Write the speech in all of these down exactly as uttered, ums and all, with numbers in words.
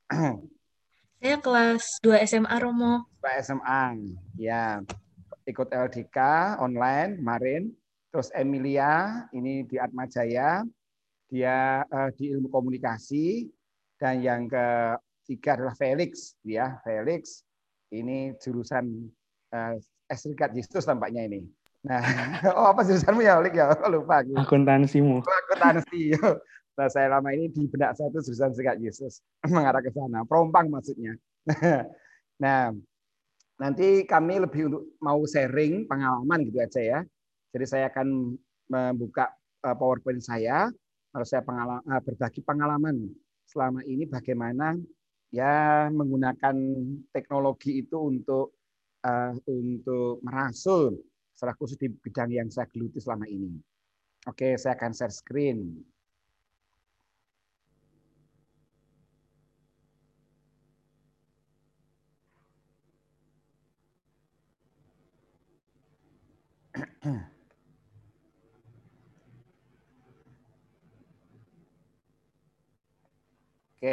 Saya kelas dua S M A Romo. Pak S M A, ya ikut L D K online kemarin. Terus Emilia ini di Atmajaya, dia uh, di ilmu komunikasi. Dan yang ketiga adalah Felix, ya Felix ini jurusan uh, Serikat Yesus tampaknya ini. Nah, oh apa jurusanmu ya, Felix ya? Lupa aku. Akuntansimu. Akuntansi. Nah, saya lama ini di benak saya itu jurusan Serikat Yesus mengarah ke sana, perompang maksudnya. Nah, nanti kami lebih untuk mau sharing pengalaman gitu aja ya. Jadi saya akan membuka PowerPoint saya, lalu saya pengalaman, berbagi pengalaman selama ini bagaimana ya menggunakan teknologi itu untuk uh, untuk merasul, secara khusus di bidang yang saya geluti selama ini. Oke, saya akan share screen. Oke.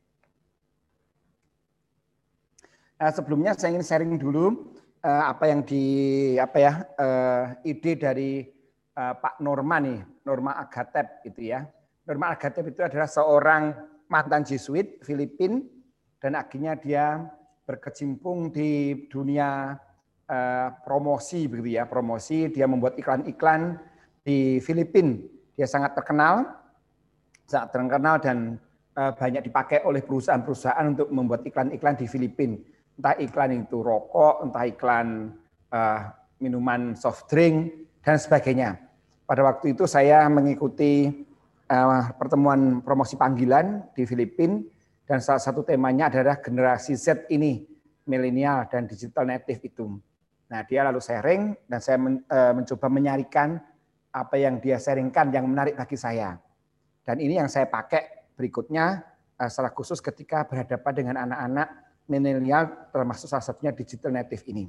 Nah, sebelumnya saya ingin sharing dulu uh, apa yang di apa ya uh, ide dari uh, Pak Norma nih, Norma Agatep gitu ya. Norma Agatep itu adalah seorang mantan Jesuit Filipina dan akhirnya dia berkecimpung di dunia uh, promosi begitu ya, promosi. Dia membuat iklan-iklan di Filipina. Dia sangat terkenal, sangat terkenal dan uh, banyak dipakai oleh perusahaan-perusahaan untuk membuat iklan-iklan di Filipina. Entah iklan itu rokok, entah iklan uh, minuman soft drink, dan sebagainya. Pada waktu itu saya mengikuti uh, pertemuan promosi panggilan di Filipina, dan salah satu temanya adalah generasi Z ini, milenial dan digital native itu. Nah, dia lalu sharing, dan saya men, uh, mencoba menyarikan apa yang dia sharingkan yang menarik bagi saya. Dan ini yang saya pakai berikutnya, uh, secara khusus ketika berhadapan dengan anak-anak milenial, termasuk salah satunya digital native ini.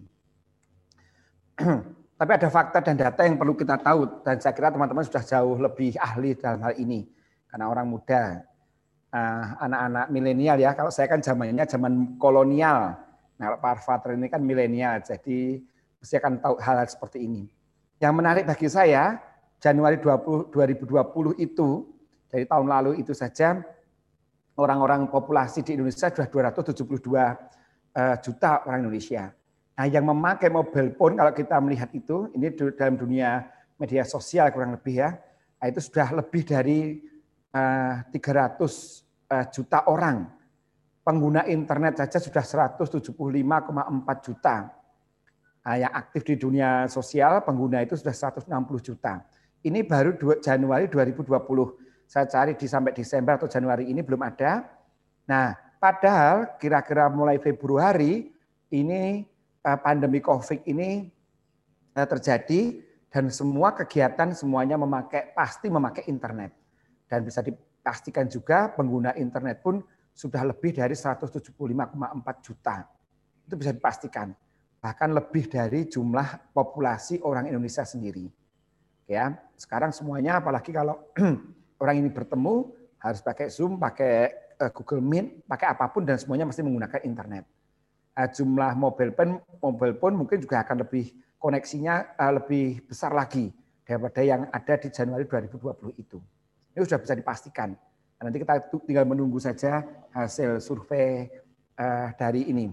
Tapi ada fakta dan data yang perlu kita tahu, dan saya kira teman-teman sudah jauh lebih ahli dalam hal ini, karena orang muda, anak-anak uh, milenial ya. Kalau saya kan zamannya zaman kolonial, nah Pak Father ini kan milenial, jadi mesti akan tahu hal-hal seperti ini. Yang menarik bagi saya, Januari dua ribu dua puluh itu, dari tahun lalu itu saja, orang-orang populasi di Indonesia sudah dua ratus tujuh puluh dua juta orang Indonesia. Nah, yang memakai mobile phone kalau kita melihat itu, ini dalam dunia media sosial kurang lebih ya, itu sudah lebih dari uh, tiga ratus juta orang. Pengguna internet saja sudah seratus tujuh puluh lima koma empat juta. Nah, yang aktif di dunia sosial pengguna itu sudah seratus enam puluh juta. Ini baru Januari dua ribu dua puluh. Saya cari di sampai Desember atau Januari ini belum ada. Nah, padahal kira-kira mulai Februari ini pandemi COVID ini terjadi dan semua kegiatan semuanya memakai pasti memakai internet. Dan bisa dipastikan juga pengguna internet pun sudah lebih dari seratus tujuh puluh lima koma empat juta. Itu bisa dipastikan. Bahkan lebih dari jumlah populasi orang Indonesia sendiri. Ya, sekarang semuanya apalagi kalau orang ini bertemu harus pakai Zoom, pakai Google Meet, pakai apapun dan semuanya mesti menggunakan internet. Jumlah mobile phone, mobile phone mungkin juga akan lebih koneksinya lebih besar lagi daripada yang ada di Januari dua ribu dua puluh itu. Ini sudah bisa dipastikan. Nanti kita tinggal menunggu saja hasil survei dari ini.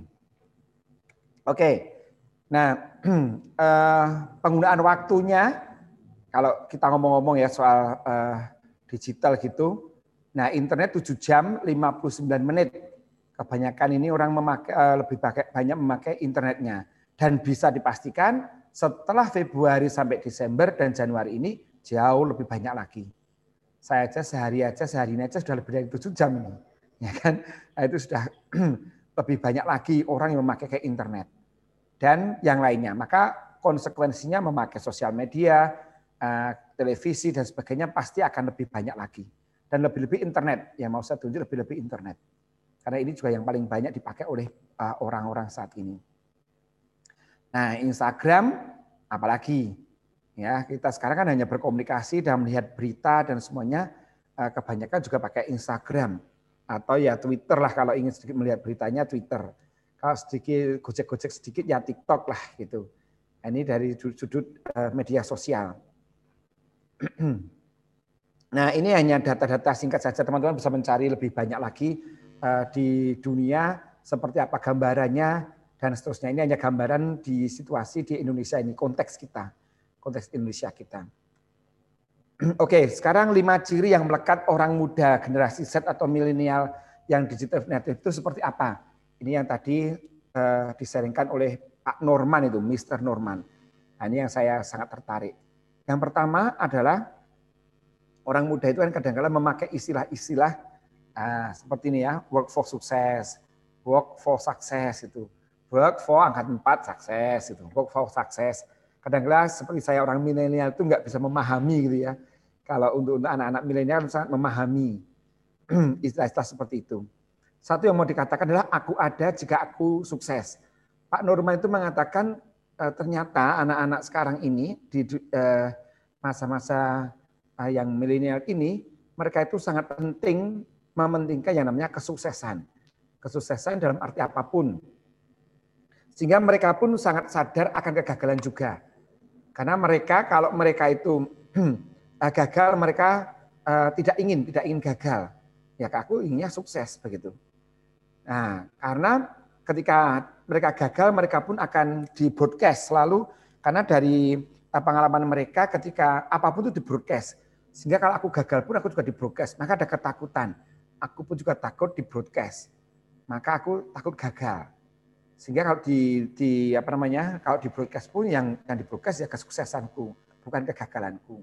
Oke, nah penggunaan waktunya kalau kita ngomong-ngomong ya soal digital gitu. Nah, internet tujuh jam lima puluh sembilan menit. Kebanyakan ini orang memakai, lebih banyak memakai internetnya. Dan bisa dipastikan setelah Februari sampai Desember dan Januari ini jauh lebih banyak lagi. Saya aja sehari aja, sehari ini aja sudah lebih dari tujuh jam ini. Ya kan? Nah, itu sudah lebih banyak lagi orang yang memakai internet. Dan yang lainnya. Maka konsekuensinya memakai sosial media, televisi dan sebagainya pasti akan lebih banyak lagi. Dan lebih-lebih internet, yang mau saya tunjuk lebih-lebih internet. Karena ini juga yang paling banyak dipakai oleh orang-orang saat ini. Nah, Instagram apalagi ya, kita sekarang kan hanya berkomunikasi dan melihat berita dan semuanya kebanyakan juga pakai Instagram. atau ya Twitter lah kalau ingin sedikit melihat beritanya Twitter. Kalau sedikit gojek-gojek sedikit ya TikTok lah gitu. Ini dari sudut media sosial. Nah, ini hanya data-data singkat saja, teman-teman bisa mencari lebih banyak lagi uh, di dunia seperti apa gambarannya dan seterusnya. Ini hanya gambaran di situasi di Indonesia ini, konteks kita, konteks Indonesia kita. Oke, sekarang lima ciri yang melekat orang muda generasi Z atau milenial yang digital native itu seperti apa? Ini yang tadi uh, disaringkan oleh Pak Norman itu, Mister Norman. Nah, ini yang saya sangat tertarik. Yang pertama adalah orang muda itu kan kadang-kadang memakai istilah-istilah uh, seperti ini ya, work for success, work for success itu, work for angkat empat sukses itu, work for success. Kadang-kadang seperti saya orang milenial itu nggak bisa memahami gitu ya. Kalau untuk anak-anak milenial sangat memahami istilah-istilah seperti itu. Satu yang mau dikatakan adalah aku ada jika aku sukses. Pak Norman itu mengatakan uh, ternyata anak-anak sekarang ini di uh, masa-masa yang milenial ini, mereka itu sangat penting mementingkan yang namanya kesuksesan. Kesuksesan dalam arti apapun. Sehingga mereka pun sangat sadar akan kegagalan juga. Karena mereka, kalau mereka itu gagal, mereka uh, tidak ingin, tidak ingin gagal. Ya aku inginnya sukses begitu. Nah, karena ketika mereka gagal, mereka pun akan di broadcast selalu, karena dari pengalaman mereka ketika apapun itu di broadcast. Sehingga kalau aku gagal pun aku juga di broadcast, maka ada ketakutan. Aku pun juga takut di broadcast, maka aku takut gagal. Sehingga kalau di, di apa namanya, kalau di broadcast pun yang yang di broadcast ya kesuksesanku, bukan kegagalanku.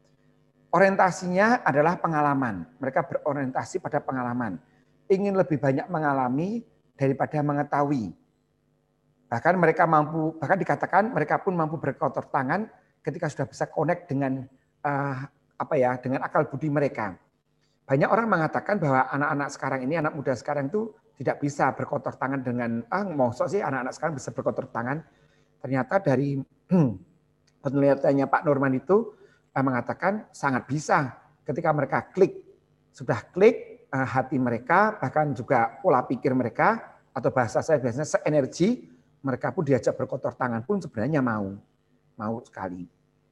Orientasinya adalah pengalaman. Mereka berorientasi pada pengalaman. Ingin lebih banyak mengalami daripada mengetahui. Bahkan mereka mampu, bahkan dikatakan mereka pun mampu berkotor tangan ketika sudah bisa connect dengan uh, apa ya, dengan akal budi mereka. Banyak orang mengatakan bahwa anak-anak sekarang ini, anak muda sekarang itu tidak bisa berkotor tangan dengan, ah mosok sih anak-anak sekarang bisa berkotor tangan. Ternyata dari penelitiannya Pak Norman itu eh, mengatakan sangat bisa ketika mereka klik. Sudah klik eh, hati mereka, bahkan juga pola pikir mereka, atau bahasa saya biasanya seenergi, mereka pun diajak berkotor tangan pun sebenarnya mau. Mau sekali.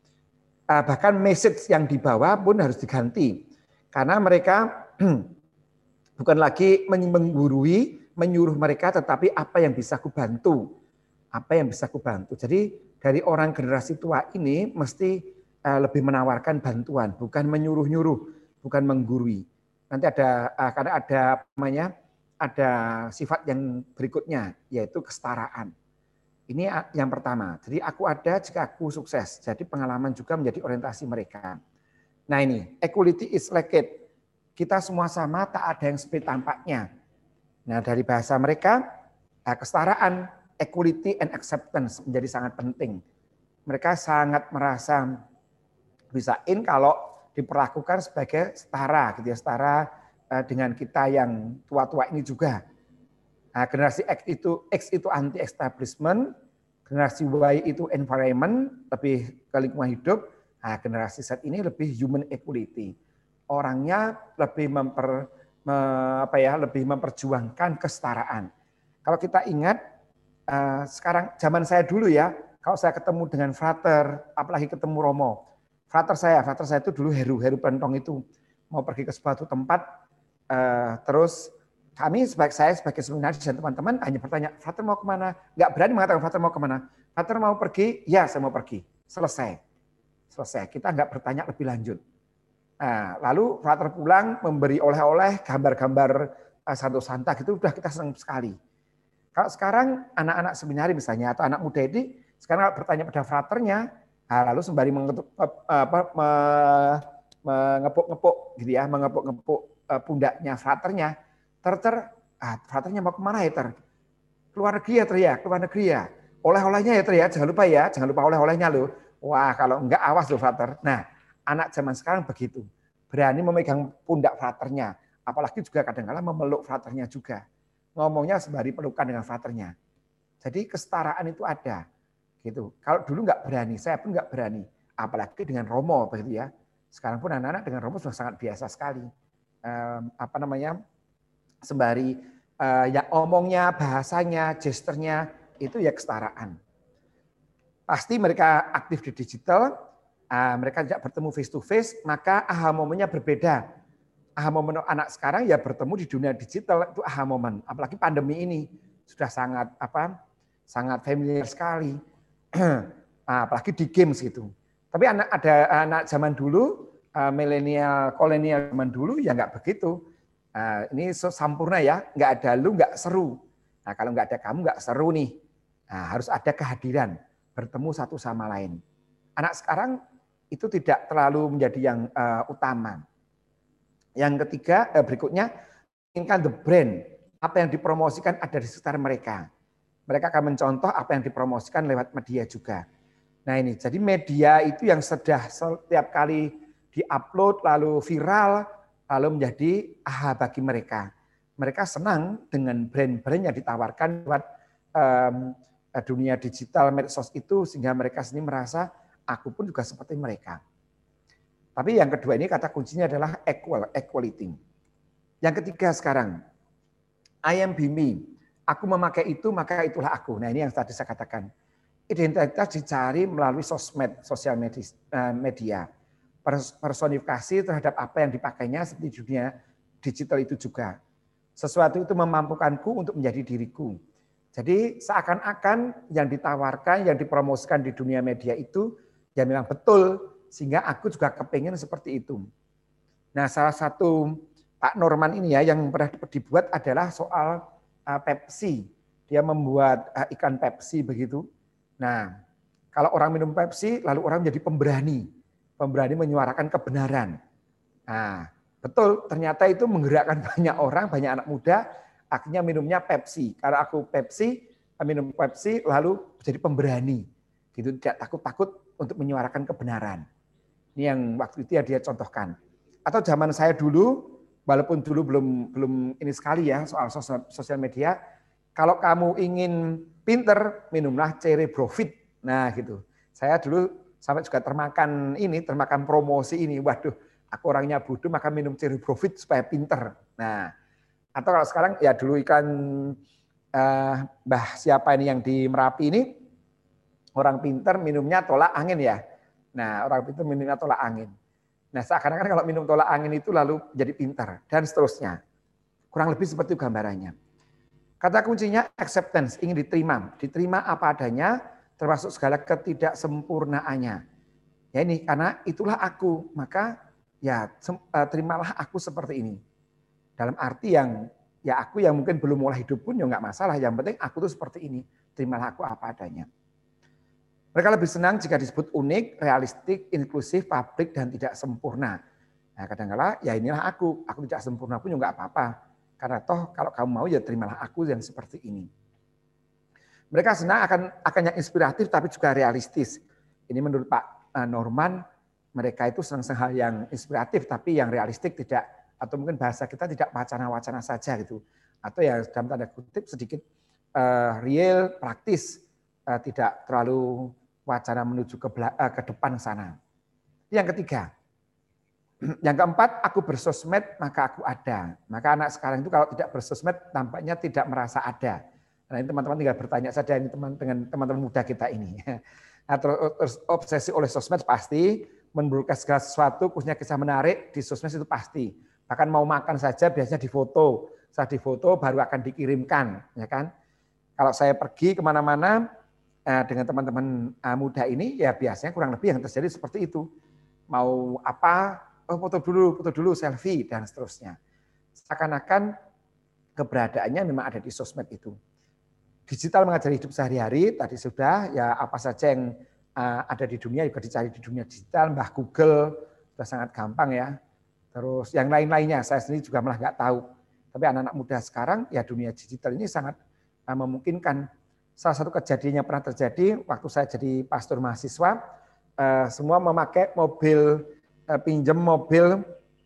Bahkan message yang dibawa pun harus diganti. Karena mereka bukan lagi menggurui, menyuruh mereka, tetapi apa yang bisa aku bantu. Apa yang bisa aku bantu. Jadi dari orang generasi tua ini mesti lebih menawarkan bantuan, bukan menyuruh-nyuruh, bukan menggurui. Nanti ada, karena ada namanya, ada sifat yang berikutnya, yaitu kesetaraan. Ini yang pertama. Jadi aku ada jika aku sukses. Jadi pengalaman juga menjadi orientasi mereka. Nah ini, equality is lacked. Kita semua sama, tak ada yang seperti tampaknya. Nah dari bahasa mereka, kesetaraan, equality and acceptance menjadi sangat penting. Mereka sangat merasa bisa in kalau diperlakukan sebagai setara, gitu ya, setara dengan kita yang tua-tua ini juga. Nah, generasi X itu X itu anti establishment, generasi Y itu environment, lebih ke lingkungan hidup. Nah, generasi Z ini lebih human equality. Orangnya lebih memper me, apa ya, lebih memperjuangkan kesetaraan. Kalau kita ingat uh, sekarang zaman saya dulu ya, kalau saya ketemu dengan frater, apalagi ketemu Romo. Frater saya, frater saya itu dulu Heru, Heru Pentong itu mau pergi ke suatu tempat uh, terus kami sebagai saya sebagai seminaris dan teman-teman hanya bertanya, Frater mau kemana? Nggak berani mengatakan Frater mau kemana. Frater mau pergi? Ya, saya mau pergi. Selesai. Selesai. Kita nggak bertanya lebih lanjut. Nah, lalu Frater pulang memberi oleh-oleh gambar-gambar Santo Santa gitu, udah kita senang sekali. Kalau sekarang anak-anak seminari misalnya atau anak muda ini sekarang bertanya pada fraternya, nah, lalu sembari mengetuk, apa, mengepuk-ngepuk gitu ya, mengepuk-ngepuk pundaknya fraternya. Ter, ter, ah, fraternya mau kemana ya ter? Keluar negeri ya ter ya, keluar negeri ya. Oleh-olehnya ya ter ya, jangan lupa ya, jangan lupa oleh-olehnya loh. Wah kalau enggak awas loh frater. Nah anak zaman sekarang begitu, berani memegang pundak fraternya. Apalagi juga kadang-kadang memeluk fraternya juga. Ngomongnya sembari pelukan dengan fraternya. Jadi kesetaraan itu ada. Gitu. Kalau dulu enggak berani, saya pun enggak berani. Apalagi dengan Romo begitu ya. Sekarang pun anak-anak dengan Romo sudah sangat biasa sekali. Um, apa namanya? sembari uh, ya omongnya, bahasanya, gesturnya itu ya kesetaraan. Pasti mereka aktif di digital, uh, mereka tidak bertemu face to face, maka aha momennya berbeda. Aha momen anak sekarang ya bertemu di dunia digital itu aha momen. Apalagi pandemi ini sudah sangat apa? Sangat familiar sekali. Apalagi di games gitu. Tapi anak ada anak zaman dulu, uh, milenial, kolonial zaman dulu ya nggak begitu. Uh, ini sempurna ya, nggak ada lu nggak seru. Nah kalau nggak ada kamu nggak seru nih. Nah, harus ada kehadiran, bertemu satu sama lain. Anak sekarang itu tidak terlalu menjadi yang uh, utama. Yang ketiga eh, berikutnya, inginkan the brand, apa yang dipromosikan ada di sekitar mereka. Mereka akan mencontoh apa yang dipromosikan lewat media juga. Nah ini, jadi media itu yang sudah setiap kali diupload lalu viral, lalu menjadi aha bagi mereka. Mereka senang dengan brand-brand yang ditawarkan lewat um, dunia digital, medsos itu, sehingga mereka sendiri merasa, aku pun juga seperti mereka. Tapi yang kedua ini kata kuncinya adalah equal, equality. Yang ketiga sekarang, I am be me. Aku memakai itu, maka itulah aku. Nah ini yang tadi saya katakan. Identitas dicari melalui sosmed, sosial media. Personifikasi terhadap apa yang dipakainya seperti dunia digital itu juga. Sesuatu itu memampukanku untuk menjadi diriku. Jadi seakan-akan yang ditawarkan, yang dipromosikan di dunia media itu ya memang betul, sehingga aku juga kepengen seperti itu. Nah salah satu Pak Norman ini ya yang pernah dibuat adalah soal uh, Pepsi. Dia membuat uh, iklan Pepsi begitu. Nah, kalau orang minum Pepsi, lalu orang menjadi pemberani. Pemberani menyuarakan kebenaran. Nah, betul, ternyata itu menggerakkan banyak orang, banyak anak muda, akhirnya minumnya Pepsi. Kalau aku Pepsi, minum Pepsi, lalu menjadi pemberani. Gitu, tidak takut-takut untuk menyuarakan kebenaran. Ini yang waktu itu ya dia contohkan. Atau zaman saya dulu, walaupun dulu belum belum ini sekali ya, soal sosial media, kalau kamu ingin pinter, minumlah Cerebrofit. Nah gitu. Saya dulu sampai juga termakan ini, termakan promosi ini. Waduh, aku orangnya bodoh, maka minum Cerebrofit supaya pinter. Nah, atau kalau sekarang ya dulu ikan uh, Mbah siapa ini yang di Merapi ini, orang pinter minumnya tolak angin ya. Nah, orang pinter minumnya tolak angin. Nah, seakan-akan kalau minum tolak angin itu lalu jadi pinter dan seterusnya. Kurang lebih seperti itu gambarannya. Kata kuncinya acceptance, ingin diterima. Diterima apa adanya, termasuk segala ketidaksempurnaannya. Ya ini, karena itulah aku, maka ya terimalah aku seperti ini. Dalam arti yang, ya aku yang mungkin belum mulai hidup pun ya nggak masalah. Yang penting aku tuh seperti ini, terimalah aku apa adanya. Mereka lebih senang jika disebut unik, realistik, inklusif, publik, dan tidak sempurna. Nah kadang-kala ya inilah aku, aku tidak sempurna pun ya nggak apa-apa. Karena toh kalau kamu mau ya terimalah aku yang seperti ini. Mereka senang akan akan yang inspiratif tapi juga realistis. Ini menurut Pak Norman, mereka itu senang hal yang inspiratif tapi yang realistik tidak, atau mungkin bahasa kita tidak wacana-wacana saja gitu. Atau ya dalam tanda kutip sedikit uh, real, praktis, uh, tidak terlalu wacana menuju ke, uh, ke depan sana. Yang ketiga, yang keempat, aku bersosmed maka aku ada. Maka anak sekarang itu kalau tidak bersosmed tampaknya tidak merasa ada. Nah ini teman-teman tinggal bertanya saja ini teman dengan teman-teman muda kita ini. Nah, terus obsesi oleh sosmed pasti, memberikan segala sesuatu, khususnya kisah menarik di sosmed itu pasti. Bahkan mau makan saja biasanya difoto. Setelah difoto baru akan dikirimkan, ya kan? Kalau saya pergi kemana-mana dengan teman-teman muda ini, ya biasanya kurang lebih yang terjadi seperti itu. Mau apa? Oh, foto dulu, foto dulu, selfie, dan seterusnya. Seakan-akan keberadaannya memang ada di sosmed itu. Digital mengajari hidup sehari-hari, tadi sudah, ya apa saja yang uh, ada di dunia juga dicari di dunia digital, Mbah Google, sudah sangat gampang ya. Terus yang lain-lainnya, saya sendiri juga malah nggak tahu. Tapi anak-anak muda sekarang, ya dunia digital ini sangat uh, memungkinkan. Salah satu kejadian yang pernah terjadi, waktu saya jadi pastor mahasiswa, uh, semua memakai mobil, pinjam mobil,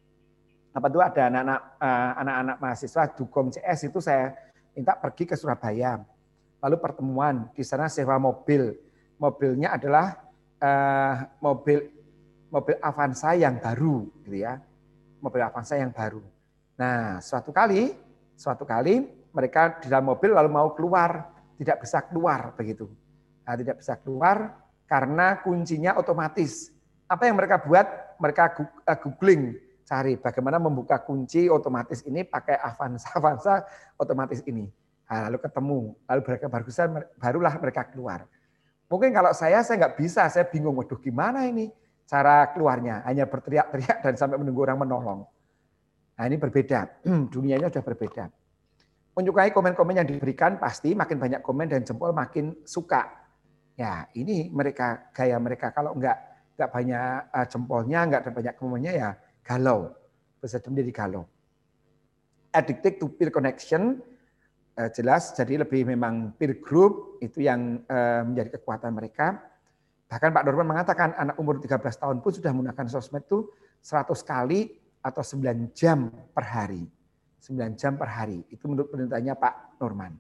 apa itu ada anak-anak anak-anak mahasiswa Dugong C S itu saya minta pergi ke Surabaya, lalu pertemuan di sana sewa mobil, mobilnya adalah uh, mobil mobil Avanza yang baru, gitu ya, mobil Avanza yang baru. Nah suatu kali Suatu kali mereka di dalam mobil lalu mau keluar, tidak bisa keluar begitu. Nah, tidak bisa keluar karena kuncinya otomatis. Apa yang mereka buat? Mereka googling, cari bagaimana membuka kunci otomatis ini pakai Avanza, Avanza otomatis ini. Nah, lalu ketemu, lalu mereka barulah mereka keluar. Mungkin kalau saya, saya nggak bisa, saya bingung, waduh gimana ini cara keluarnya, hanya berteriak-teriak dan sampai menunggu orang menolong. Nah ini berbeda, dunianya sudah berbeda. Menyukai komen-komen yang diberikan pasti makin banyak komen dan jempol makin suka. Ya ini mereka gaya mereka, kalau nggak nggak banyak jempolnya, nggak ada banyak komennya ya galau, bisa menjadi galau. Addicted to peer connection, jelas jadi lebih memang peer group itu yang menjadi kekuatan mereka. Bahkan Pak Norman mengatakan anak umur tiga belas tahun pun sudah menggunakan sosmed itu seratus kali atau sembilan jam per hari. sembilan jam per hari. Itu menurut penelitiannya Pak Norman.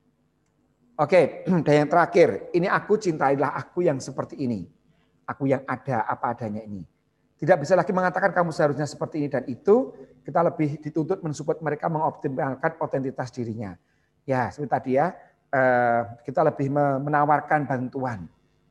Oke, dan yang terakhir, ini aku cintailah aku yang seperti ini. Aku yang ada apa adanya ini. Tidak bisa lagi mengatakan kamu seharusnya seperti ini dan itu, kita lebih dituntut mensupport mereka mengoptimalkan otentitas dirinya. Ya, seperti tadi ya, kita lebih menawarkan bantuan.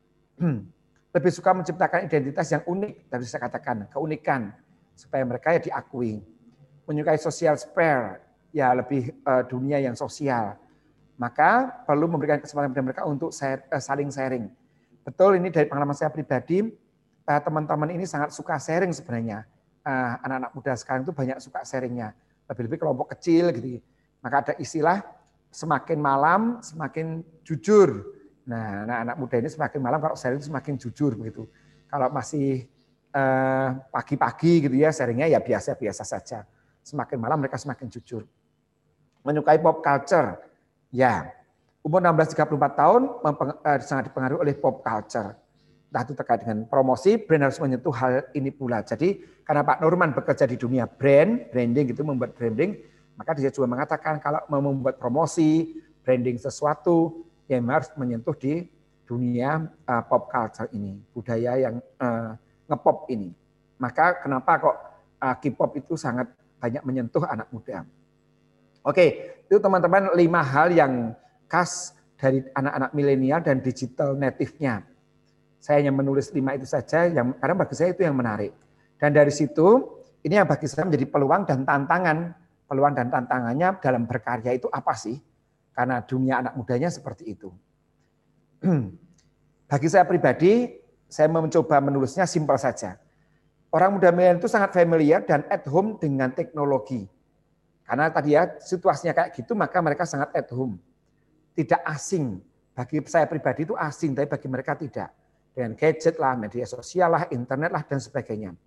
Lebih suka menciptakan identitas yang unik, tadi saya katakan, keunikan, supaya mereka ya diakui. Menyukai social spare, ya lebih uh, dunia yang sosial. Maka perlu memberikan kesempatan kepada mereka untuk share, uh, saling sharing. Betul, ini dari pengalaman saya pribadi, uh, teman-teman ini sangat suka sharing sebenarnya. Uh, anak-anak muda sekarang itu banyak suka sharingnya. Lebih-lebih kelompok kecil gitu. Maka ada istilah semakin malam semakin jujur. Nah, anak-anak muda ini semakin malam kalau sharing semakin jujur begitu. Kalau masih uh, pagi-pagi gitu ya sharingnya ya biasa-biasa saja. Semakin malam mereka semakin jujur. Menyukai pop culture. Ya, umur enam belas sampai tiga puluh empat tahun sangat dipengaruhi oleh pop culture. Entah itu terkait dengan promosi, brand harus menyentuh hal ini pula. Jadi karena Pak Norman bekerja di dunia brand, branding gitu, membuat branding, maka dia juga mengatakan kalau mau membuat promosi, branding sesuatu, yang harus menyentuh di dunia uh, pop culture ini, budaya yang uh, ngepop ini. Maka kenapa kok uh, K-pop itu sangat banyak menyentuh anak muda. Oke, itu teman-teman lima hal yang khas dari anak-anak milenial dan digital native-nya. Saya hanya menulis lima itu saja, yang karena bagi saya itu yang menarik. Dan dari situ, ini yang bagi saya menjadi peluang dan tantangan. Peluang dan tantangannya dalam berkarya itu apa sih? Karena dunia anak mudanya seperti itu. Bagi saya pribadi, saya mencoba menulisnya simpel saja. Orang muda milenial itu sangat familiar dan at home dengan teknologi. Karena tadi ya situasinya kayak gitu, maka mereka sangat at home. Tidak asing. Bagi saya pribadi itu asing, tapi bagi mereka tidak. Dengan gadget lah, media sosial lah, internet lah, dan sebagainya.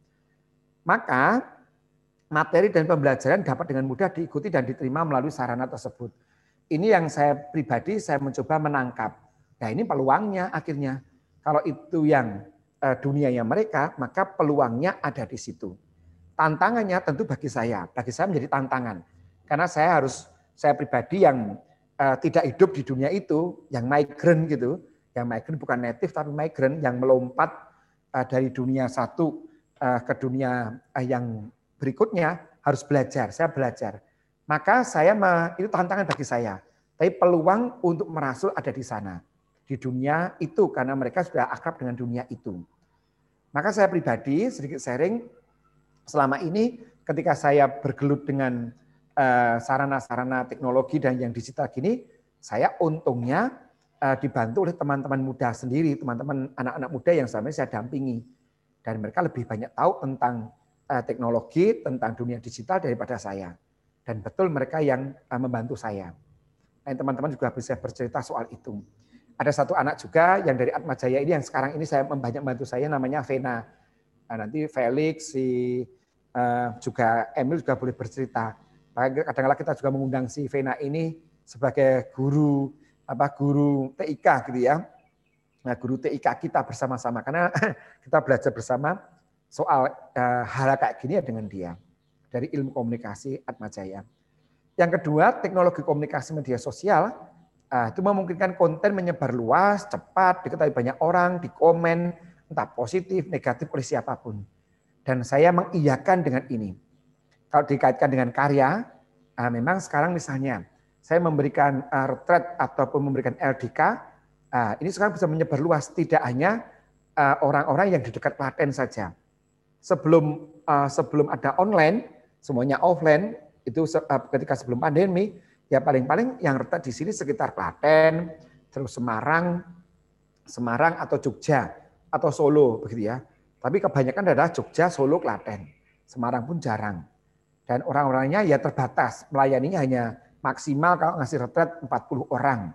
Maka materi dan pembelajaran dapat dengan mudah diikuti dan diterima melalui sarana tersebut. Ini yang saya pribadi, saya mencoba menangkap. Nah ini peluangnya akhirnya. Kalau itu yang uh, dunianya mereka, maka peluangnya ada di situ. Tantangannya tentu bagi saya, bagi saya menjadi tantangan. Karena saya harus, saya pribadi yang uh, tidak hidup di dunia itu, yang migran gitu. Yang migran bukan native tapi migran, yang melompat uh, dari dunia satu uh, ke dunia uh, yang berikutnya, harus belajar, saya belajar. Maka saya, itu tantangan bagi saya. Tapi peluang untuk merasuk ada di sana. Di dunia itu, karena mereka sudah akrab dengan dunia itu. Maka saya pribadi, sedikit sharing, selama ini ketika saya bergelut dengan sarana-sarana teknologi dan yang digital gini, saya untungnya dibantu oleh teman-teman muda sendiri, teman-teman anak-anak muda yang selama ini saya dampingi. Dan mereka lebih banyak tahu tentang teknologi, tentang dunia digital daripada saya. Dan betul mereka yang membantu saya. Dan teman-teman juga bisa bercerita soal itu. Ada satu anak juga yang dari Atmajaya ini yang sekarang ini saya banyak membantu saya, namanya Vena. Nah, nanti Felix, si uh, juga Emil juga boleh bercerita. Kadang-kadang kita juga mengundang si Vena ini sebagai guru apa guru T I K gitu ya. Nah, guru T I K kita bersama-sama karena kita belajar bersama soal uh, hal kayak gini ya dengan dia. Dari ilmu komunikasi Atmajaya. Yang kedua, teknologi komunikasi media sosial uh, itu memungkinkan konten menyebar luas, cepat, diketahui banyak orang, dikomen, entah positif, negatif oleh siapapun. Dan saya mengiyakan dengan ini. Kalau dikaitkan dengan karya, Nah, memang sekarang misalnya saya memberikan uh, retret ataupun memberikan L D K, uh, ini sekarang bisa menyebar luas, tidak hanya uh, orang-orang yang di dekat Klaten saja. Sebelum uh, sebelum ada online, semuanya offline, itu uh, ketika sebelum pandemi, ya paling-paling yang retret di sini sekitar Klaten, terus Semarang, Semarang atau Jogja atau Solo begitu ya. Tapi kebanyakan adalah Jogja, Solo, Klaten. Semarang pun jarang. Dan orang-orangnya ya terbatas, melayaninya hanya maksimal kalau ngasih retret empat puluh orang.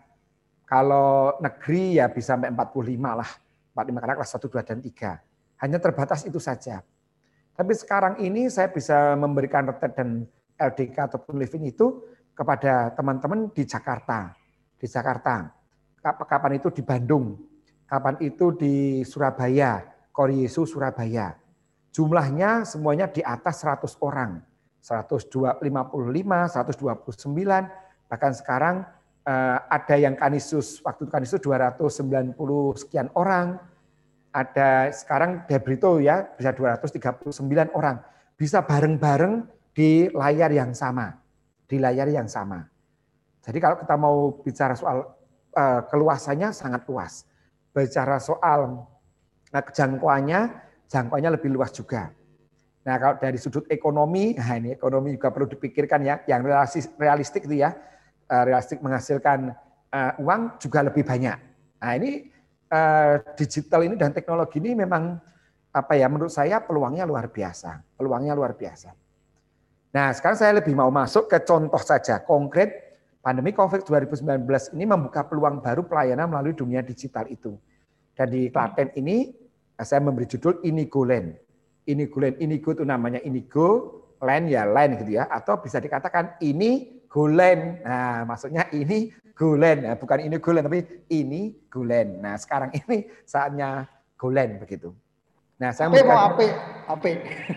Kalau negeri ya bisa sampai empat puluh lima lah. empat puluh lima karena kelas satu, dua, dan tiga. Hanya terbatas itu saja. Tapi sekarang ini saya bisa memberikan retret dan L D K ataupun living itu kepada teman-teman di Jakarta. Di Jakarta. Kapan itu di Bandung. Kapan itu di Surabaya. Koryesu Surabaya. Jumlahnya semuanya di atas seratus orang. seratus lima puluh lima, seratus dua puluh sembilan, bahkan sekarang eh, ada yang Kanisius, waktu itu Kanisius dua ratus sembilan puluh sekian orang, ada sekarang Debrito ya bisa dua ratus tiga puluh sembilan orang, bisa bareng-bareng di layar yang sama, di layar yang sama. Jadi kalau kita mau bicara soal eh, keluasannya sangat luas, bicara soal nah, jangkauannya, jangkauannya lebih luas juga. Nah kalau dari sudut ekonomi, nah ini ekonomi juga perlu dipikirkan ya, yang realistik itu ya, realistik menghasilkan uh, uang juga lebih banyak. Nah ini uh, digital ini dan teknologi ini memang apa ya, menurut saya peluangnya luar biasa, peluangnya luar biasa. Nah sekarang saya lebih mau masuk ke contoh saja, konkret pandemi COVID dua ribu sembilan belas ini membuka peluang baru pelayanan melalui dunia digital itu. Dan di Klaten ini saya memberi judul Inigoland. Inigo Land, Inigo itu namanya Inigo, Land ya Land gitu ya, atau bisa dikatakan ini Goland. Nah, maksudnya ini Goland, nah, bukan ini Goland tapi ini Goland. Nah, sekarang ini saatnya Goland begitu. Nah, saya ape mau ape, ape.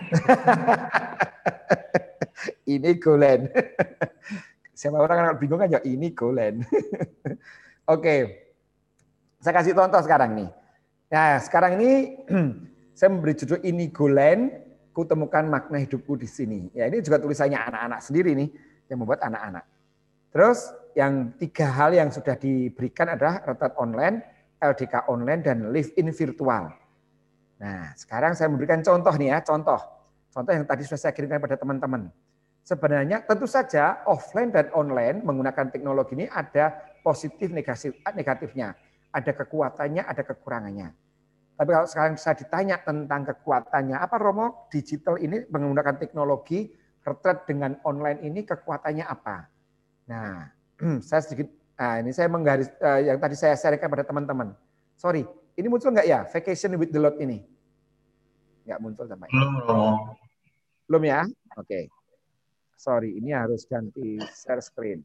ini Goland. Siapa orang yang bingung kan ya ini Goland. Oke, saya kasih contoh sekarang nih. Nah, sekarang ini saya memberi judul Inigoland, ku temukan makna hidupku di sini. Ya, ini juga tulisannya anak-anak sendiri nih, yang membuat anak-anak. Terus yang tiga hal yang sudah diberikan adalah retret online, L D K online, dan live-in virtual. Nah, sekarang saya memberikan contoh nih ya, contoh. Contoh yang tadi sudah saya kirimkan pada teman-teman. Sebenarnya tentu saja offline dan online menggunakan teknologi ini ada positif negatif, negatifnya. Ada kekuatannya, ada kekurangannya. Tapi kalau sekarang saya ditanya tentang kekuatannya, apa Romo digital ini menggunakan teknologi retret dengan online ini kekuatannya apa? Nah, saya sedikit, nah ini saya menggaris uh, yang tadi saya sharekan pada teman-teman. Sorry, ini muncul nggak ya Vacation with the Lord ini? Nggak muncul sampai. Belum, Romo. Belum ya? Oke. Okay. Sorry, ini harus ganti share screen.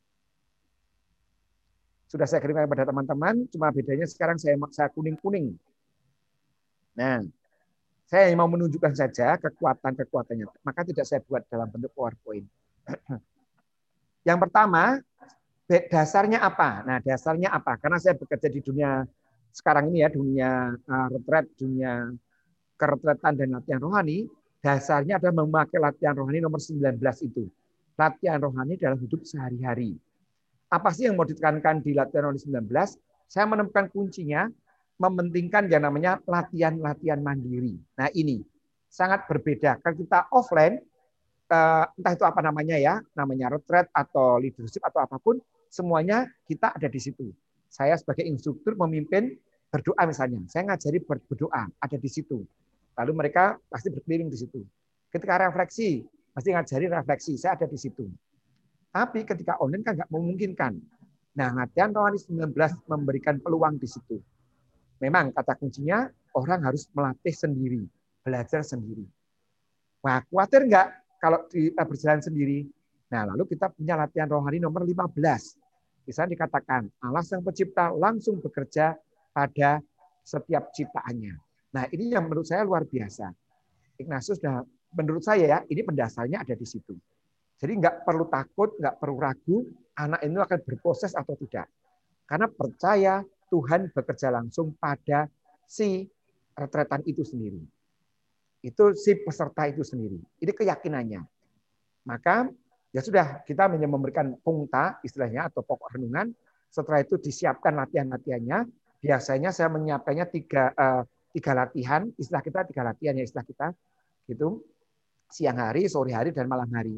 Sudah saya kirimkan kepada teman-teman, cuma bedanya sekarang saya saya kuning-kuning. Nah, saya mau menunjukkan saja kekuatan-kekuatannya, maka tidak saya buat dalam bentuk PowerPoint. Yang pertama, dasarnya apa? Nah, dasarnya apa? Karena saya bekerja di dunia sekarang ini ya, dunia uh, retret, dunia keretretan dan latihan rohani, dasarnya adalah memakai latihan rohani nomor sembilan belas itu. Latihan rohani dalam hidup sehari-hari. Apa sih yang mau ditekankan di latihan rohani sembilan belas? Saya menemukan kuncinya, mementingkan yang namanya latihan-latihan mandiri. Nah ini sangat berbeda. Kalau kita offline, entah itu apa namanya ya, namanya retret atau leadership atau apapun, semuanya kita ada di situ. Saya sebagai instruktur memimpin berdoa misalnya. Saya ngajari berdoa, ada di situ. Lalu mereka pasti berkeliling di situ. Ketika refleksi, pasti ngajari refleksi, saya ada di situ. Tapi ketika online kan nggak memungkinkan. Nah, latihan rohani sembilan belas memberikan peluang di situ. Memang kata kuncinya orang harus melatih sendiri, belajar sendiri. Wah, khawatir nggak kalau kita berjalan sendiri? Nah, lalu kita punya latihan rohani nomor lima belas. Misalnya dikatakan, Allah Sang Pencipta langsung bekerja pada setiap ciptaannya. Nah, ini yang menurut saya luar biasa. Ignatius sudah, menurut saya ya, ini pendasarnya ada di situ. Jadi nggak perlu takut, nggak perlu ragu, anak ini akan berproses atau tidak. Karena percaya Tuhan bekerja langsung pada si retretan itu sendiri. Itu si peserta itu sendiri. Ini keyakinannya. Maka Ya sudah, kita hanya memberikan pungta istilahnya atau pokok renungan. Setelah itu disiapkan latihan-latihannya. Biasanya saya menyiapkannya tiga, uh, tiga latihan. Istilah kita tiga latihan ya istilah kita. Gitu. Siang hari, sore hari, dan malam hari.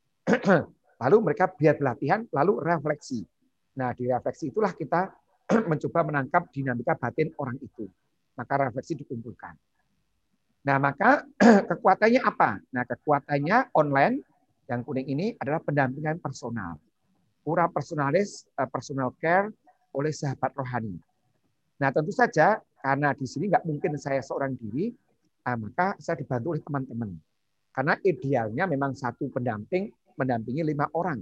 Lalu mereka biar berlatihan, lalu refleksi. Nah, di refleksi itulah kita mencoba menangkap dinamika batin orang itu. Maka refleksi dikumpulkan. Nah, maka kekuatannya apa? Nah, kekuatannya online yang kuning ini adalah pendampingan personal. Pura personalis, personal care oleh sahabat rohani. Nah, tentu saja karena di sini nggak mungkin saya seorang diri, maka saya dibantu oleh teman-teman. Karena idealnya memang satu pendamping mendampingi lima orang.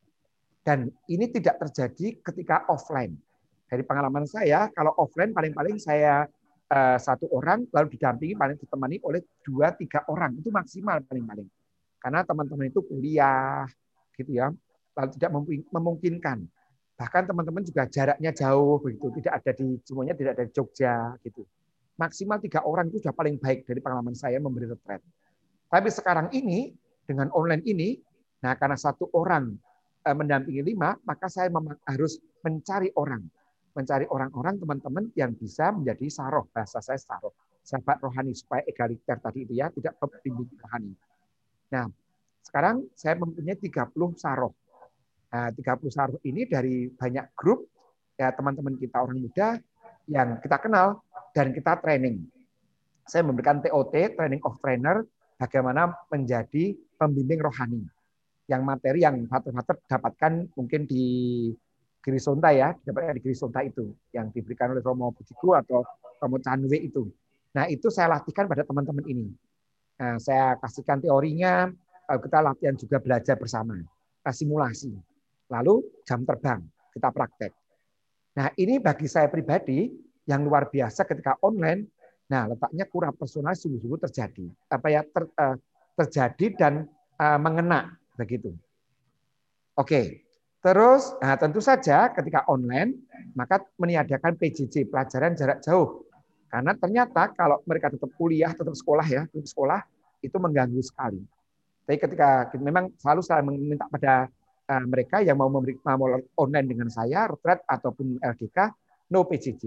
Dan ini tidak terjadi ketika offline. Dari pengalaman saya, kalau offline paling-paling saya uh, satu orang, lalu didampingi paling ditemani oleh dua tiga orang. Itu maksimal paling-paling. Karena teman-teman itu kuliah, gitu ya, lalu tidak memungkinkan. Bahkan teman-teman juga jaraknya jauh, begitu, tidak ada di semuanya tidak ada di Jogja, gitu. Maksimal tiga orang itu sudah paling baik dari pengalaman saya memberi retret. Tapi sekarang ini dengan online ini, nah karena satu orang mendampingi lima, maka saya harus mencari orang, mencari orang-orang teman-teman yang bisa menjadi saroh, bahasa saya saroh, sahabat rohani supaya egaliter tadi itu ya, tidak pembimbing rohani. Nah, sekarang saya mempunyai tiga puluh saroh. Nah, tiga puluh saroh ini dari banyak grup ya teman-teman kita orang muda yang kita kenal dan kita training. Saya memberikan T O T, training of trainer, bagaimana menjadi pembimbing rohani. Yang materi yang fater-fater dapatkan mungkin di Girisonta ya, dapatkan di Girisonta itu, yang diberikan oleh Romo Budiku atau Romo Canwe itu. Nah, itu saya latihkan pada teman-teman ini. Nah, saya kasihkan teorinya, kita latihan juga belajar bersama, simulasi. Lalu jam terbang, kita praktek. Nah, ini bagi saya pribadi yang luar biasa ketika online. Nah, letaknya kurang personal sungguh-sungguh terjadi. Apa ya ter, uh, terjadi dan uh, mengena begitu. Oke. Terus nah tentu saja ketika online maka meniadakan P J J, pelajaran jarak jauh. Karena ternyata kalau mereka tetap kuliah, tetap sekolah ya, tetap sekolah itu mengganggu sekali. Tapi ketika memang selalu saya meminta pada uh, mereka yang mau memberi mau online dengan saya, retret ataupun L D K, no P J J.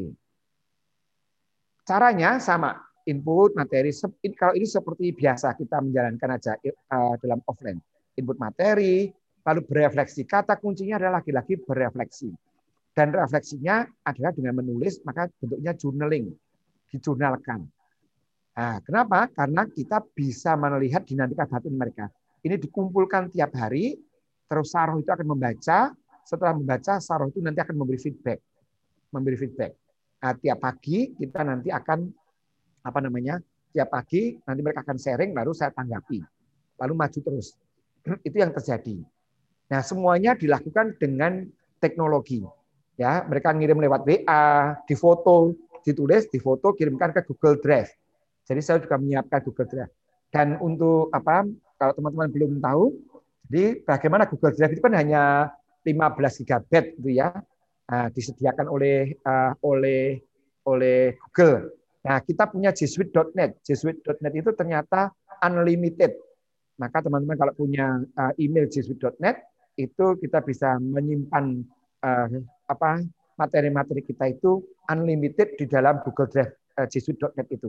Caranya sama, input materi. Kalau ini seperti biasa kita menjalankan aja uh, dalam offline. Input materi, lalu berefleksi. Kata kuncinya adalah lagi-lagi berefleksi. Dan refleksinya adalah dengan menulis, maka bentuknya journaling. Dijurnalkan. Nah, kenapa? Karena kita bisa melihat dinamika batin mereka. Ini dikumpulkan tiap hari, terus saroh itu akan membaca. Setelah membaca, saroh itu nanti akan memberi feedback. Memberi feedback. Nah, tiap pagi kita nanti akan, apa namanya, tiap pagi nanti mereka akan sharing, lalu saya tanggapi. Lalu maju terus. Itu yang terjadi. Nah, semuanya dilakukan dengan teknologi. Ya, mereka ngirim lewat W A, difoto, ditulis, difoto, kirimkan ke Google Drive. Jadi saya juga menyiapkan Google Drive. Dan untuk apa? Kalau teman-teman belum tahu, jadi bagaimana Google Drive itu kan hanya lima belas gigabit itu ya, nah, disediakan oleh uh, oleh oleh Google. Nah, kita punya G Suite dot net. G Suite dot net itu ternyata unlimited. Maka teman-teman kalau punya uh, email G Suite dot net itu kita bisa menyimpan uh, apa materi-materi kita itu unlimited di dalam Google Drive uh, G Suite dot net itu.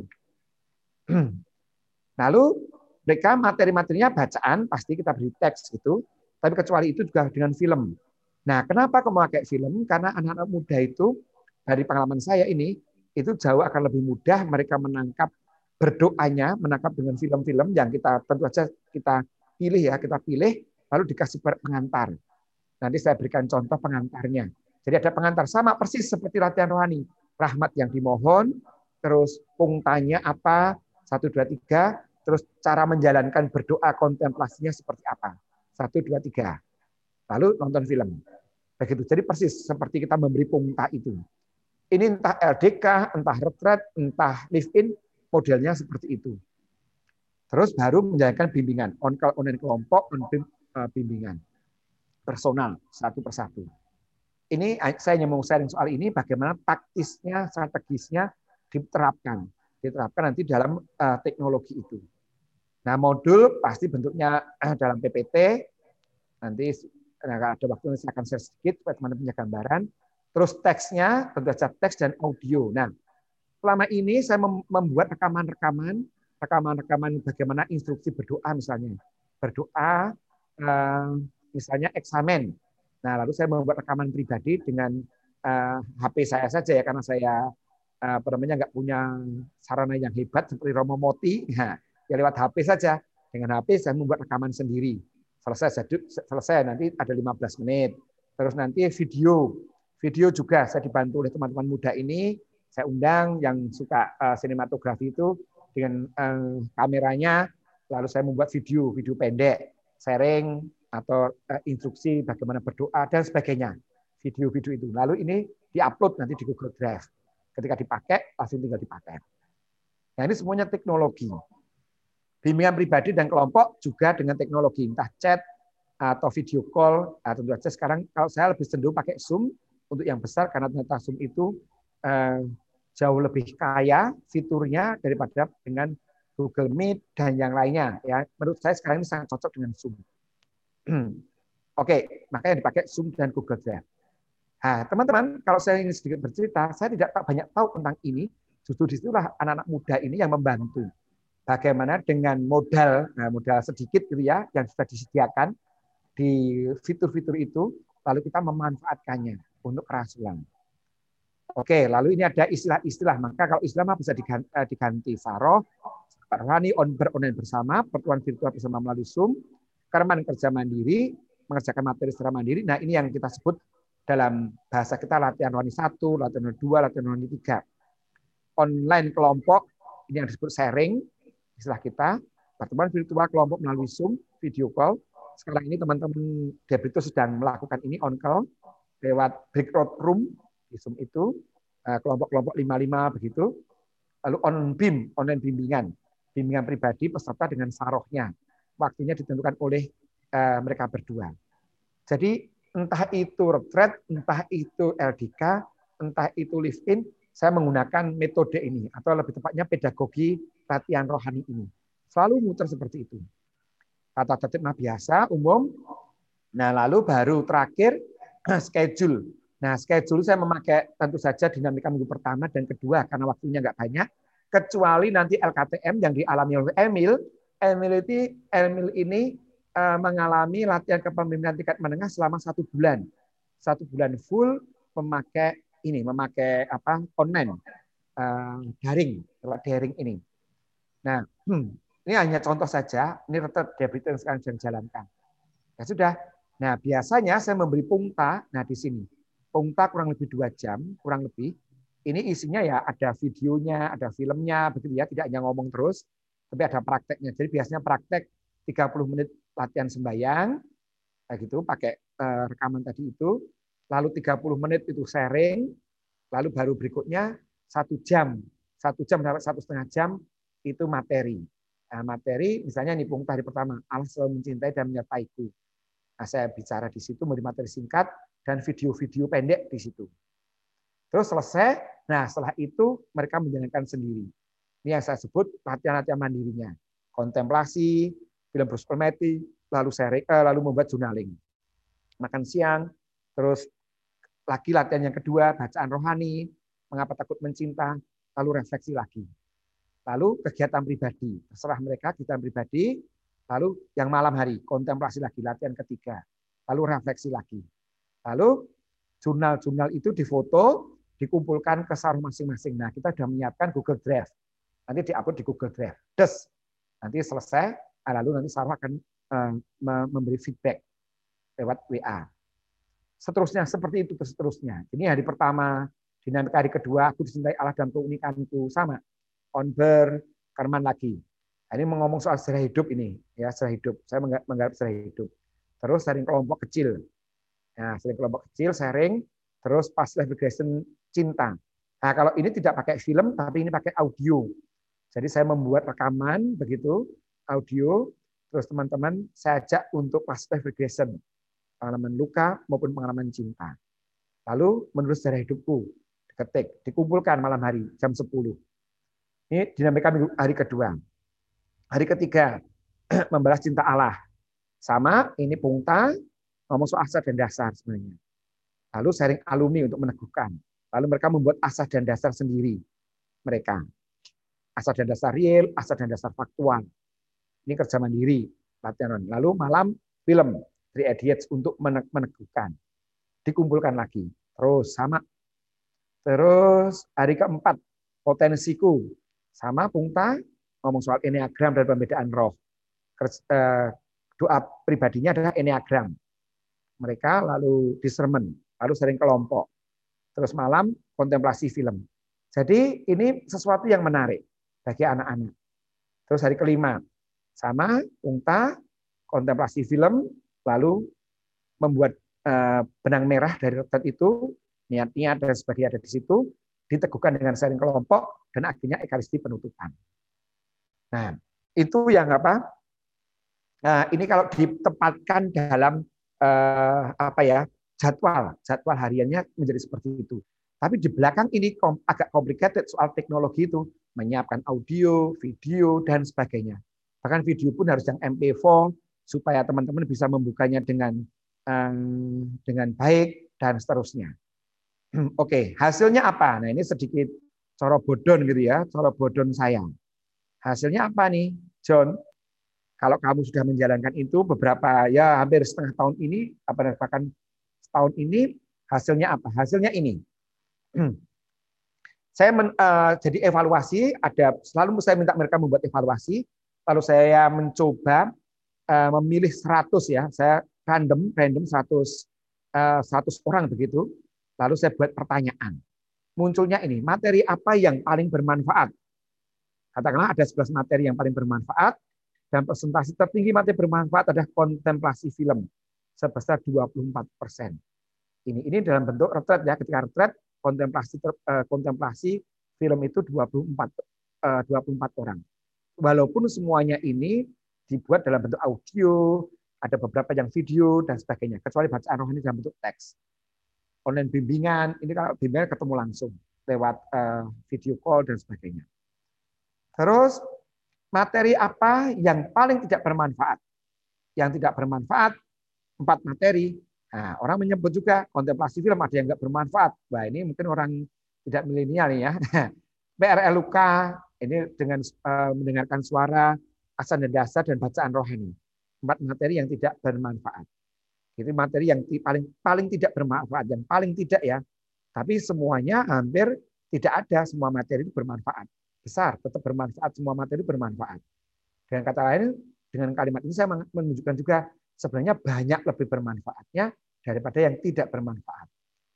Lalu mereka materi-materinya bacaan pasti kita beri teks gitu, tapi kecuali itu juga dengan film. Nah, kenapa kamu pakai film? Karena anak-anak muda itu dari pengalaman saya ini itu jauh akan lebih mudah mereka menangkap berdoanya, menangkap dengan film-film yang kita tentu saja kita pilih ya, kita pilih lalu dikasih pengantar. Nanti saya berikan contoh pengantarnya. Jadi ada pengantar sama persis seperti latihan rohani. Rahmat yang dimohon, terus pungtanya apa, satu, dua, tiga, terus cara menjalankan berdoa kontemplasinya seperti apa. Satu, dua, tiga. Lalu nonton film. Begitu. Jadi persis seperti kita memberi pungta itu. Ini entah L D K, entah retret, entah live-in, modelnya seperti itu. Terus baru menjalankan bimbingan. On-online kelompok, on bimbingan. Personal, satu persatu. Ini saya hanya mau sharing soal ini, bagaimana taktisnya, strategisnya diterapkan. Diterapkan nanti dalam uh, teknologi itu. Nah, modul pasti bentuknya uh, dalam P P T, Nanti nah, kalau ada waktu saya akan share sedikit supaya teman-teman punya gambaran. Terus teksnya, tentu saja teks dan audio. Nah, selama ini saya membuat rekaman-rekaman, rekaman-rekaman bagaimana instruksi berdoa misalnya. Berdoa, eh, misalnya eksamen. Nah, lalu saya membuat rekaman pribadi dengan eh, H P saya saja ya, karena saya eh, apa namanya nggak punya sarana yang hebat seperti Romo Moti. Nah, ya lewat H P saja. Dengan H P saya membuat rekaman sendiri. Selesai selesai nanti ada lima belas menit. Terus nanti video. Video juga saya dibantu oleh teman-teman muda ini. Saya undang yang suka uh, sinematografi itu dengan uh, kameranya, lalu saya membuat video, video pendek, sharing atau uh, instruksi bagaimana berdoa dan sebagainya. Video-video itu. Lalu ini diupload nanti di Google Drive. Ketika dipakai, langsung tinggal dipakai. Nah, ini semuanya teknologi. Bimbingan pribadi dan kelompok juga dengan teknologi, entah chat atau video call. Nah, tentu saja sekarang kalau saya lebih cenderung pakai Zoom untuk yang besar karena ternyata Zoom itu eh, jauh lebih kaya fiturnya daripada dengan Google Meet dan yang lainnya. Ya, menurut saya sekarang ini sangat cocok dengan Zoom. Oke, makanya dipakai Zoom dan Google Drive. Nah, teman-teman, kalau saya ingin sedikit bercerita, saya tidak banyak tahu tentang ini. Justru disitulah anak-anak muda ini yang membantu. Bagaimana dengan modal, nah modal sedikit gitu ya, yang sudah disediakan di fitur-fitur itu, lalu kita memanfaatkannya untuk kerahasiaan. Oke, lalu ini ada istilah-istilah. Maka kalau Islam bisa diganti, diganti saroh, rohani on beronline bersama, pertemuan virtual bersama melalui Zoom, kereman kerja mandiri, mengerjakan materi secara mandiri. Nah, ini yang kita sebut dalam bahasa kita latihan rohani satu, latihan rohani dua, latihan rohani tiga. Online kelompok, ini yang disebut sharing, istilah kita, pertemuan virtual kelompok melalui Zoom, video call. Sekarang ini teman-teman Debrito sedang melakukan ini on call lewat breakout room di Zoom itu, kelompok-kelompok lima lima begitu. Lalu on B I M, online bimbingan, bimbingan pribadi peserta dengan sarohnya. Waktunya ditentukan oleh mereka berdua. Jadi entah itu retreat, entah itu L D K, entah itu live in, saya menggunakan metode ini atau lebih tepatnya pedagogi latihan rohani ini. Selalu muter seperti itu. Tata tertib biasa, umum. Nah, lalu baru terakhir schedule. Nah, schedule saya memakai tentu saja dinamika minggu pertama dan kedua karena waktunya nggak banyak. Kecuali nanti L K T M yang dialami oleh Emil. Emil ini, Emil ini uh, mengalami latihan kepemimpinan tingkat menengah selama satu bulan. Satu bulan full memakai ini, memakai apa online, uh, daring, lewat daring ini. Nah, hmm, ini hanya contoh saja. Ini retret Debrito yang sekarang sedang jalankan. Ya sudah. Nah, biasanya saya memberi pungta. Nah, di sini pungta kurang lebih dua jam, kurang lebih. Ini isinya ya ada videonya, ada filmnya, begitu ya. Tidak hanya ngomong terus, tapi ada prakteknya. Jadi biasanya praktek tiga puluh menit latihan sembahyang, kayak gitu, pakai uh, rekaman tadi itu. Lalu tiga puluh menit itu sharing. Lalu baru berikutnya satu jam, satu jam sampai satu setengah jam itu materi. Nah, materi misalnya ini pungta hari pertama, Allah selalu mencintai dan menyertaiku. Nah, saya bicara di situ memberi materi singkat dan video-video pendek di situ. Terus selesai, nah setelah itu mereka menjalankan sendiri. Ini yang saya sebut latihan-latihan mandirinya. Kontemplasi, film berspelmeti, lalu sharing, eh, lalu membuat journaling. Makan siang, terus lagi latihan yang kedua, bacaan rohani, mengapa takut mencinta, lalu refleksi lagi. Lalu kegiatan pribadi, terserah mereka kegiatan pribadi, lalu yang malam hari, kontemplasi lagi, latihan ketiga, lalu refleksi lagi. Lalu jurnal-jurnal itu difoto, dikumpulkan ke saruh masing-masing. Nah, kita sudah menyiapkan Google Drive. Nanti diupload di Google Drive. Des. Nanti selesai, lalu nanti saruh akan memberi feedback lewat W A. Seterusnya, seperti itu seterusnya. Ini hari pertama, dinamika hari kedua, aku dicintai Allah dan keunikanku, sama. On ber, karman lagi. Nah, ini ngomong soal sejarah hidup ini, ya sejarah hidup. Saya menggarap sejarah hidup. Terus sharing kelompok kecil. Nah, sharing kelompok kecil, sharing, terus past life regression cinta. Nah, kalau ini tidak pakai film, tapi ini pakai audio. Jadi saya membuat rekaman, begitu, audio, terus teman-teman saya ajak untuk past life regression, pengalaman luka maupun pengalaman cinta. Lalu menurut sejarah hidupku, diketik, dikumpulkan malam hari, jam sepuluh. Ini dinamika minggu hari kedua. Hari ketiga, membalas cinta Allah. Sama, ini pungta, ngomong soal asas dan dasar sebenarnya. Lalu sharing alumni untuk meneguhkan. Lalu mereka membuat asas dan dasar sendiri mereka. Asas dan dasar real, asas dan dasar faktual. Ini kerja mandiri, latihan. Lalu malam film, Three Idiots untuk meneguhkan. Dikumpulkan lagi. Terus sama. Terus hari keempat, potensiku. Sama Pungta, ngomong soal enneagram dan pembedaan roh. Doa pribadinya adalah enneagram. Mereka lalu discernment, lalu sering kelompok. Terus malam, kontemplasi film. Jadi ini sesuatu yang menarik bagi anak-anak. Terus hari kelima, sama Pungta, kontemplasi film, lalu membuat benang merah dari retret itu, niat-niat dan sebagainya ada di situ, diteguhkan dengan sharing kelompok, dan akhirnya ekaristi penutupan. Nah, itu yang apa? Nah, ini kalau ditempatkan dalam eh, apa ya jadwal, jadwal hariannya menjadi seperti itu. Tapi di belakang ini kom, agak complicated soal teknologi itu, menyiapkan audio, video, dan sebagainya. Bahkan video pun harus yang M P empat supaya teman-teman bisa membukanya dengan um, dengan baik dan seterusnya. Oke, hasilnya apa? Nah, ini sedikit coro bodon gitu ya, coro bodon saya. Hasilnya apa nih, John? Kalau kamu sudah menjalankan itu beberapa ya hampir setengah tahun ini, apa bahkan setahun ini, hasilnya apa? Hasilnya ini. Saya men, uh, jadi evaluasi, ada selalu saya minta mereka membuat evaluasi, lalu saya mencoba uh, memilih seratus ya, saya random random seratus uh, seratus orang begitu. Lalu saya buat pertanyaan. Munculnya ini, materi apa yang paling bermanfaat? Katakanlah ada sebelas materi yang paling bermanfaat, dan presentasi tertinggi materi bermanfaat adalah kontemplasi film sebesar dua puluh empat persen. Ini ini dalam bentuk retret ya, ketika retret kontemplasi eh, kontemplasi film itu dua puluh empat eh, dua puluh empat orang. Walaupun semuanya ini dibuat dalam bentuk audio, ada beberapa yang video dan sebagainya, kecuali bacaan rohani dalam bentuk teks. Online bimbingan, ini kalau bimbingan ketemu langsung lewat eh, video call dan sebagainya. Terus materi apa yang paling tidak bermanfaat? Yang tidak bermanfaat, empat materi. Nah, orang menyebut juga kontemplasi film ada yang nggak bermanfaat. Wah, ini mungkin orang tidak milenial ya. P R L U K ini dengan uh, mendengarkan suara, asas dan dasar dan bacaan rohani. Empat materi yang tidak bermanfaat. Itu materi yang paling paling tidak bermanfaat, yang paling tidak ya. Tapi semuanya hampir tidak ada, semua materi itu bermanfaat. Besar, tetap bermanfaat, semua materi bermanfaat. Dengan kata lain, dengan kalimat ini saya menunjukkan juga sebenarnya banyak lebih bermanfaatnya daripada yang tidak bermanfaat.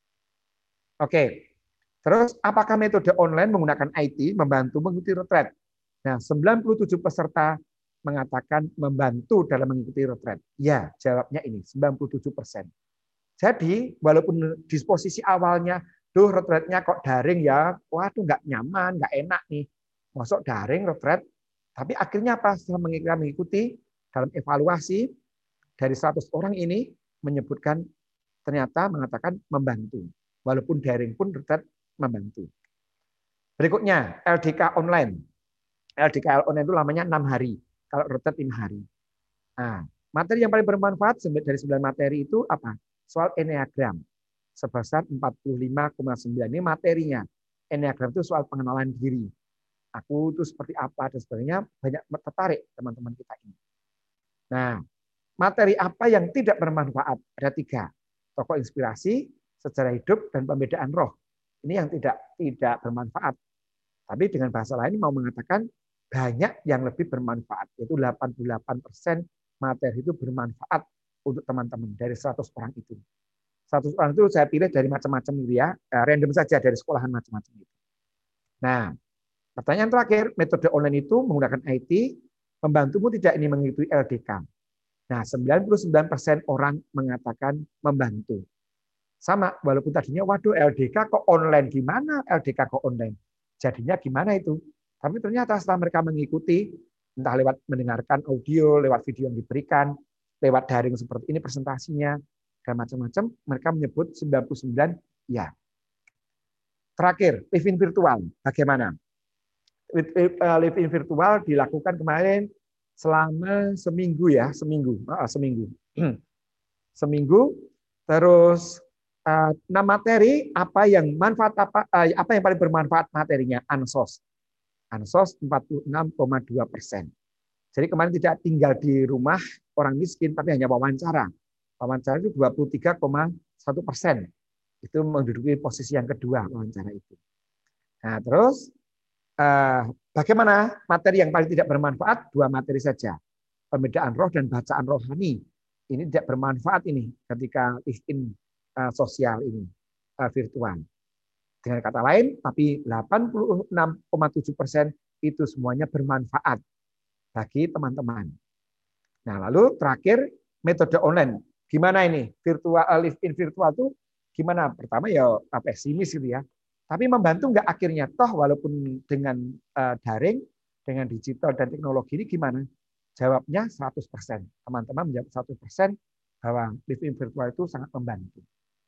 Oke, terus apakah metode online menggunakan I T membantu mengikuti retret? Nah, sembilan puluh tujuh peserta mengatakan membantu dalam mengikuti retret. Ya, jawabnya ini, sembilan puluh tujuh persen. Jadi, walaupun disposisi awalnya, duh retretnya kok daring ya, waduh nggak nyaman, nggak enak nih. Masuk daring retret, tapi akhirnya apa? Setelah mengikuti dalam evaluasi dari seratus orang ini menyebutkan ternyata mengatakan membantu. Walaupun daring pun retret membantu. Berikutnya L D K online. L D K online itu lamanya enam hari. Kalau retret lima hari. Nah, materi yang paling bermanfaat dari sembilan materi itu apa? Soal enneagram. Sebesar empat puluh lima koma sembilan. Ini materinya. Enneagram itu soal pengenalan diri. Aku itu seperti apa dan sebagainya, banyak tertarik teman-teman kita ini. Nah, materi apa yang tidak bermanfaat? Ada tiga. Tokoh inspirasi, sejarah hidup, dan pembedaan roh. Ini yang tidak tidak bermanfaat. Tapi dengan bahasa lain mau mengatakan banyak yang lebih bermanfaat. Yaitu delapan puluh delapan persen materi itu bermanfaat untuk teman-teman dari seratus orang itu. seratus orang itu saya pilih dari macam-macam gitu ya, random saja dari sekolahan macam-macam itu. Nah, pertanyaan terakhir, metode online itu menggunakan I T, membantumu tidak ini mengikuti L D K? Nah, sembilan puluh sembilan persen orang mengatakan membantu. Sama, walaupun tadinya, waduh L D K kok online, gimana L D K kok online? Jadinya gimana itu? Tapi ternyata setelah mereka mengikuti, entah lewat mendengarkan audio, lewat video yang diberikan, lewat daring seperti ini presentasinya, dan macam-macam, mereka menyebut sembilan puluh sembilan ya. Terakhir, live-in virtual, bagaimana? Live-in virtual dilakukan kemarin selama seminggu ya, seminggu, seminggu. seminggu. Terus uh, nah materi apa yang manfaat apa uh, apa yang paling bermanfaat materinya Ansos. Ansos empat puluh enam koma dua persen. Jadi kemarin tidak tinggal di rumah orang miskin tapi hanya wawancara. Wawancara itu dua puluh tiga koma satu persen. Itu menduduki posisi yang kedua wawancara itu. Nah, terus uh, bagaimana materi yang paling tidak bermanfaat? Dua materi saja. Pembedaan roh dan bacaan rohani. Ini tidak bermanfaat ini ketika live-in uh, sosial ini, uh, virtual. Dengan kata lain, tapi delapan puluh enam koma tujuh persen itu semuanya bermanfaat bagi teman-teman. Nah, lalu terakhir metode online. Gimana ini? Virtual uh, live-in virtual itu gimana? Pertama ya pesimis gitu ya. Tapi membantu nggak akhirnya? Toh walaupun dengan uh, daring, dengan digital dan teknologi ini gimana? Jawabnya seratus persen. Teman-teman menjawab seratus persen bahwa live-in virtual itu sangat membantu.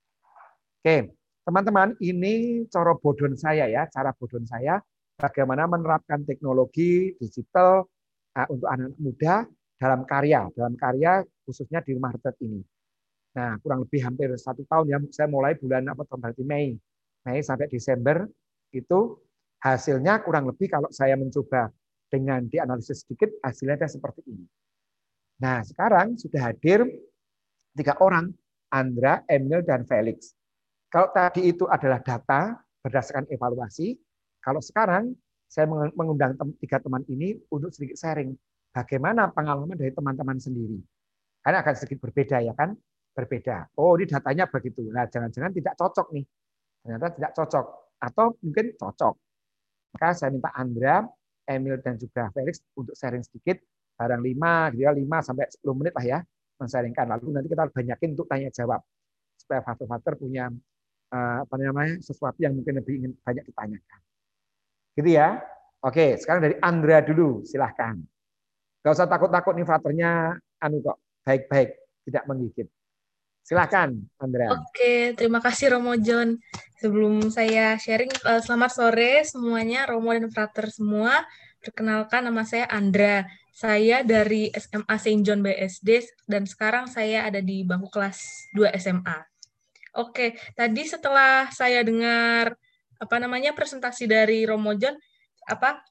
Oke, teman-teman, ini cara bodon saya ya, cara bodon saya bagaimana menerapkan teknologi digital uh, untuk anak-anak muda dalam karya, dalam karya khususnya di rumah retret ini. Nah, kurang lebih hampir satu tahun ya, saya mulai bulan apa berarti Mei, Mei sampai Desember itu hasilnya kurang lebih kalau saya mencoba dengan dianalisis sedikit hasilnya seperti ini. Nah, sekarang sudah hadir tiga orang, Andra, Emil, dan Felix. Kalau tadi itu adalah data berdasarkan evaluasi, kalau sekarang saya mengundang tiga teman ini untuk sedikit sharing bagaimana pengalaman dari teman-teman sendiri. Karena akan sedikit berbeda ya kan? Berbeda. Oh, ini datanya begitu. Nah, jangan-jangan tidak cocok nih. Ternyata tidak cocok atau mungkin cocok. Maka saya minta Andra, Emil dan juga Felix untuk sharing sedikit barang lima, gitu ya, lima sampai sepuluh menit lah ya, men-sharingkan. Lalu nanti kita banyakin untuk tanya jawab supaya faktor-faktor punya apa namanya sesuatu yang mungkin lebih ingin banyak ditanyakan. Gitu ya. Oke, sekarang dari Andra dulu, silahkan. Gak usah takut-takut nih fraternya anu kok baik-baik, tidak menggigit. Silahkan, Andra. Oke, terima kasih Romo John. Sebelum saya sharing, selamat sore semuanya, Romo dan frater semua. Perkenalkan, nama saya Andra. Saya dari S M A Saint John B S D dan sekarang saya ada di bangku kelas dua S M A. Oke, tadi setelah saya dengar apa namanya presentasi dari Romo John, apa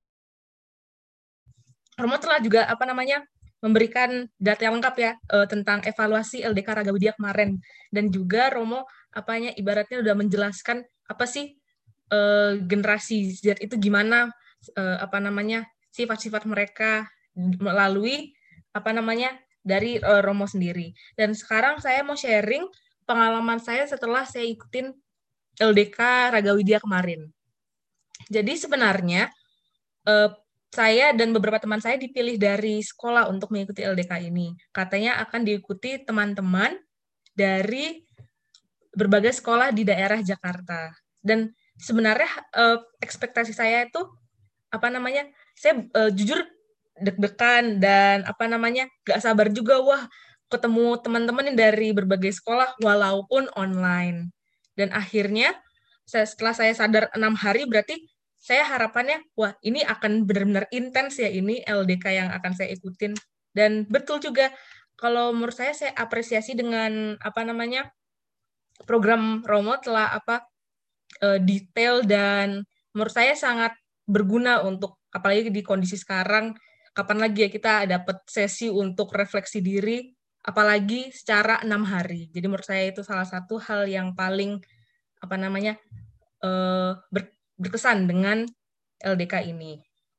Romo telah juga apa namanya memberikan data yang lengkap ya uh, tentang evaluasi L D K Raga Widya kemarin, dan juga Romo apanya ibaratnya udah menjelaskan apa sih uh, generasi Z itu gimana uh, apa namanya sifat-sifat mereka melalui apa namanya dari uh, Romo sendiri. Dan sekarang saya mau sharing pengalaman saya setelah saya ikutin L D K Raga Widya kemarin. Jadi sebenarnya uh, saya dan beberapa teman saya dipilih dari sekolah untuk mengikuti L D K ini. Katanya akan diikuti teman-teman dari berbagai sekolah di daerah Jakarta. Dan sebenarnya uh, ekspektasi saya itu apa namanya? Saya uh, jujur deg-degan dan apa namanya? Gak sabar juga, wah ketemu teman-teman yang dari berbagai sekolah walaupun online. Dan akhirnya saya, setelah saya sadar enam hari berarti saya harapannya, wah ini akan benar-benar intens ya ini L D K yang akan saya ikutin. Dan betul juga, kalau menurut saya, saya apresiasi dengan apa namanya program Romo telah apa uh, detail dan menurut saya sangat berguna untuk apalagi di kondisi sekarang. Kapan lagi ya kita dapat sesi untuk refleksi diri, apalagi secara enam hari. Jadi menurut saya itu salah satu hal yang paling apa namanya uh, ber berkesan dengan L D K ini.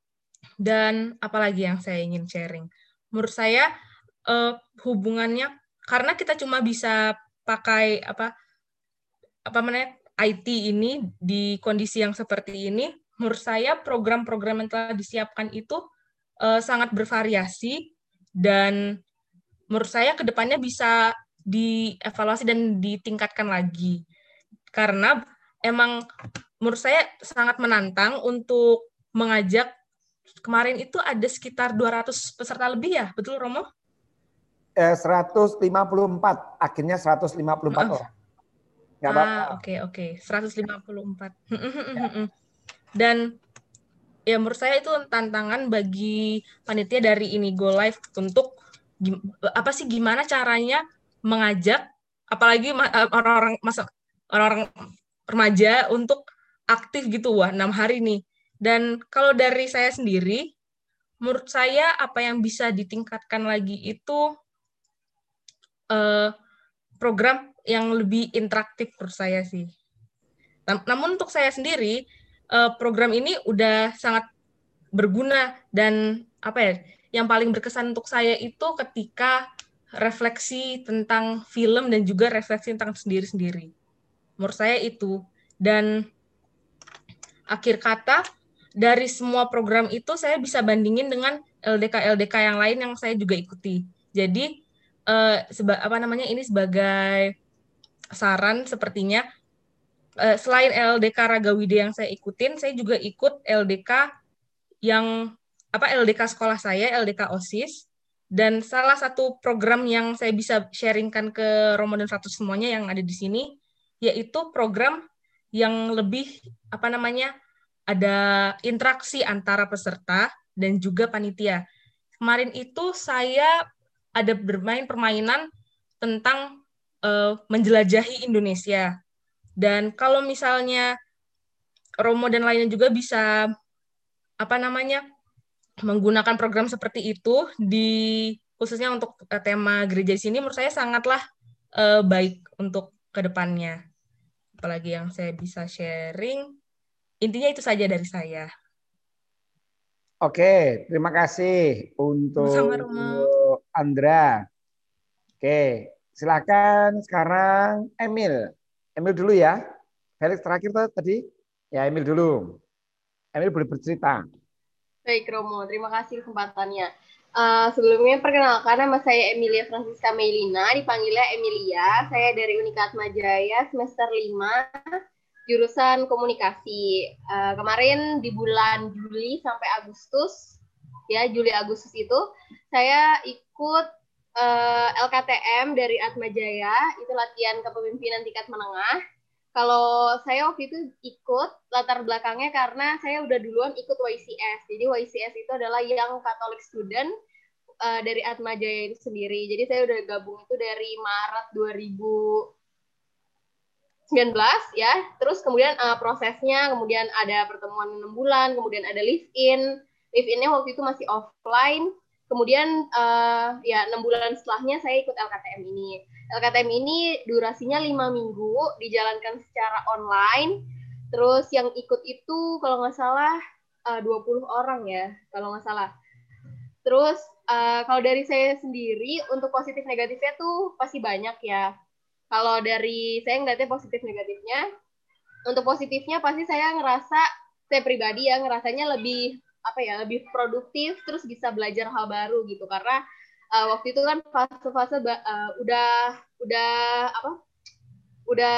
Dan apalagi yang saya ingin sharing, menurut saya uh, hubungannya karena kita cuma bisa pakai apa apa namanya I T ini di kondisi yang seperti ini, menurut saya program-program yang telah disiapkan itu uh, sangat bervariasi dan menurut saya kedepannya bisa dievaluasi dan ditingkatkan lagi karena emang menurut saya sangat menantang untuk mengajak. Kemarin itu ada sekitar dua ratus peserta lebih ya, betul Romo? Eh, seratus lima puluh empat, akhirnya seratus lima puluh empat orang. Nggak apa-apa. Ah, oke, okay, oke. Okay. seratus lima puluh empat. Ya. Dan ya menurut saya itu tantangan bagi panitia dari Inigo Live untuk apa sih gimana caranya mengajak apalagi orang-orang masa orang-orang remaja untuk aktif gitu. Wah, enam hari nih. Dan kalau dari saya sendiri, menurut saya apa yang bisa ditingkatkan lagi itu eh, program yang lebih interaktif menurut saya sih. Namun untuk saya sendiri, eh, program ini udah sangat berguna dan apa ya, yang paling berkesan untuk saya itu ketika refleksi tentang film dan juga refleksi tentang sendiri-sendiri. Menurut saya itu. Dan akhir kata, dari semua program itu saya bisa bandingin dengan L D K-L D K yang lain yang saya juga ikuti. Jadi, eh, seba, apa namanya ini sebagai saran sepertinya, eh, selain L D K Ragawide yang saya ikutin, saya juga ikut L D K yang apa L D K sekolah saya, L D K OSIS, dan salah satu program yang saya bisa sharingkan ke Romo dan Fratus semuanya yang ada di sini, yaitu program yang lebih apa namanya ada interaksi antara peserta dan juga panitia. Kemarin itu saya ada bermain permainan tentang uh, menjelajahi Indonesia. Dan kalau misalnya Romo dan lainnya juga bisa apa namanya menggunakan program seperti itu di khususnya untuk uh, tema gereja di sini, menurut saya sangatlah uh, baik untuk kedepannya. Apalagi yang saya bisa sharing, intinya itu saja dari saya. Oke, terima kasih Sama-sama, untuk Romo. Andra. Oke, silakan sekarang Emil. Emil dulu ya. Felix terakhir tadi. Ya, Emil dulu. Emil boleh bercerita. Baik, Romo. Terima kasih kesempatannya. Uh, sebelumnya perkenalkan, nama saya Emilia Francisca Melina, dipanggilnya Emilia. Saya dari Unikat Majaya, semester lima, jurusan komunikasi. Uh, kemarin di bulan Juli sampai Agustus, ya Juli Agustus itu, saya ikut uh, L K T M dari Atmajaya, itu latihan kepemimpinan tingkat menengah. Kalau saya waktu itu ikut latar belakangnya karena saya udah duluan ikut Y C S. Jadi Y C S itu adalah Young Catholic Student uh, dari Atmajaya itu sendiri. Jadi saya udah gabung itu dari Maret dua ribu sembilan belas ya. Terus kemudian uh, prosesnya, kemudian ada pertemuan enam bulan, kemudian ada live in. Live in-nya waktu itu masih offline. Kemudian uh, ya enam bulan setelahnya saya ikut L K T M ini. L K T M ini durasinya lima minggu, dijalankan secara online. Terus yang ikut itu kalau nggak salah uh, dua puluh orang ya, kalau nggak salah. Terus uh, kalau dari saya sendiri, untuk positif negatifnya tuh pasti banyak ya. Kalau dari saya ngeliatnya positif negatifnya, untuk positifnya pasti saya ngerasa, saya pribadi ya ngerasanya lebih apa ya, lebih produktif, terus bisa belajar hal baru gitu. Karena uh, waktu itu kan fase-fase uh, udah udah apa? Udah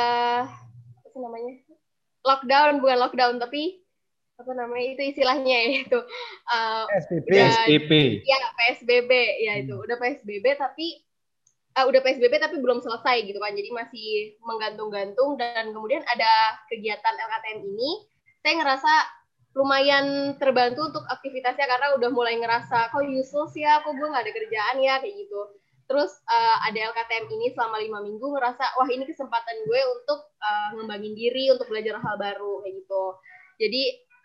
apa namanya? Lockdown, bukan lockdown tapi apa namanya itu istilahnya ya itu uh, P S B B. udah, P S B B. Ya P S B B ya itu hmm. udah P S B B tapi uh, udah P S B B tapi belum selesai gitu kan, jadi masih menggantung-gantung. Dan kemudian ada kegiatan L K T M ini, saya ngerasa lumayan terbantu untuk aktivitasnya karena udah mulai ngerasa kok useless ya, kok gue nggak ada kerjaan ya kayak gitu. Terus uh, ada L K T M ini selama lima minggu, ngerasa wah ini kesempatan gue untuk uh, ngembangin diri, untuk belajar hal baru kayak gitu. Jadi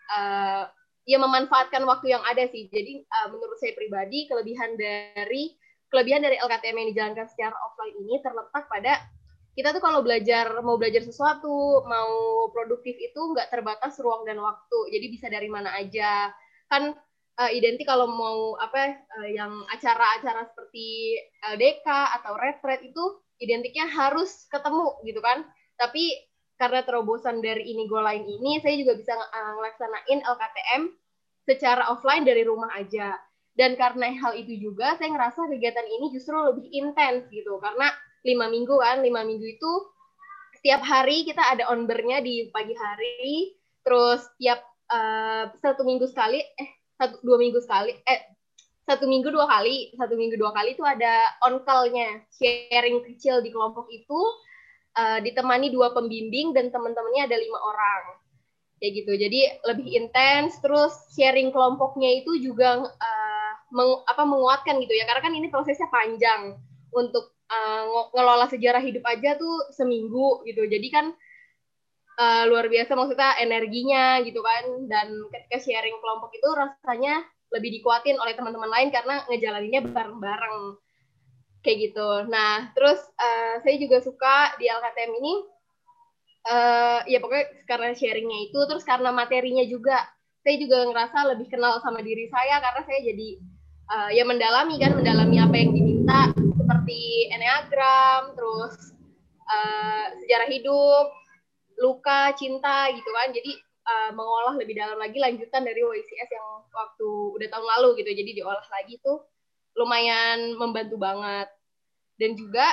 uh, ya memanfaatkan waktu yang ada sih. Jadi uh, menurut saya pribadi kelebihan dari kelebihan dari L K T M yang dijalankan secara offline ini terletak pada kita tuh kalau belajar, mau belajar sesuatu, mau produktif itu nggak terbatas ruang dan waktu. Jadi bisa dari mana aja. Kan uh, identik kalau mau apa uh, yang acara-acara seperti L D K atau retret itu identiknya harus ketemu gitu kan. Tapi karena terobosan dari Inigo Line ini, saya juga bisa uh, ngelaksanain L K T M secara offline dari rumah aja. Dan karena hal itu juga, saya ngerasa kegiatan ini justru lebih intens gitu. Karena lima minggu kan, lima minggu itu setiap hari kita ada on-ber-nya di pagi hari, terus tiap uh, satu minggu sekali, eh satu dua minggu sekali, eh satu minggu dua kali, satu minggu dua kali itu ada on-call-nya, sharing kecil di kelompok itu, uh, ditemani dua pembimbing dan teman-temannya ada lima orang. Kayak gitu. Jadi lebih intens, terus sharing kelompoknya itu juga uh, meng, apa menguatkan gitu ya. Karena kan ini prosesnya panjang untuk uh, ngelola sejarah hidup aja tuh seminggu gitu. Jadi kan uh, luar biasa maksudnya energinya gitu kan. Dan ketika sharing kelompok itu rasanya lebih dikuatin oleh teman-teman lain karena ngejalaninnya bareng-bareng kayak gitu. Nah, terus uh, saya juga suka di L K T M ini uh, ya pokoknya karena sharingnya itu, terus karena materinya juga. Saya juga ngerasa lebih kenal sama diri saya karena saya jadi uh, ya mendalami kan, mendalami apa yang diminta seperti enneagram, terus uh, sejarah hidup, luka, cinta gitu kan. Jadi uh, mengolah lebih dalam lagi lanjutan dari W I C S yang waktu udah tahun lalu gitu. Jadi diolah lagi tuh lumayan membantu banget. Dan juga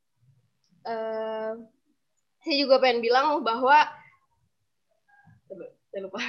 uh, saya juga pengen bilang bahwa saya lupa.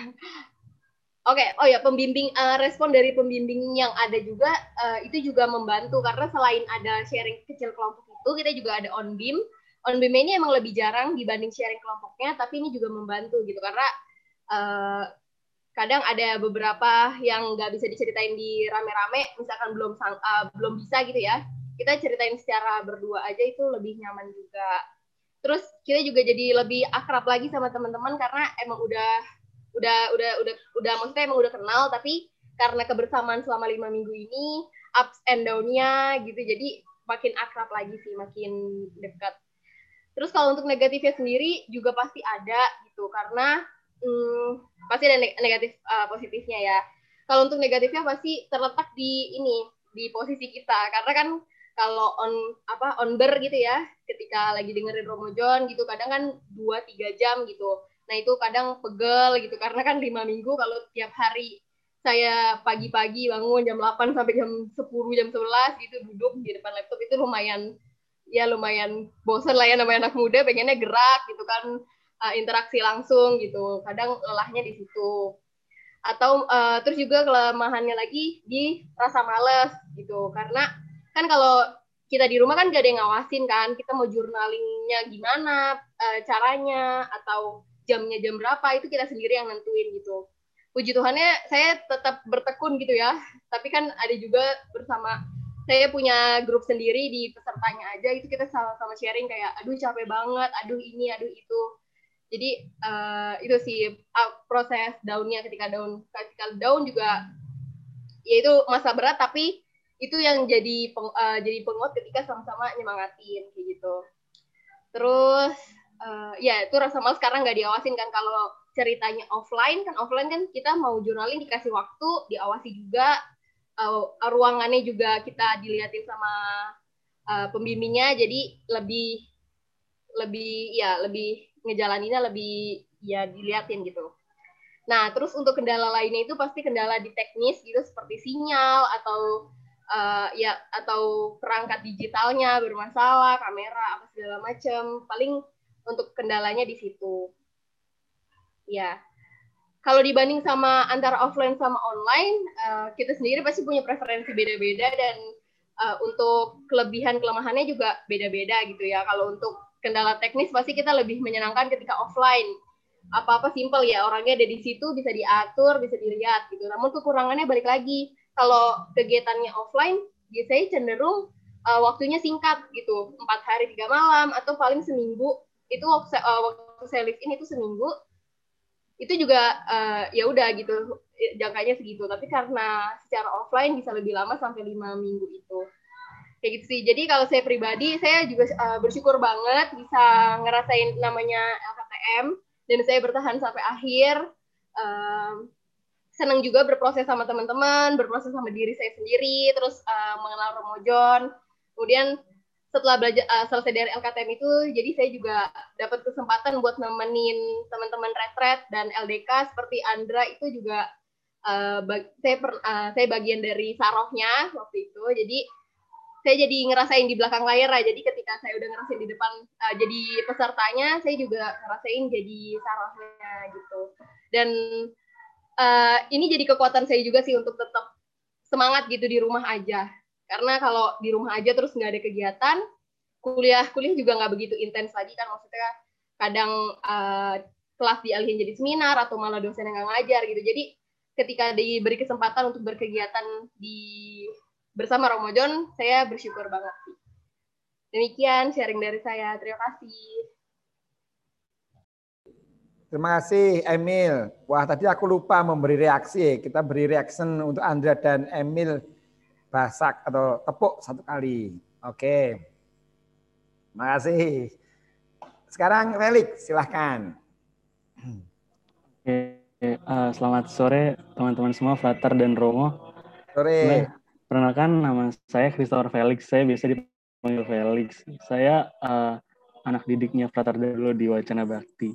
Oke, okay. oh ya pembimbing uh, respon dari pembimbing yang ada juga uh, itu juga membantu karena selain ada sharing kecil kelompok itu kita juga ada on beam. On beam ini emang lebih jarang dibanding sharing kelompoknya, tapi ini juga membantu gitu karena uh, kadang ada beberapa yang nggak bisa diceritain di rame-rame, misalkan belum uh, belum bisa gitu ya. Kita ceritain secara berdua aja itu lebih nyaman juga. Terus kita juga jadi lebih akrab lagi sama teman-teman karena emang udah udah udah udah udah maksudnya emang udah kenal, tapi karena kebersamaan selama lima minggu ini ups and down-nya gitu, jadi makin akrab lagi sih, makin dekat. Terus kalau untuk negatifnya sendiri juga pasti ada gitu karena hmm, pasti ada negatif uh, positifnya ya. Kalau untuk negatifnya pasti terletak di ini, di posisi kita karena kan kalau on apa on ber gitu ya, ketika lagi dengerin Romo John gitu kadang kan dua tiga jam gitu. Nah itu kadang pegel gitu karena kan lima minggu kalau tiap hari saya pagi-pagi bangun jam delapan sampai jam sepuluh jam sebelas gitu duduk di depan laptop itu lumayan ya lumayan bosan lah ya, namanya anak muda pengennya gerak gitu kan, uh, interaksi langsung gitu, kadang lelahnya di situ. Atau uh, terus juga kelemahannya lagi di rasa males gitu karena kan kalau kita di rumah kan gak ada yang ngawasin kan, kita mau journalingnya gimana uh, caranya atau jamnya jam berapa itu kita sendiri yang nentuin gitu. Puji Tuhannya saya tetap bertekun gitu ya, tapi kan ada juga bersama saya punya grup sendiri di pesertanya aja itu kita sama-sama sharing kayak aduh capek banget, aduh ini, aduh itu. Jadi uh, itu sih uh, proses down-nya ketika down, ketika down juga ya itu masa berat tapi itu yang jadi peng, uh, jadi penguat ketika sama-sama nyemangatin kayak gitu. Terus uh, ya itu rasa malas sekarang nggak diawasin kan. Kalau ceritanya offline kan offline kan kita mau journaling dikasih waktu, diawasi juga, uh, ruangannya juga kita dilihatin sama uh, pembimbingnya, jadi lebih lebih ya lebih ngejalaninnya lebih ya dilihatin gitu. Nah terus untuk kendala lainnya itu pasti kendala di teknis gitu seperti sinyal atau uh, ya atau perangkat digitalnya bermasalah, kamera apa segala macam. Paling untuk kendalanya di situ. Ya. Kalau dibanding sama antara offline sama online, uh, kita sendiri pasti punya preferensi beda-beda dan uh, untuk kelebihan kelemahannya juga beda-beda gitu ya. Kalau untuk kendala teknis pasti kita lebih menyenangkan ketika offline. Apa-apa simple ya, orangnya ada di situ bisa diatur, bisa dilihat gitu. Namun kekurangannya balik lagi. Kalau kegiatannya offline, biasanya cenderung uh, waktunya singkat gitu, empat hari tiga malam atau paling seminggu. Itu waktu, uh, waktu saya live in itu seminggu. Itu juga uh, ya udah gitu jangkanya segitu, tapi karena secara offline bisa lebih lama sampai lima minggu itu kayak gitu sih. Jadi kalau saya pribadi saya juga uh, bersyukur banget bisa ngerasain namanya L K T M dan saya bertahan sampai akhir. Um, senang juga berproses sama teman-teman, berproses sama diri saya sendiri, terus uh, mengenal Romo John. Kemudian setelah belajar uh, selesai dari L K T M itu, jadi saya juga dapat kesempatan buat nemenin teman-teman retret dan L D K seperti Andra itu juga uh, bag, saya per, uh, saya bagian dari sarohnya waktu itu. Jadi saya jadi ngerasain di belakang layar lah. Jadi ketika saya udah ngerasain di depan uh, jadi pesertanya, saya juga ngerasain jadi sarohnya gitu. Dan uh, ini jadi kekuatan saya juga sih untuk tetap semangat gitu di rumah aja. Karena kalau di rumah aja terus nggak ada kegiatan, kuliah kuliah juga nggak begitu intens lagi kan, maksudnya kadang uh, kelas dialihin jadi seminar atau malah dosen yang nggak ngajar gitu. Jadi ketika diberi kesempatan untuk berkegiatan di bersama Romo John, saya bersyukur banget sih. Demikian sharing dari saya. Terima kasih. Terima kasih Emil. Wah tadi aku lupa memberi reaksi. Kita beri reaction untuk Andra dan Emil Basak atau tepuk satu kali. Oke. Terima kasih. Sekarang Felix, silahkan. Oke, uh, selamat sore teman-teman semua, Flutter dan Romo. Sore. Nah, perkenalkan nama saya Christopher Felix. Saya biasa dipanggil Felix. Saya uh, anak didiknya Flutter dulu di Wacana Bakti.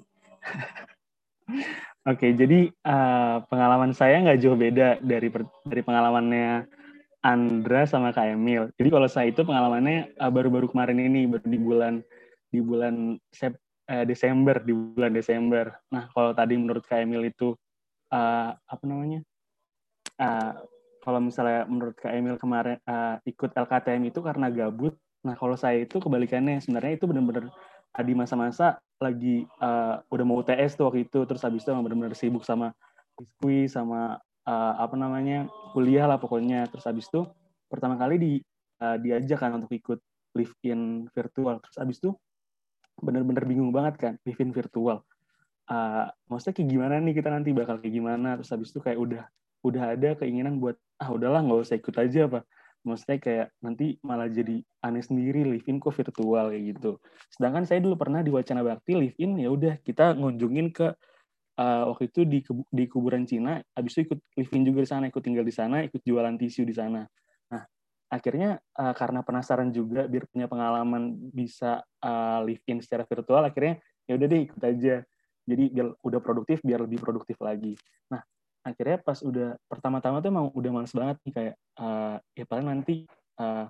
Oke, jadi uh, pengalaman saya nggak jauh beda dari dari pengalamannya Andra sama Kak Emil. Jadi kalau saya itu pengalamannya uh, baru-baru kemarin ini, baru di bulan di bulan Sep, uh, Desember, di bulan Desember. Nah, kalau tadi menurut Kak Emil itu uh, apa namanya? Uh, kalau misalnya menurut Kak Emil kemarin uh, ikut L K T M itu karena gabut. Nah, kalau saya itu kebalikannya. Sebenarnya itu benar-benar uh, di masa-masa lagi uh, udah mau U T S tuh waktu itu, terus habis itu benar-benar sibuk sama kuis sama uh, apa namanya kuliah lah pokoknya. Terus habis itu pertama kali di uh, diajak kan untuk ikut live in virtual. Terus habis itu benar-benar bingung banget kan live in virtual. Uh, maksudnya kayak gimana nih kita nanti bakal kayak gimana? Terus habis itu kayak udah udah ada keinginan buat ah udahlah nggak usah ikut aja apa. Maksudnya kayak nanti malah jadi aneh sendiri live in kok virtual kayak gitu. Sedangkan saya dulu pernah di Wacana Bakti live in ya udah kita ngunjungin ke uh, waktu itu di di kuburan Cina, habis itu ikut live in juga di sana, ikut tinggal di sana, ikut jualan tisu di sana. Nah, akhirnya uh, karena penasaran juga biar punya pengalaman bisa uh, live in secara virtual, akhirnya ya udah deh ikut aja. Jadi biar udah produktif, biar lebih produktif lagi. Nah, akhirnya pas udah pertama-tama tuh emang udah males banget nih kayak uh, ya paling nanti uh,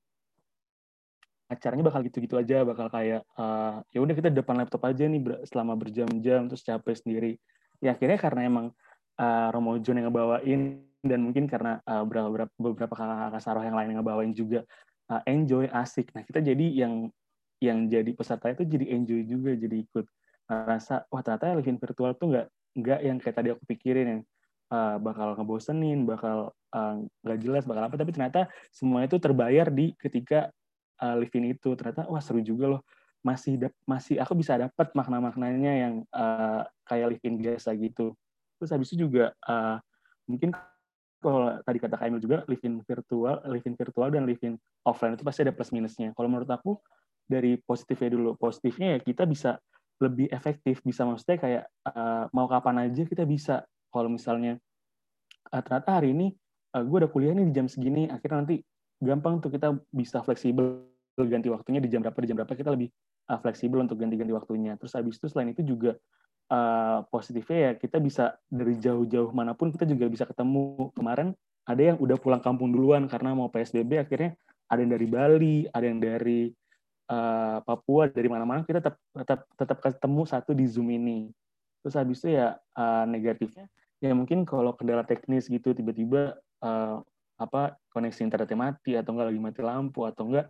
acaranya bakal gitu-gitu aja, bakal kayak uh, ya udah kita depan laptop aja nih ber- selama berjam-jam terus capek sendiri. Ya akhirnya karena emang uh, Romo John yang ngebawain dan mungkin karena uh, beberapa beberapa kakak Saroh yang lain yang ngebawain juga uh, enjoy asik. Nah kita jadi yang yang jadi peserta itu jadi enjoy juga, jadi ikut ngerasa wah ternyata live in virtual tuh nggak nggak yang kayak tadi aku pikirin yang uh, bakal ngebosenin, bakal nggak uh, jelas, bakal apa, tapi ternyata semua itu terbayar di ketika uh, live in itu. Ternyata wah seru juga loh, masih dap- masih aku bisa dapat makna-maknanya yang uh, kayak live in biasa gitu. Terus habis itu juga uh, mungkin kalau tadi kata Kak Emil juga live in virtual, live in virtual dan live in offline itu pasti ada plus minusnya. Kalau menurut aku dari positifnya dulu, positifnya ya kita bisa lebih efektif, bisa maksudnya kayak uh, mau kapan aja kita bisa. Kalau misalnya uh, ternyata hari ini uh, gue udah kuliah nih di jam segini, akhirnya nanti gampang tuh kita bisa fleksibel ganti waktunya di jam berapa, di jam berapa kita lebih uh, fleksibel untuk ganti-ganti waktunya. Terus habis itu selain itu juga uh, positifnya ya kita bisa dari jauh-jauh manapun kita juga bisa ketemu. Kemarin ada yang udah pulang kampung duluan karena mau P S B B, akhirnya ada yang dari Bali, ada yang dari uh, Papua, dari mana-mana kita tetap tetap tetap ketemu satu di Zoom ini. Terus habis itu ya uh, negatifnya ya mungkin kalau kendala teknis gitu tiba-tiba uh, apa koneksi internetnya mati atau enggak lagi mati lampu atau enggak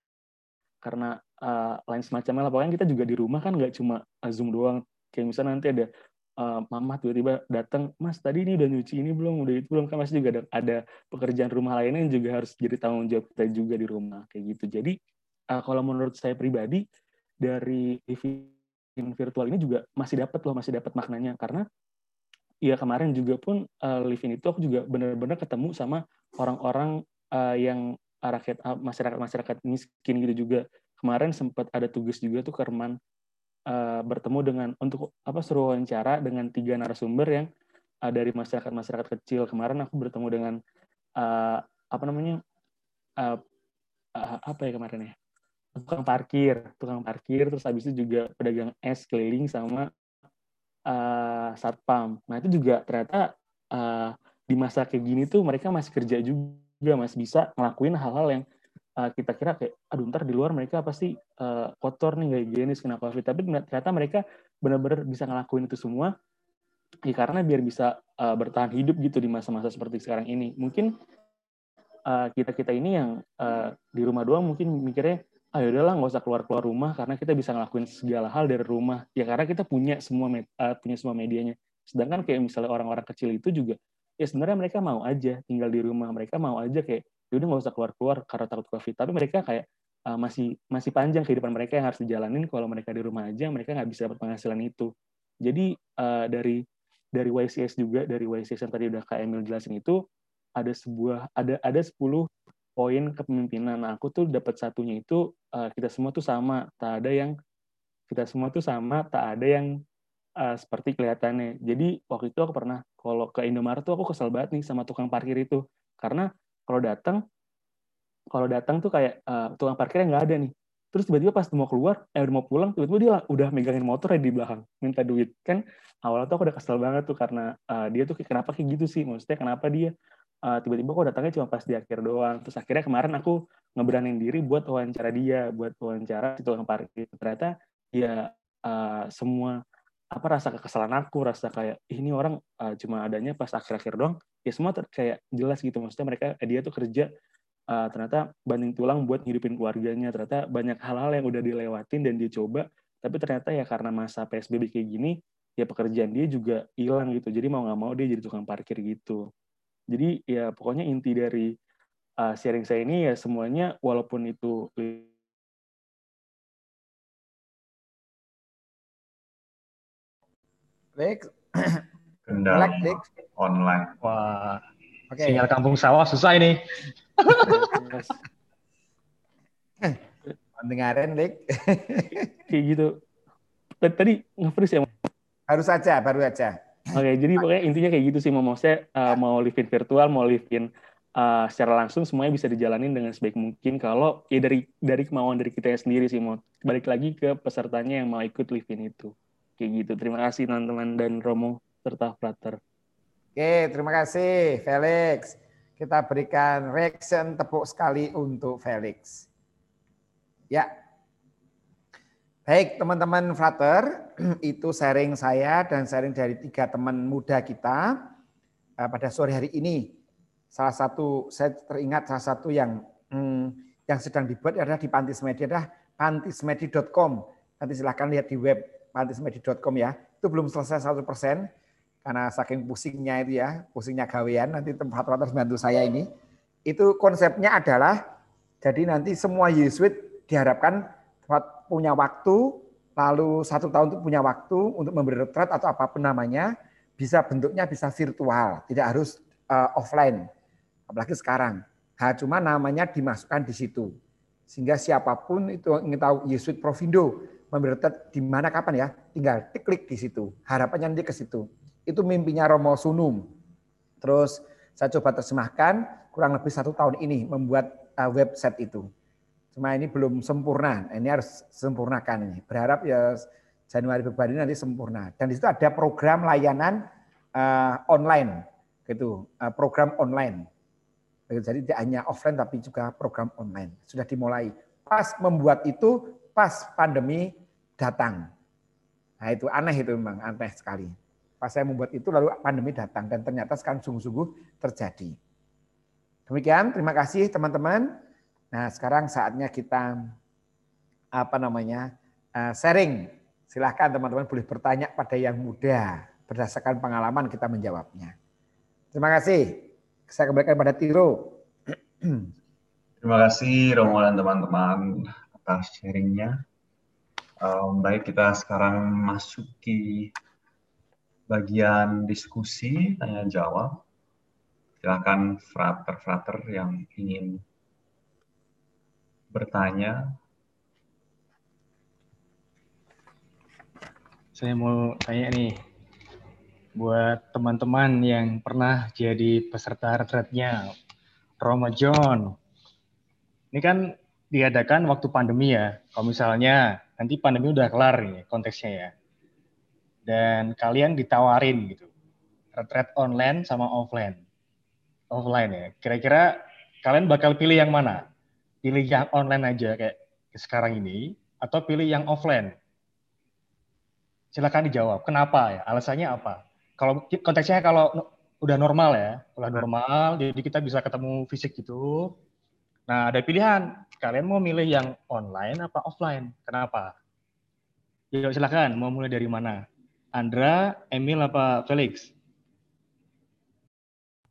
karena uh, lain semacamnya lah. Pokoknya kita juga di rumah kan nggak cuma Zoom doang. Kayak misalnya nanti ada uh, mama tiba-tiba datang, Mas tadi ini udah nyuci ini belum, udah itu belum, kan masih juga ada, ada pekerjaan rumah lainnya yang juga harus jadi tanggung jawab kita juga di rumah kayak gitu. Jadi uh, kalau menurut saya pribadi dari living virtual ini juga masih dapat loh, masih dapat maknanya karena ya kemarin juga pun uh, living itu aku juga benar-benar ketemu sama orang-orang uh, yang rakyat masyarakat masyarakat miskin gitu juga. Kemarin sempat ada tugas juga tuh Kerman uh, bertemu dengan untuk apa suruh wawancara dengan tiga narasumber yang uh, dari masyarakat masyarakat kecil. Kemarin aku bertemu dengan uh, apa namanya uh, uh, apa ya kemarin ya tukang parkir, tukang parkir, terus habis itu juga pedagang es keliling sama uh, satpam. Nah itu juga ternyata uh, di masa kayak gini tuh mereka masih kerja juga, masih bisa ngelakuin hal-hal yang uh, kita kira kayak, aduh ntar di luar mereka pasti uh, kotor nih, gak higienis, kena COVID. Tapi ternyata mereka benar-benar bisa ngelakuin itu semua, ya karena biar bisa uh, bertahan hidup gitu di masa-masa seperti sekarang ini. Mungkin uh, kita-kita ini yang uh, di rumah doang mungkin mikirnya, ah yaudahlah nggak usah keluar-keluar rumah karena kita bisa ngelakuin segala hal dari rumah. Ya karena kita punya semua uh, punya semua medianya. Sedangkan kayak misalnya orang-orang kecil itu juga, ya sebenarnya mereka mau aja tinggal di rumah, mereka mau aja kayak, yaudah nggak usah keluar-keluar karena takut COVID. Tapi mereka kayak uh, masih masih panjang kehidupan mereka yang harus dijalanin. Kalau mereka di rumah aja, mereka nggak bisa dapat penghasilan itu. Jadi uh, dari dari Y C S juga, dari Y C S yang tadi udah Kak Emil jelasin itu, ada sebuah ada ada sepuluh poin kepemimpinan. Nah, aku tuh dapat satunya itu uh, kita semua tuh sama, tak ada yang kita semua tuh sama, tak ada yang uh, seperti kelihatannya. Jadi waktu itu aku pernah kalau ke Indomaret tuh aku kesel banget nih sama tukang parkir itu, karena kalau datang kalau datang tuh kayak uh, tukang parkirnya nggak ada nih. Terus tiba-tiba pas mau keluar, eh udah mau pulang, tiba-tiba dia udah megangin motor di belakang, minta duit. Kan awalnya tuh aku udah kesel banget tuh karena uh, dia tuh kenapa kayak gitu sih? Maksudnya kenapa dia uh, tiba-tiba kok datangnya cuma pas di akhir doang. Terus akhirnya kemarin aku ngeberanin diri buat wawancara dia, buat wawancara si tukang parkir. Ternyata ya uh, semua apa rasa kekesalan aku, rasa kayak ini orang uh, cuma adanya pas akhir-akhir doang. Ya semua ter- kayak jelas gitu. Maksudnya mereka eh, dia tuh kerja Uh, ternyata banding tulang buat ngidupin keluarganya, ternyata banyak hal-hal yang udah dilewatin dan dia coba, tapi ternyata ya karena masa P S B B kayak gini, ya pekerjaan dia juga hilang gitu, jadi mau nggak mau dia jadi tukang parkir gitu. Jadi ya pokoknya inti dari uh, sharing saya ini ya semuanya walaupun itu Lex, Kendala Lex. online. Wah, Oke. sinyal kampung sawah susah ini. Dengarin, Lex. kayak gitu. Tadi nge-freeze ya? Baru saja, baru aja. Oke, jadi pokoknya intinya kayak gitu sih, mau maksudnya uh, mau live-in virtual, mau live-in uh, secara langsung, semuanya bisa dijalanin dengan sebaik mungkin kalau ya dari dari kemauan dari kita sendiri sih, mau balik lagi ke pesertanya yang mau ikut live-in itu. Kayak gitu. Terima kasih teman-teman dan Romo serta Flutter. Oke, terima kasih Felix. Kita berikan reaction tepuk sekali untuk Felix. Ya. Baik, teman-teman Flutter, itu sharing saya dan sharing dari tiga teman muda kita pada sore hari ini. Salah satu, saya teringat salah satu yang hmm, yang sedang dibuat adalah di Pantismedi, adalah pantismedi dot com. Nanti silahkan lihat di web pantismedi dot com ya. Itu belum selesai seratus persen karena saking pusingnya itu ya, pusingnya gawean. Nanti tempat Flutter bantu saya ini. Itu konsepnya adalah, jadi nanti semua Yesuit diharapkan punya waktu, lalu satu tahun itu punya waktu untuk memberi retret atau apapun namanya, bisa bentuknya bisa virtual, tidak harus uh, offline, apalagi sekarang. Ha, cuma namanya dimasukkan di situ, sehingga siapapun itu ingin tahu Yesuit Provindo memberi retret di mana kapan ya, tinggal klik di situ. Harapannya nanti ke situ. Itu mimpinya Romo Sunum. Terus saya coba terjemahkan kurang lebih satu tahun ini membuat uh, website itu. Cuma ini belum sempurna, ini harus sempurnakan ini. Berharap ya Januari Februari nanti sempurna. Dan di situ ada program layanan uh, online, gitu, uh, program online. Jadi tidak hanya offline tapi juga program online. Sudah dimulai. Pas membuat itu, pas pandemi datang. Nah itu aneh itu memang, aneh sekali. Pas saya membuat itu lalu pandemi datang dan ternyata sekarang sungguh-sungguh terjadi. Demikian, terima kasih teman-teman. Nah, sekarang saatnya kita apa namanya uh, sharing. Silahkan teman-teman boleh bertanya pada yang muda. Berdasarkan pengalaman kita menjawabnya. Terima kasih. Saya kembalikan pada Tiro. Terima kasih Romo dan teman-teman atas sharingnya. Um, baik, kita sekarang masuki bagian diskusi tanya jawab. Silakan frater-frater yang ingin bertanya. Saya mau tanya nih, buat teman-teman yang pernah jadi peserta retretnya Romo John. Ini kan diadakan waktu pandemi ya. Kalau misalnya nanti pandemi udah kelar nih konteksnya ya. Dan kalian ditawarin gitu, retret online sama offline. Offline ya. Kira-kira kalian bakal pilih yang mana? Pilih yang online aja kayak sekarang ini atau pilih yang offline? Silakan dijawab. Kenapa ya? Alasannya apa? Kalau konteksnya kalau udah normal ya, udah normal, jadi kita bisa ketemu fisik gitu. Nah, ada pilihan. Kalian mau milih yang online apa offline? Kenapa? Yuk silakan. Mau mulai dari mana? Andra, Emil, apa Felix?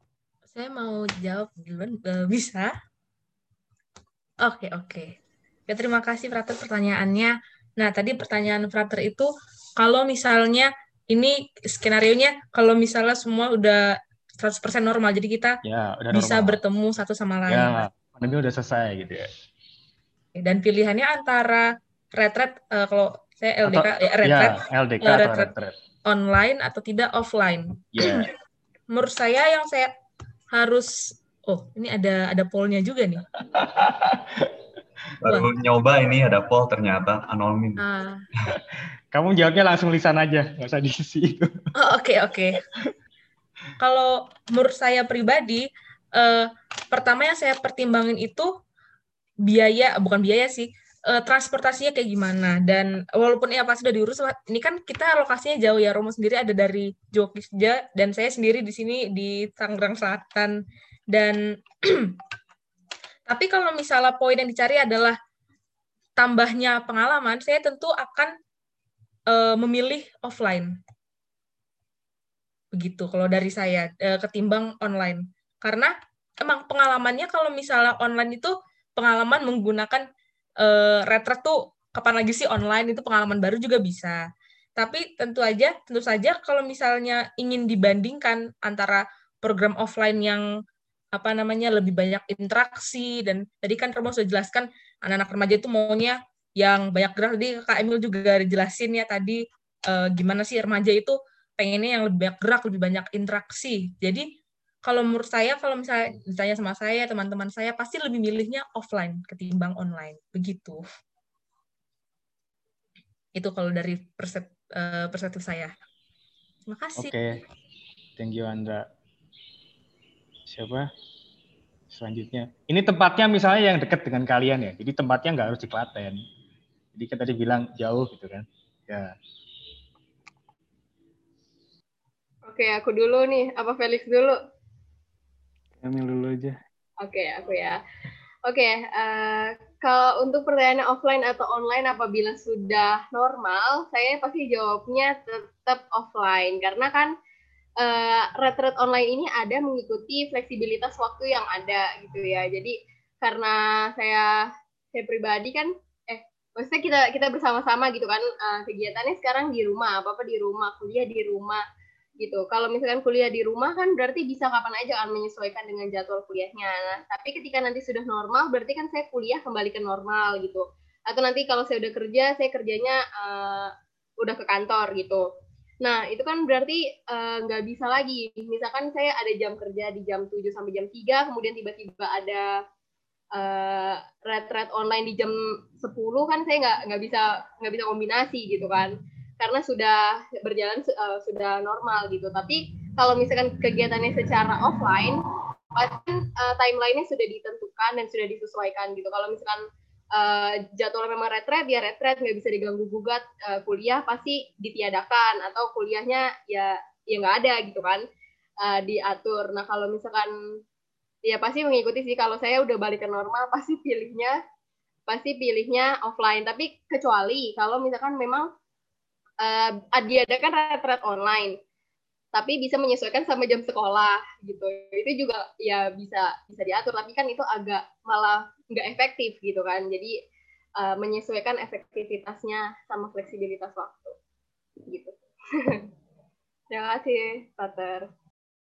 Saya mau jawab duluan, uh, bisa? Oke, okay, oke. Okay. Ya, terima kasih Frater pertanyaannya. Nah, tadi pertanyaan Frater itu, kalau misalnya ini skenario-nya, kalau misalnya semua udah seratus persen normal, jadi kita Ya, udah bisa normal. bertemu satu sama lain. Ya, pandemi udah selesai gitu ya. Dan pilihannya antara retret, uh, kalau saya L D K, Atau, ya, retret, ya, L D K uh, atau retret retret. online atau tidak offline. Ya. Menurut saya yang saya harus, oh ini ada ada pollnya juga nih. Baru Wah. nyoba ini ada poll ternyata anonim. Uh, Kamu jawabnya langsung lisan aja, nggak usah diisi itu. Oh oke okay, oke. Okay. Kalau menurut saya pribadi, uh, pertama yang saya pertimbangin itu biaya, bukan biaya sih, uh, transportasinya kayak gimana. Dan walaupun ya pasti udah diurus, ini kan kita lokasinya jauh ya. Romo sendiri ada dari Jogja dan saya sendiri di sini di Tangerang Selatan. Dan tapi kalau misalnya poin yang dicari adalah tambahnya pengalaman, saya tentu akan uh, memilih offline. Begitu kalau dari saya, uh, ketimbang online. Karena emang pengalamannya kalau misalnya online itu pengalaman menggunakan uh, retret tuh kapan lagi sih online, itu pengalaman baru juga bisa. Tapi tentu aja, tentu saja kalau misalnya ingin dibandingkan antara program offline yang apa namanya lebih banyak interaksi, dan tadi kan Romo sudah jelaskan anak-anak remaja itu maunya yang banyak gerak. Jadi Kak Emil juga dijelasin ya tadi uh, gimana sih remaja itu pengennya yang lebih banyak gerak, lebih banyak interaksi. Jadi kalau menurut saya, kalau misalnya ditanya sama saya, teman-teman saya pasti lebih milihnya offline ketimbang online. Begitu. Itu kalau dari perspektif saya. Terima kasih. Oke, okay. Thank you Andra. Siapa? Selanjutnya. Ini tempatnya misalnya yang dekat dengan kalian ya. Jadi tempatnya nggak harus di Klaten. Jadi kan tadi bilang jauh gitu kan. Ya. Oke, aku dulu nih. Apa Felix dulu? Emil dulu aja. Oke, aku ya. Oke, uh, kalau untuk pertanyaan offline atau online apabila sudah normal, saya pasti jawabnya tetap offline. Karena kan uh, retret online ini ada mengikuti fleksibilitas waktu yang ada gitu ya. Jadi karena saya saya pribadi kan, eh maksudnya kita kita bersama-sama gitu kan, uh, kegiatannya sekarang di rumah, apa-apa di rumah, kuliah di rumah gitu. Kalau misalkan kuliah di rumah kan berarti bisa kapan aja kan menyesuaikan dengan jadwal kuliahnya. Nah, tapi ketika nanti sudah normal berarti kan saya kuliah kembali ke normal gitu. Atau nanti kalau saya udah kerja, saya kerjanya uh, udah ke kantor gitu. Nah, itu kan berarti nggak uh, bisa lagi. Misalkan saya ada jam kerja di jam tujuh sampai jam tiga, kemudian tiba-tiba ada uh, retret online di jam sepuluh, kan saya nggak nggak bisa nggak bisa kombinasi gitu kan. Karena sudah berjalan uh, sudah normal gitu. Tapi kalau misalkan kegiatannya secara offline, pasti uh, timeline-nya sudah ditentukan dan sudah disesuaikan gitu. Kalau misalkan uh, jadwal memang retret, ya retret, nggak bisa diganggu gugat, uh, kuliah pasti ditiadakan atau kuliahnya ya ya nggak ada gitu kan, uh, diatur. Nah kalau misalkan ya pasti mengikuti sih. Kalau saya udah balik ke normal pasti pilihnya pasti pilihnya offline. Tapi kecuali kalau misalkan memang Uh, diadakan retret online, tapi bisa menyesuaikan sama jam sekolah gitu. Itu juga ya bisa bisa diatur, tapi kan itu agak malah nggak efektif gitu kan. Jadi uh, menyesuaikan efektivitasnya sama fleksibilitas waktu gitu. Terima kasih, Pater.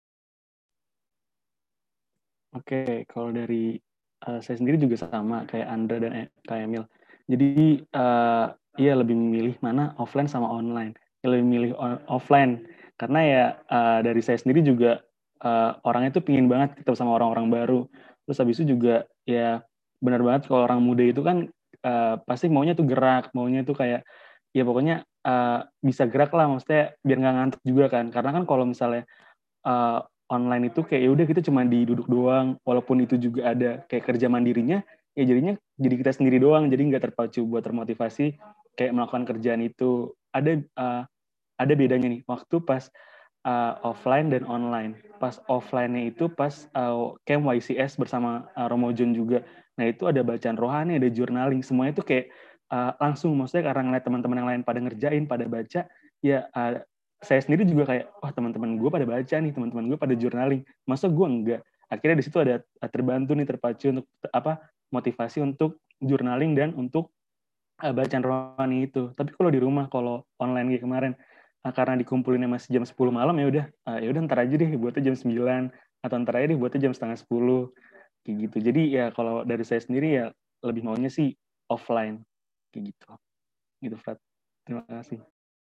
Oke, kalau dari uh, saya sendiri juga sama kayak Andra dan Kak Emil. Jadi uh, iya lebih memilih mana offline sama online. Ya, lebih milih on- offline karena ya uh, dari saya sendiri juga uh, orangnya tuh pingin banget ketemu sama orang-orang baru. Terus habis itu juga ya benar banget kalau orang muda itu kan uh, pasti maunya tuh gerak, maunya tuh kayak ya pokoknya uh, bisa gerak lah, maksudnya biar nggak ngantuk juga kan. Karena kan kalau misalnya uh, online itu kayak ya udah kita cuma diduduk doang, walaupun itu juga ada kayak kerja mandirinya, ya jadinya jadi kita sendiri doang, jadi nggak terpacu buat termotivasi kayak melakukan kerjaan itu. Ada uh, ada bedanya nih waktu pas uh, offline dan online. Pas offline-nya itu pas uh, camp Y C S bersama uh, Romo John juga. Nah itu ada bacaan rohani, ada journaling, semuanya itu kayak uh, langsung, maksudnya karena ngeliat teman-teman yang lain pada ngerjain, pada baca, ya uh, saya sendiri juga kayak, wah oh, teman-teman gue pada baca nih, teman-teman gue pada journaling, masa gue enggak? Akhirnya di situ ada terbantu nih, terpacu untuk apa motivasi untuk journaling dan untuk uh, bacaan rohani itu. Tapi kalau di rumah, kalau online kayak kemarin, uh, karena dikumpulin masih jam sepuluh malam, ya udah, uh, ya udah ntar aja deh buatnya jam sembilan, atau ntar aja deh buatnya jam setengah sepuluh, kayak gitu. Jadi ya kalau dari saya sendiri ya lebih maunya sih offline, kayak gitu. Gitu, Frat. Terima kasih.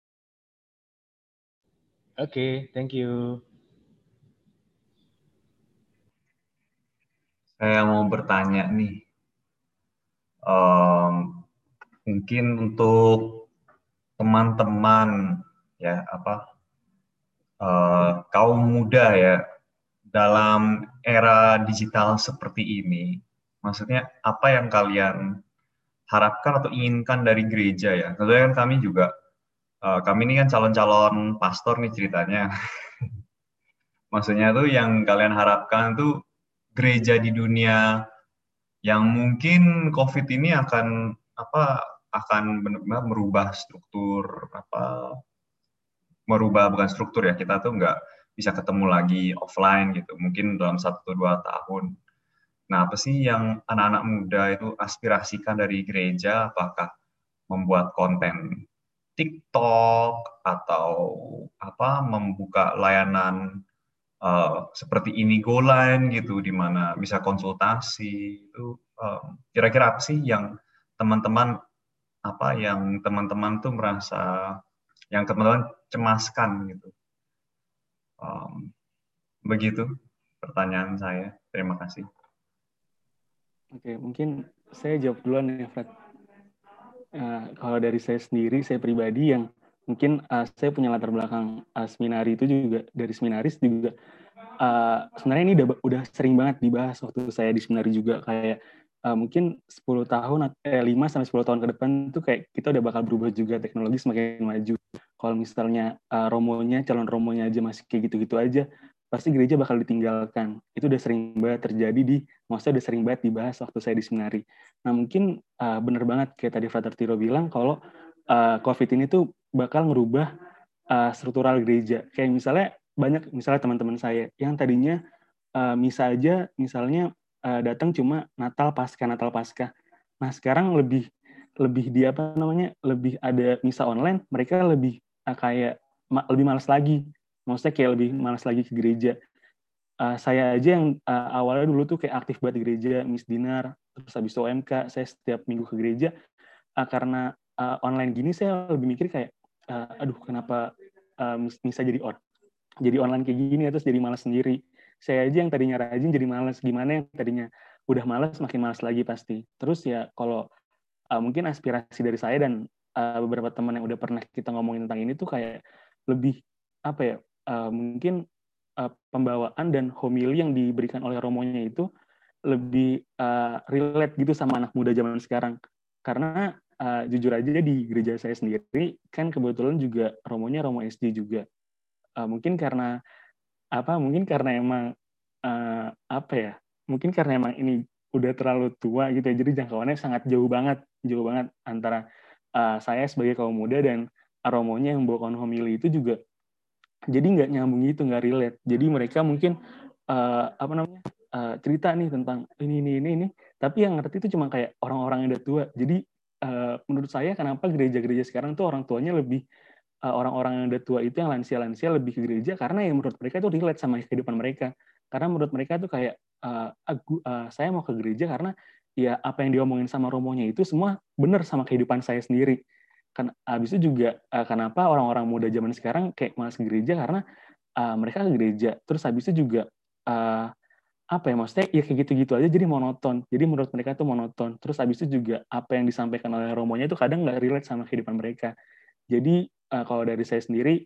Oke, okay, thank you. Saya mau bertanya nih, um, mungkin untuk teman-teman ya apa uh, kaum muda ya dalam era digital seperti ini, maksudnya apa yang kalian harapkan atau inginkan dari gereja ya? Tentunya kan kami juga, uh, kami ini kan calon-calon pastor nih ceritanya. Maksudnya tuh yang kalian harapkan tuh gereja di dunia yang mungkin COVID ini akan apa akan benar-benar merubah struktur apa merubah bukan struktur ya, kita tuh nggak bisa ketemu lagi offline gitu mungkin dalam satu dua tahun. Nah, apa sih yang anak-anak muda itu aspirasikan dari gereja? Apakah membuat konten TikTok atau apa membuka layanan uh, seperti Indigo Line gitu di mana bisa konsultasi itu um, kira-kira apa sih yang teman-teman apa yang teman-teman tuh merasa yang teman-teman cemaskan gitu. Um, begitu pertanyaan saya. Terima kasih. Oke, mungkin saya jawab duluan ya, Fred. Uh, kalau dari saya sendiri, saya pribadi yang mungkin uh, saya punya latar belakang uh, seminari itu juga, dari seminaris juga, uh, sebenarnya ini udah, udah sering banget dibahas waktu saya di seminari juga, kayak uh, mungkin sepuluh tahun, eh, lima sampai sepuluh tahun ke depan itu kayak kita udah bakal berubah juga, teknologi semakin maju. Kalau misalnya uh, romonya, calon romonya aja masih kayak gitu-gitu aja, pasti gereja bakal ditinggalkan. Itu udah sering banget terjadi di, maksudnya udah sering banget dibahas waktu saya di seminari. Nah mungkin uh, bener banget kayak tadi Frater Tiro bilang, kalau uh, COVID ini tuh bakal ngerubah uh, struktural gereja. Kayak misalnya banyak, misalnya teman-teman saya yang tadinya uh, misa aja, misalnya uh, datang cuma Natal Paskah, Natal Paskah. Nah sekarang lebih lebih di apa namanya, lebih ada misa online, mereka lebih uh, kayak ma- lebih malas lagi. Maksudnya kayak lebih malas lagi ke gereja. Uh, saya aja yang uh, awalnya dulu tuh kayak aktif banget di gereja, Miss Dinar, terus habis itu O M K, saya setiap minggu ke gereja, uh, karena uh, online gini saya lebih mikir kayak, uh, aduh kenapa uh, misa jadi on, jadi online kayak gini, terus jadi malas sendiri. Saya aja yang tadinya rajin jadi malas, gimana yang tadinya udah malas makin malas lagi pasti. Terus ya kalau uh, mungkin aspirasi dari saya dan uh, beberapa teman yang udah pernah kita ngomongin tentang ini tuh kayak lebih apa ya, uh, mungkin uh, pembawaan dan homili yang diberikan oleh romonya itu lebih uh, relate gitu sama anak muda zaman sekarang. Karena uh, jujur aja di gereja saya sendiri kan kebetulan juga romonya Romo S D juga. Uh, mungkin karena apa? Mungkin karena emang uh, apa ya? Mungkin karena emang ini udah terlalu tua gitu ya. Jadi jangkauannya sangat jauh banget, jauh banget antara uh, saya sebagai kaum muda dan romonya yang bawakan homili itu juga. Jadi nggak nyambung gitu, nggak relate. Jadi mereka mungkin uh, apa namanya uh, cerita nih tentang ini ini ini ini, tapi yang ngerti itu cuma kayak orang-orang yang udah tua. Jadi uh, menurut saya kenapa gereja-gereja sekarang tuh orang tuanya lebih uh, orang-orang yang udah tua itu yang lansia-lansia lebih ke gereja karena yang menurut mereka itu relate sama kehidupan mereka. Karena menurut mereka tuh kayak uh, aku, uh, saya mau ke gereja karena ya apa yang diomongin sama romonya itu semua benar sama kehidupan saya sendiri. Kan abis itu juga uh, kenapa orang-orang muda zaman sekarang kayak malas ke gereja karena uh, mereka ke gereja terus habis itu juga uh, apa ya maksudnya ya kayak gitu-gitu aja jadi monoton. Jadi menurut mereka tuh monoton. Terus habis itu juga apa yang disampaikan oleh romonya itu kadang nggak relate sama kehidupan mereka. Jadi uh, kalau dari saya sendiri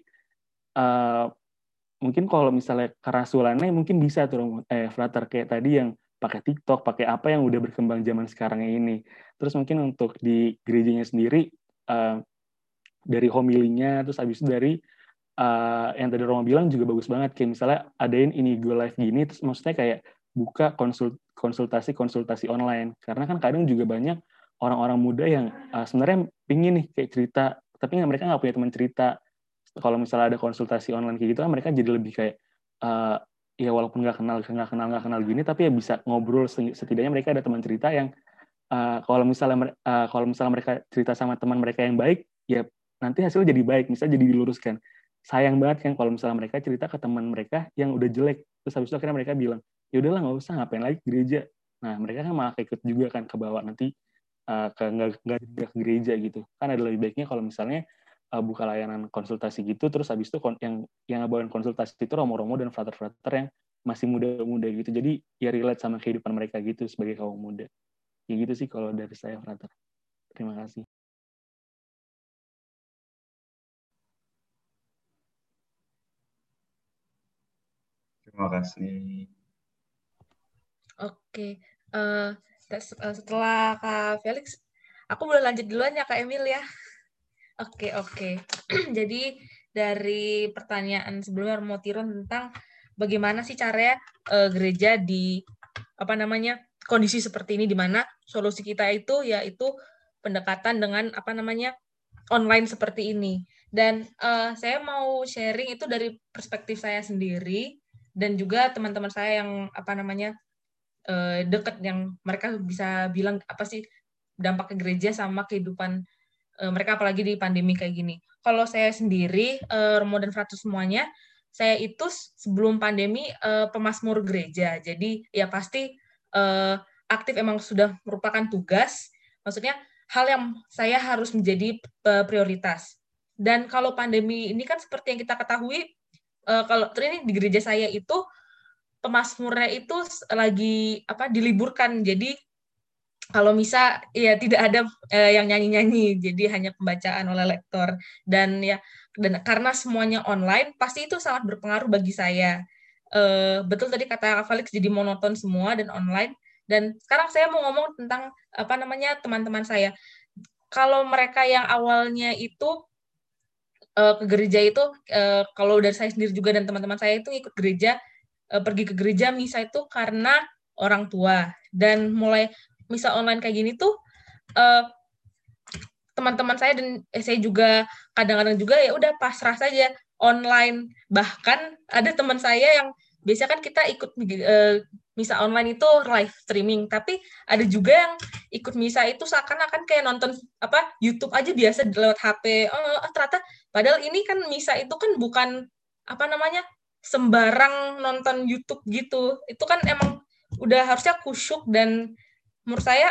uh, mungkin kalau misalnya kerasulannya mungkin bisa tuh Romo, eh Frater kayak tadi yang pakai TikTok, pakai apa yang udah berkembang zaman sekarang ini. Terus mungkin untuk di gerejanya sendiri uh, dari homilinya, terus habis itu dari uh, yang tadi Romo bilang juga bagus banget. Kayak misalnya adain ini Go Live gini, terus maksudnya kayak buka konsul, konsultasi-konsultasi online. Karena kan kadang juga banyak orang-orang muda yang uh, sebenarnya pingin nih kayak cerita, tapi mereka nggak punya teman cerita. Kalau misalnya ada konsultasi online kayak gitu kan mereka jadi lebih kayak, uh, ya walaupun nggak kenal, nggak kenal, nggak kenal gini, tapi ya bisa ngobrol, setidaknya mereka ada teman cerita yang uh, kalau misalnya uh, kalau misalnya mereka cerita sama teman mereka yang baik, ya nanti hasilnya jadi baik, misalnya jadi diluruskan. Sayang banget kan kalau misalnya mereka cerita ke teman mereka yang udah jelek, terus habis itu akhirnya mereka bilang, ya udahlah nggak usah, ngapain lagi ke gereja. Nah mereka kan malah ikut juga kan ke bawah nanti uh, ke nggak nggak ke gereja gitu. Kan ada lebih baiknya kalau misalnya uh, buka layanan konsultasi gitu, terus habis itu kon- yang yang ngebawain konsultasi itu romo-romo dan frater-frater yang masih muda-muda gitu. Jadi ya relate sama kehidupan mereka gitu sebagai kaum muda. Ya gitu sih kalau dari saya, frater. Terima kasih. Terima kasih. Oke, uh, setelah Kak Felix, aku boleh lanjut duluan ya Kak Emil ya. Oke, oke. Jadi dari pertanyaan sebelumnya Romo Tiron tentang bagaimana sih caranya uh, gereja di apa namanya kondisi seperti ini, di mana solusi kita itu yaitu pendekatan dengan apa namanya online seperti ini. Dan uh, saya mau sharing itu dari perspektif saya sendiri dan juga teman-teman saya yang apa namanya uh, dekat, yang mereka bisa bilang apa sih dampak ke gereja sama kehidupan uh, mereka apalagi di pandemi kayak gini. Kalau saya sendiri, uh, Romo dan Frater semuanya, saya itu sebelum pandemi uh, pemasmur gereja. Jadi ya pasti uh, aktif, emang sudah merupakan tugas. Maksudnya hal yang saya harus menjadi prioritas. Dan kalau pandemi ini kan seperti yang kita ketahui, uh, kalau ini di gereja saya itu pemasmurnya itu lagi apa diliburkan. Jadi kalau misa ya tidak ada eh, yang nyanyi-nyanyi, jadi hanya pembacaan oleh lektor. Dan ya dan karena semuanya online, pasti itu sangat berpengaruh bagi saya. Eh, betul tadi kata Kak Felix, jadi monoton semua dan online. Dan sekarang saya mau ngomong tentang apa namanya teman-teman saya. Kalau mereka yang awalnya itu eh, ke gereja itu, eh, kalau dari saya sendiri juga dan teman-teman saya itu ikut gereja, eh, pergi ke gereja misa itu karena orang tua. Dan mulai misa online kayak gini tuh uh, teman-teman saya dan eh, saya juga kadang-kadang juga ya udah pasrah saja online. Bahkan ada teman saya yang biasa kan kita ikut uh, misa online itu live streaming, tapi ada juga yang ikut misa itu seakan-akan kayak nonton apa YouTube aja biasa lewat H P. Oh, ternyata padahal ini kan misa itu kan bukan apa namanya sembarang nonton YouTube gitu. Itu kan emang udah harusnya khusyuk, dan menurut saya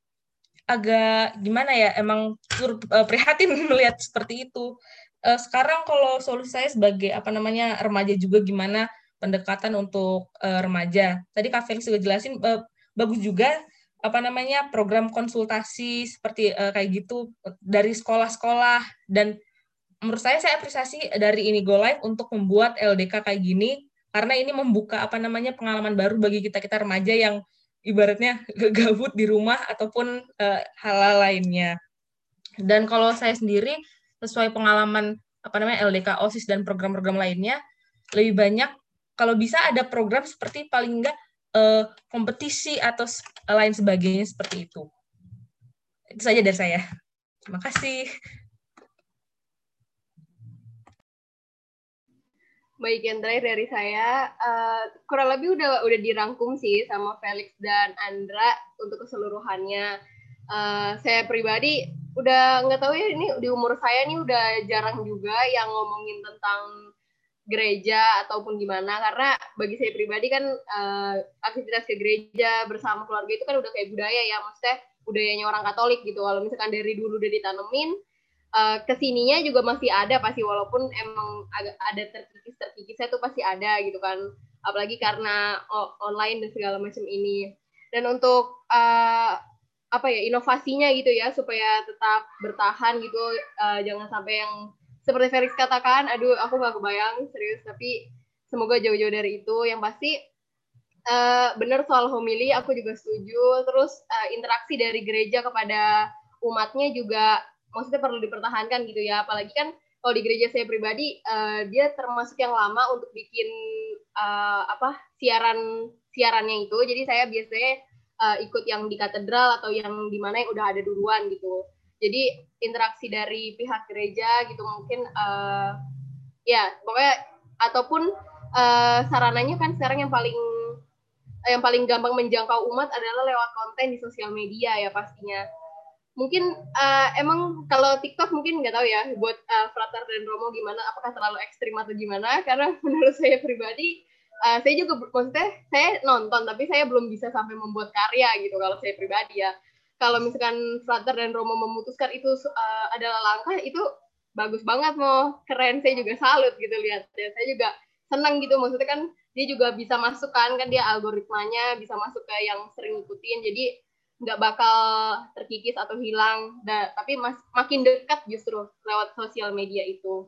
agak gimana ya, emang uh, prihatin melihat seperti itu. Uh, sekarang kalau solusi saya sebagai apa namanya remaja juga, gimana pendekatan untuk uh, remaja. Tadi Kak Felix juga jelasin, uh, bagus juga apa namanya program konsultasi seperti uh, kayak gitu dari sekolah-sekolah. Dan menurut saya saya apresiasi dari Inigo Live untuk membuat L D K kayak gini, karena ini membuka apa namanya pengalaman baru bagi kita-kita remaja yang ibaratnya gabut di rumah ataupun uh, hal-hal lainnya. Dan kalau saya sendiri sesuai pengalaman apa namanya L D K, OSIS dan program-program lainnya, lebih banyak kalau bisa ada program seperti paling enggak uh, kompetisi atau lain sebagainya seperti itu. Itu saja dari saya. Terima kasih. Baik, yang terakhir dari saya, uh, kurang lebih udah udah dirangkum sih sama Felix dan Andra untuk keseluruhannya. Uh, saya pribadi udah nggak tahu ya, ini di umur saya nih udah jarang juga yang ngomongin tentang gereja ataupun gimana, karena bagi saya pribadi kan uh, aktivitas ke gereja bersama keluarga itu kan udah kayak budaya ya, maksudnya budayanya orang Katolik gitu. Kalau misalkan dari dulu udah ditanemin, Uh, kesininya juga masih ada pasti, walaupun emang agak ada terkikis-terkikisnya tuh pasti ada gitu kan, apalagi karena o- online dan segala macam ini. Dan untuk uh, apa ya inovasinya gitu ya supaya tetap bertahan gitu, uh, jangan sampai yang seperti Felix katakan, aduh aku nggak kebayang serius, tapi semoga jauh-jauh dari itu. Yang pasti uh, benar soal homili aku juga setuju. Terus uh, interaksi dari gereja kepada umatnya juga maksudnya perlu dipertahankan gitu ya, apalagi kan kalau di gereja saya pribadi uh, dia termasuk yang lama untuk bikin uh, apa siaran siarannya itu, jadi saya biasanya uh, ikut yang di katedral atau yang di mana yang udah ada duluan gitu, jadi interaksi dari pihak gereja gitu mungkin uh, ya pokoknya, ataupun uh, sarananya kan sekarang yang paling yang paling gampang menjangkau umat adalah lewat konten di sosial media ya pastinya. Mungkin uh, emang kalau TikTok mungkin nggak tahu ya buat uh, Frater dan Romo gimana, apakah terlalu ekstrim atau gimana? Karena menurut saya pribadi, uh, saya juga maksudnya saya nonton tapi saya belum bisa sampai membuat karya gitu kalau saya pribadi ya. Kalau misalkan Frater dan Romo memutuskan itu uh, adalah langkah, itu bagus banget, mau keren, saya juga salut gitu lihat. Ya, saya juga senang gitu, maksudnya kan dia juga bisa masuk kan, kan dia algoritmanya bisa masuk ke yang sering ngikutin, jadi nggak bakal terkikis atau hilang, da, tapi mas, makin dekat justru lewat sosial media itu.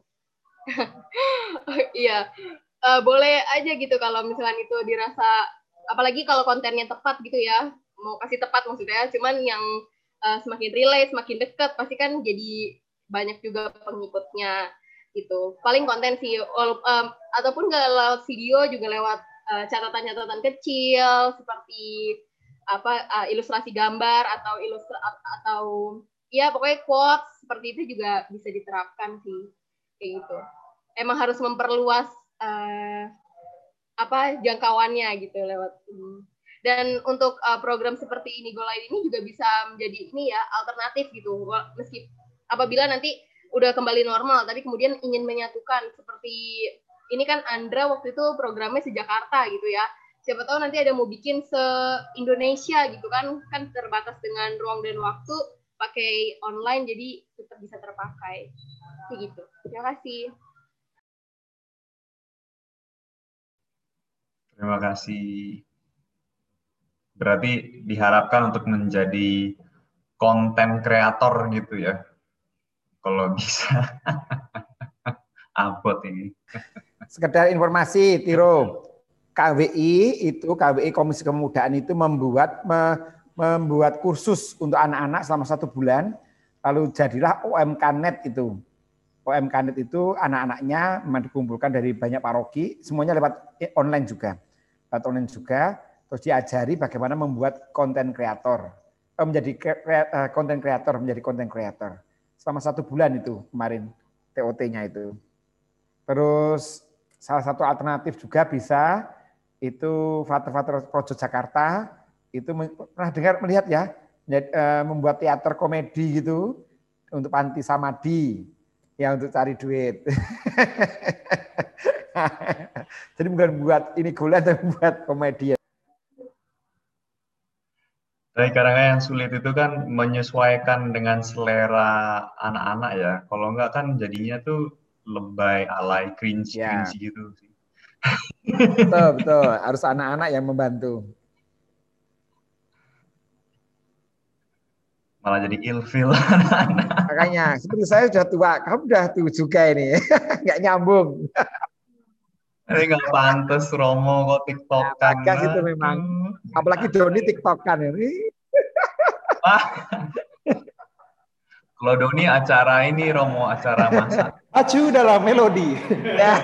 Iya, uh, boleh aja gitu kalau misalkan itu dirasa, apalagi kalau kontennya tepat gitu ya, mau kasih tepat maksudnya, cuman yang uh, semakin relate, semakin dekat, pasti kan jadi banyak juga pengikutnya gitu. Paling konten sih, um, ataupun nggak lewat video, juga lewat uh, catatan-catatan kecil seperti apa uh, ilustrasi gambar atau ilustra atau ya pokoknya quotes seperti itu juga bisa diterapkan sih kayak gitu. Emang harus memperluas uh, apa jangkauannya gitu lewat ini. Dan untuk uh, program seperti ini Go-Line ini juga bisa menjadi ini ya alternatif gitu. Meski apabila nanti udah kembali normal, tapi kemudian ingin menyatukan seperti ini kan Andra waktu itu programnya se-Jakarta gitu ya. Siapa tahu nanti ada mau bikin se-Indonesia gitu kan, kan terbatas dengan ruang dan waktu, pakai online jadi tetap bisa terpakai. Kayak gitu. Terima kasih. Terima kasih. Berarti diharapkan untuk menjadi konten kreator gitu ya. Kalau bisa. Abot ini. Sekedar informasi, Tiro, K W I itu, K W I Komisi Kemudaan itu membuat me, membuat kursus untuk anak-anak selama satu bulan, lalu jadilah O M K Net itu. O M K Net itu anak-anaknya dikumpulkan dari banyak paroki, semuanya lewat online juga. Lewat online juga, terus diajari bagaimana membuat konten kreator. Menjadi konten kreator, menjadi konten kreator. Selama satu bulan itu kemarin T O T-nya itu. Terus salah satu alternatif juga bisa itu Frater-Frater Project Jakarta itu pernah dengar melihat ya membuat teater komedi gitu untuk panti samadi ya untuk cari duit. Jadi bukan buat ini gula tapi buat komedi. Tapi kadang yang sulit itu kan menyesuaikan dengan selera anak-anak ya. Kalau enggak kan jadinya tuh lebay, alay, cringe, ya. cringe gitu sih. Betul, betul. Harus anak-anak yang membantu. Malah jadi ilfil anak-anak. Makanya, seperti saya sudah tua, kamu udah tua juga ini. Nggak nyambung. Ini nggak pantas Romo kok TikTokan. Bagas itu memang. Apalagi Doni TikTokan ini. Kalau Doni acara ini Romo, acara masak. Acu dalam melodi. Ya.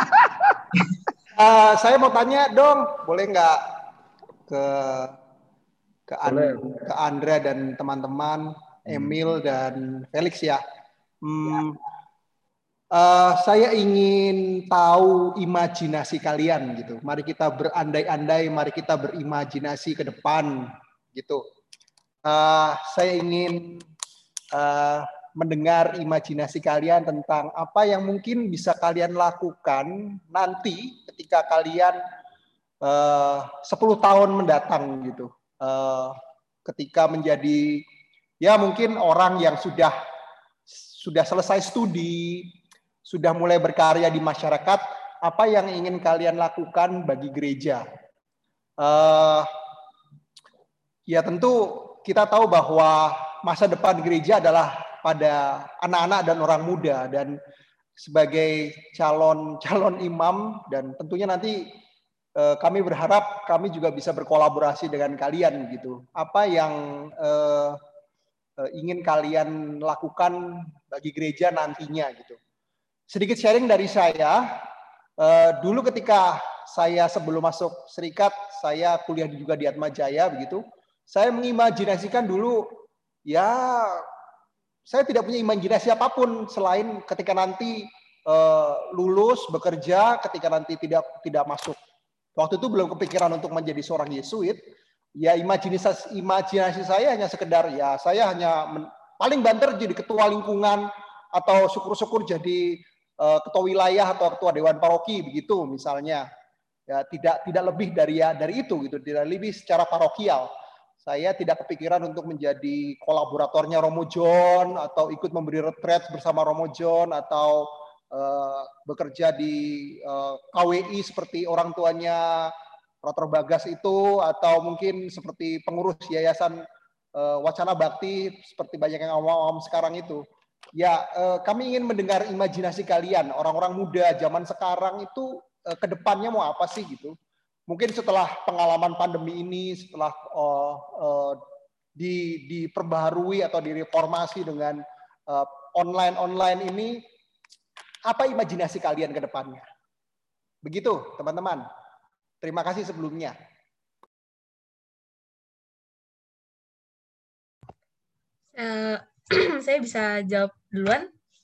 uh, saya mau tanya dong, boleh nggak ke ke, An, ke Andra dan teman-teman, Emil dan Felix ya. Hmm, uh, saya ingin tahu imajinasi kalian gitu. Mari kita berandai-andai, mari kita berimajinasi ke depan gitu. Uh, saya ingin uh, mendengar imajinasi kalian tentang apa yang mungkin bisa kalian lakukan nanti ketika kalian uh, sepuluh tahun mendatang gitu. Uh, ketika menjadi ya mungkin orang yang sudah sudah selesai studi, sudah mulai berkarya di masyarakat, apa yang ingin kalian lakukan bagi gereja? Uh, ya tentu kita tahu bahwa masa depan gereja adalah pada anak-anak dan orang muda, dan sebagai calon calon imam dan tentunya nanti eh, kami berharap kami juga bisa berkolaborasi dengan kalian gitu. Apa yang eh, ingin kalian lakukan bagi gereja nantinya gitu. Sedikit sharing dari saya, eh, dulu ketika saya sebelum masuk serikat, saya kuliah juga di Atmajaya begitu. Saya mengimajinasikan dulu, ya saya tidak punya imajinasi apapun selain ketika nanti uh, lulus bekerja, ketika nanti tidak tidak masuk Waktu itu belum kepikiran untuk menjadi seorang Yesuit. Ya imajinasi imajinasi saya hanya sekedar ya saya hanya men, paling banter jadi ketua lingkungan atau syukur-syukur jadi uh, ketua wilayah atau ketua dewan paroki begitu misalnya. Ya tidak tidak lebih dari ya dari itu gitu, tidak lebih secara parokial. Saya tidak kepikiran untuk menjadi kolaboratornya Romo John atau ikut memberi retret bersama Romo John atau uh, bekerja di uh, K W I seperti orang tuanya Rotor Bagas itu, atau mungkin seperti pengurus yayasan uh, Wacana Bakti seperti banyak yang awam-awam sekarang itu. Ya, uh, kami ingin mendengar imajinasi kalian, orang-orang muda zaman sekarang itu uh, ke depannya mau apa sih gitu. Mungkin setelah pengalaman pandemi ini, setelah uh, uh, di, diperbaharui atau direformasi dengan uh, online-online ini, apa imajinasi kalian ke depannya? Begitu, teman-teman. Terima kasih sebelumnya. Uh, saya bisa jawab duluan.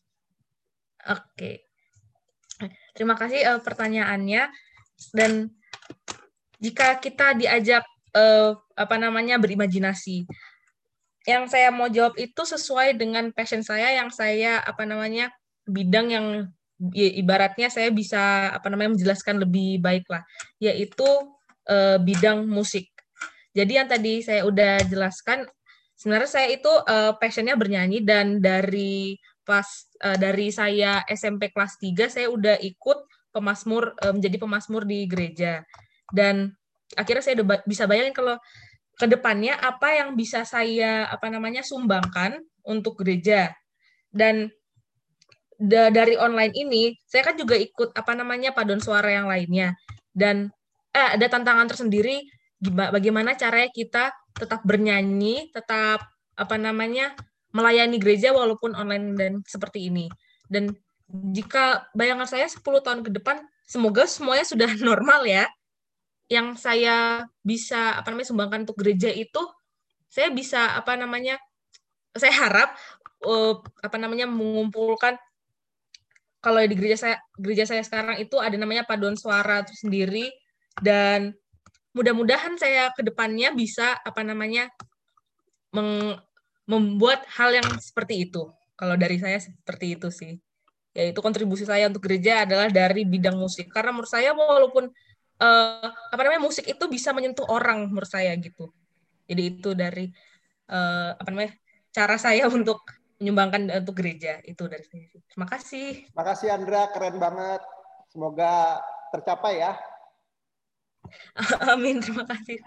Oke. Terima kasih uh, pertanyaannya. Dan jika kita diajak uh, apa namanya berimajinasi, yang saya mau jawab itu sesuai dengan passion saya, yang saya apa namanya bidang yang ibaratnya saya bisa apa namanya menjelaskan lebih baik lah, yaitu uh, bidang musik. Jadi yang tadi saya udah jelaskan, sebenarnya saya itu uh, passionnya bernyanyi, dan dari pas uh, dari saya S M P kelas tiga saya udah ikut pemasmur, uh, menjadi pemasmur di gereja. Dan akhirnya saya udah bisa bayangin kalau ke depannya apa yang bisa saya apa namanya sumbangkan untuk gereja. Dan da, dari online ini saya kan juga ikut apa namanya paduan suara yang lainnya, dan eh, ada tantangan tersendiri bagaimana caranya kita tetap bernyanyi, tetap apa namanya melayani gereja walaupun online dan seperti ini. Dan jika bayangan saya sepuluh tahun ke depan, semoga semuanya sudah normal ya. Yang saya bisa apa namanya sumbangkan untuk gereja itu, saya bisa apa namanya saya harap uh, apa namanya mengumpulkan, kalau di gereja saya gereja saya sekarang itu ada namanya paduan suara itu sendiri, dan mudah-mudahan saya ke depannya bisa apa namanya meng, membuat hal yang seperti itu. Kalau dari saya seperti itu sih. Yaitu kontribusi saya untuk gereja adalah dari bidang musik. Karena menurut saya walaupun uh, apa namanya musik itu bisa menyentuh orang menurut saya gitu. Jadi itu dari uh, apa namanya cara saya untuk menyumbangkan untuk gereja itu dari saya. Terima kasih. Terima kasih Andra, keren banget. Semoga tercapai ya. Amin, terima kasih.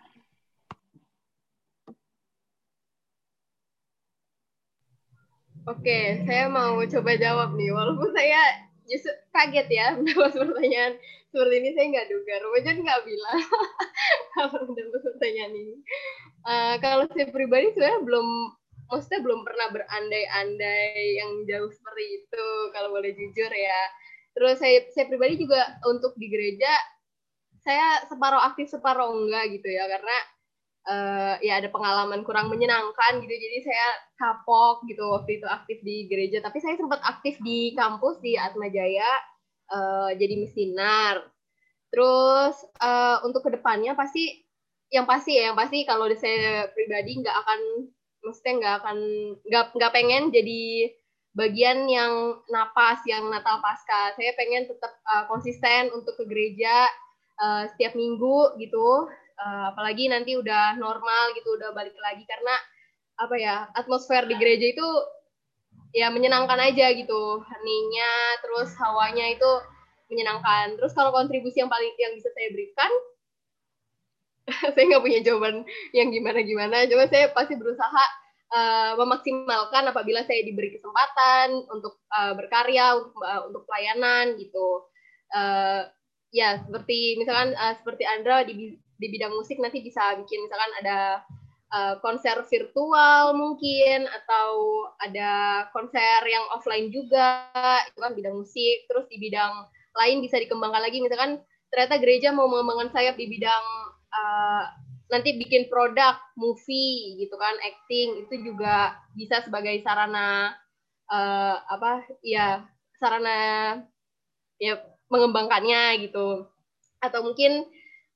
Oke, saya mau coba jawab nih. Walaupun saya justru kaget ya mendapat pertanyaan seperti ini, saya nggak duga. Romo John nggak bilang kalau mendapat pertanyaan ini. Uh, kalau saya pribadi sebenarnya belum, maksudnya belum pernah berandai-andai yang jauh seperti itu, kalau boleh jujur ya. Terus saya, saya pribadi juga untuk di gereja, saya separuh aktif separuh enggak gitu ya, karena uh, ya ada pengalaman kurang menyenangkan gitu, jadi saya kapok gitu waktu itu aktif di gereja. Tapi saya sempat aktif di kampus di Atmajaya, uh, jadi misinar. Terus uh, untuk kedepannya pasti, yang pasti ya, yang pasti kalau saya pribadi nggak akan, maksudnya nggak akan, nggak nggak pengen jadi bagian yang napas, yang Natal Pasca. Saya pengen tetap uh, konsisten untuk ke gereja uh, setiap minggu gitu. Uh, apalagi nanti udah normal gitu, udah balik lagi, karena apa ya, atmosfer di gereja itu ya menyenangkan aja gitu, heningnya, terus hawanya itu menyenangkan. Terus kalau kontribusi yang paling yang bisa saya berikan, saya nggak punya jawaban yang gimana-gimana, cuma saya pasti berusaha uh, memaksimalkan apabila saya diberi kesempatan untuk uh, berkarya, untuk uh, untuk pelayanan gitu. Uh, ya seperti misalkan uh, seperti Andra di di bidang musik nanti bisa bikin misalkan ada uh, konser virtual mungkin, atau ada konser yang offline juga, itu kan bidang musik. Terus di bidang lain bisa dikembangkan lagi, misalkan ternyata gereja mau mengembangkan sayap di bidang uh, nanti bikin produk, movie gitu kan, acting, itu juga bisa sebagai sarana uh, apa ya, sarana ya mengembangkannya gitu. Atau mungkin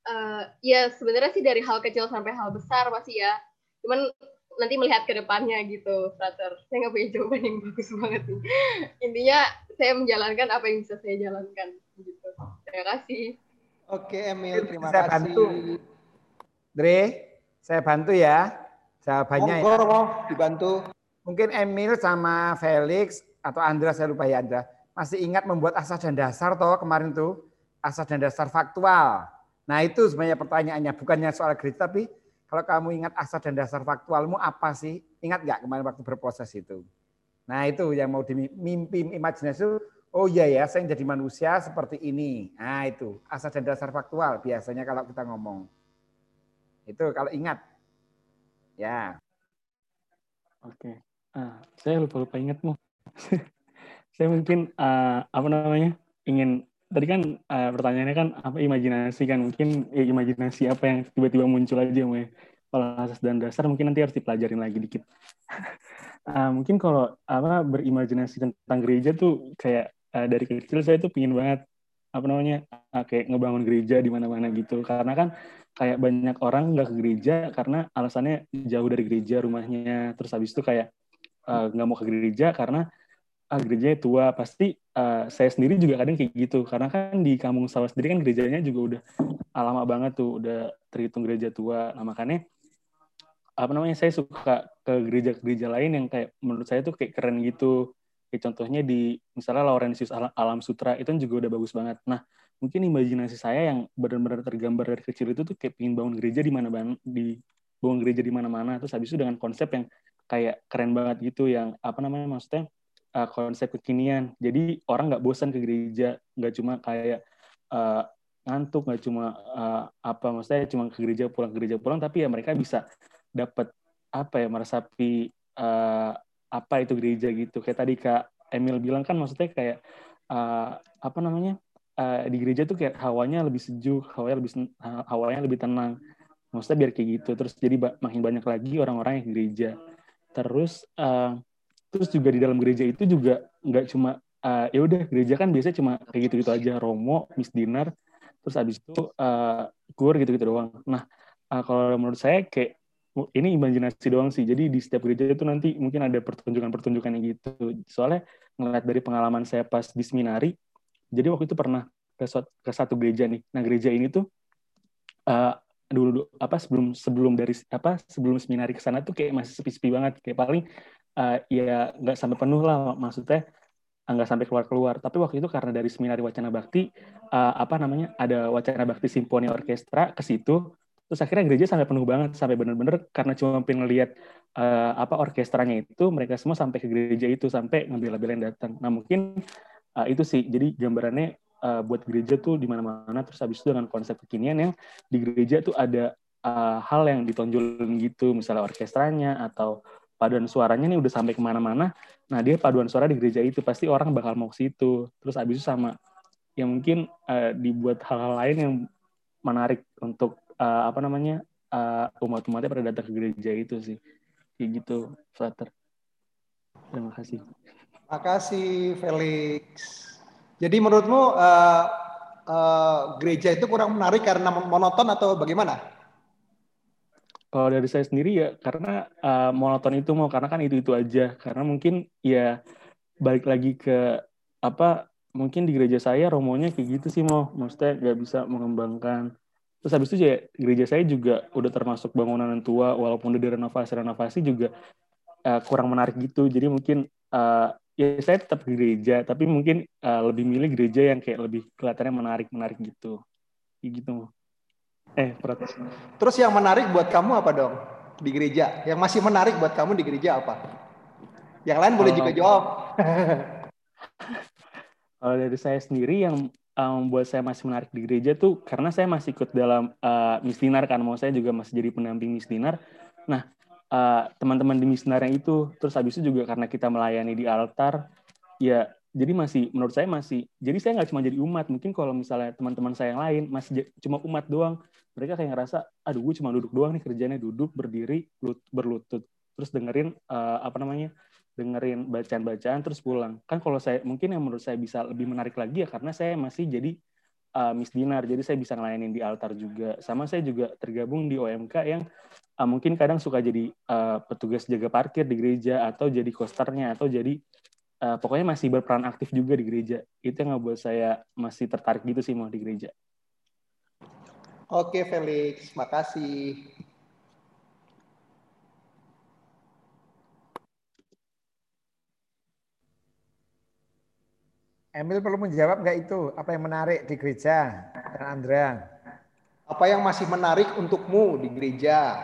Uh, ya sebenarnya sih dari hal kecil sampai hal besar pasti ya. Cuman nanti melihat ke depannya gitu, Frater. Saya nggak punya jawaban yang bagus banget nih. Intinya saya menjalankan apa yang bisa saya jalankan gitu. Terima kasih. Oke, Emil, terima saya kasih. Bantu. Dre, saya bantu ya jawabannya. Monggo, ya. dibantu. Mungkin Emil sama Felix atau Andra, saya lupa ya Andra, masih ingat membuat asas dan dasar toh kemarin tuh, asas dan dasar faktual. Nah itu sebenarnya pertanyaannya, bukannya soal gereja, tapi kalau kamu ingat asas dan dasar faktualmu apa sih? Ingat nggak kemarin waktu berproses itu? Nah itu yang mau dimimpi imajinasi, oh iya ya, saya jadi manusia seperti ini. Nah itu asas dan dasar faktual biasanya kalau kita ngomong. Itu kalau ingat. Ya. Oke. Ah, saya lupa-lupa ingat mau. Saya mungkin uh, apa namanya ingin tadi kan uh, pertanyaannya kan apa imajinasi kan mungkin ya, imajinasi apa yang tiba-tiba muncul aja mau ya. Kalau asas dan dasar mungkin nanti harus dipelajarin lagi dikit. uh, mungkin kalau apa berimajinasi tentang gereja tuh kayak uh, dari kecil saya tuh pingin banget apa namanya uh, kayak ngebangun gereja di mana-mana gitu karena kan kayak banyak orang nggak ke gereja karena alasannya jauh dari gereja rumahnya terus habis itu kayak nggak uh, mau ke gereja karena ah, gerejanya tua pasti uh, saya sendiri juga kadang kayak gitu karena kan di kampung sawah sendiri kan gerejanya juga udah lama banget tuh udah terhitung gereja tua nah makanya apa namanya saya suka ke gereja-gereja lain yang kayak menurut saya tuh kayak keren gitu kayak contohnya di misalnya Laurentius Alam Sutra itu juga udah bagus banget nah mungkin imajinasi saya yang benar-benar tergambar dari kecil itu tuh kayak pingin bangun gereja di mana di bangun gereja di mana-mana terus habis itu dengan konsep yang kayak keren banget gitu yang apa namanya maksudnya uh, konsep kekinian jadi orang nggak bosan ke gereja nggak cuma kayak uh, ngantuk nggak cuma uh, apa maksudnya cuma ke gereja pulang ke gereja pulang tapi ya mereka bisa dapat apa ya meresapi uh, apa itu gereja gitu kayak tadi Kak Emil bilang kan maksudnya kayak uh, apa namanya uh, di gereja tuh kayak hawanya lebih sejuk hawanya lebih hawanya lebih tenang maksudnya biar kayak gitu terus jadi makin banyak lagi orang-orang yang gereja terus uh, terus juga di dalam gereja itu juga nggak cuma uh, ya udah gereja kan biasanya cuma kayak gitu-gitu aja romo misdinar terus abis itu uh, kur gitu-gitu doang nah uh, kalau menurut saya kayak ini imajinasi doang sih. Jadi di setiap gereja itu nanti mungkin ada pertunjukan-pertunjukan yang gitu. Soalnya ngeliat dari pengalaman saya pas di seminari, jadi waktu itu pernah ke, ke satu gereja nih. Nah gereja ini tuh uh, dulu apa sebelum sebelum dari apa sebelum seminari ke sana tuh kayak masih sepi-sepi banget. Kayak paling uh, ya nggak sampai penuh lah maksudnya nggak sampai keluar-keluar. Tapi waktu itu karena dari seminari Wacana Bakti uh, apa namanya ada Wacana Bakti Simfoni Orkestra ke situ. Terus akhirnya gereja sampai penuh banget sampai benar-benar karena cuma pengen ngelihat uh, apa orkestranya itu mereka semua sampai ke gereja itu sampai ngambil-ngambil yang datang. Nah mungkin uh, itu sih jadi gambarannya uh, buat gereja tuh di mana-mana terus habis itu dengan konsep kekinian yang di gereja tuh ada uh, hal yang ditonjolin gitu misalnya orkestranya atau paduan suaranya nih udah sampai kemana-mana. Nah dia paduan suara di gereja itu pasti orang bakal mau ke situ. Terus abis itu sama yang mungkin uh, dibuat hal-hal lain yang menarik untuk uh, apa namanya uh, umat-umatnya pada datang ke gereja itu sih. Kayak gitu, Frater. Terima kasih. Terima kasih, Felix. Jadi menurutmu uh, uh, gereja itu kurang menarik karena monoton atau bagaimana? Kalau dari saya sendiri ya karena uh, monoton itu mau karena kan itu-itu aja. Karena mungkin ya balik lagi ke apa mungkin di gereja saya romonya kayak gitu sih mau maksudnya nggak bisa mengembangkan terus habis itu ya gereja saya juga udah termasuk bangunan tua walaupun udah direnovasi-renovasi juga uh, kurang menarik gitu jadi mungkin uh, ya saya tetap di gereja tapi mungkin uh, lebih milih gereja yang kayak lebih kelihatannya menarik-menarik gitu kayak gitu eh protes. Terus yang menarik buat kamu apa dong di gereja yang masih menarik buat kamu di gereja apa yang lain boleh juga jawab. Kalau dari saya sendiri yang membuat um, saya masih menarik di gereja tuh karena saya masih ikut dalam uh, misdinar kan, mau saya juga masih jadi pendamping misdinar. Nah, uh, teman-teman di misdinarnya itu, terus habis itu juga karena kita melayani di altar, ya jadi masih menurut saya masih, jadi saya nggak cuma jadi umat, mungkin kalau misalnya teman-teman saya yang lain masih cuma umat doang, mereka kayak ngerasa, aduh gue cuma duduk doang nih kerjanya duduk berdiri berlutut, terus dengerin uh, apa namanya dengerin bacaan-bacaan terus pulang. Kan kalau saya mungkin yang menurut saya bisa lebih menarik lagi ya karena saya masih jadi uh, Miss Dinar, jadi saya bisa ngelayanin di altar juga. Sama saya juga tergabung di O M K yang uh, mungkin kadang suka jadi uh, petugas jaga parkir di gereja, atau jadi kosternya, atau jadi uh, pokoknya masih berperan aktif juga di gereja. Itu yang ngebuat saya masih tertarik gitu sih mau di gereja. Oke Felix, makasih. Emil perlu menjawab nggak itu? Apa yang menarik di gereja? Dan Andra? Apa yang masih menarik untukmu di gereja?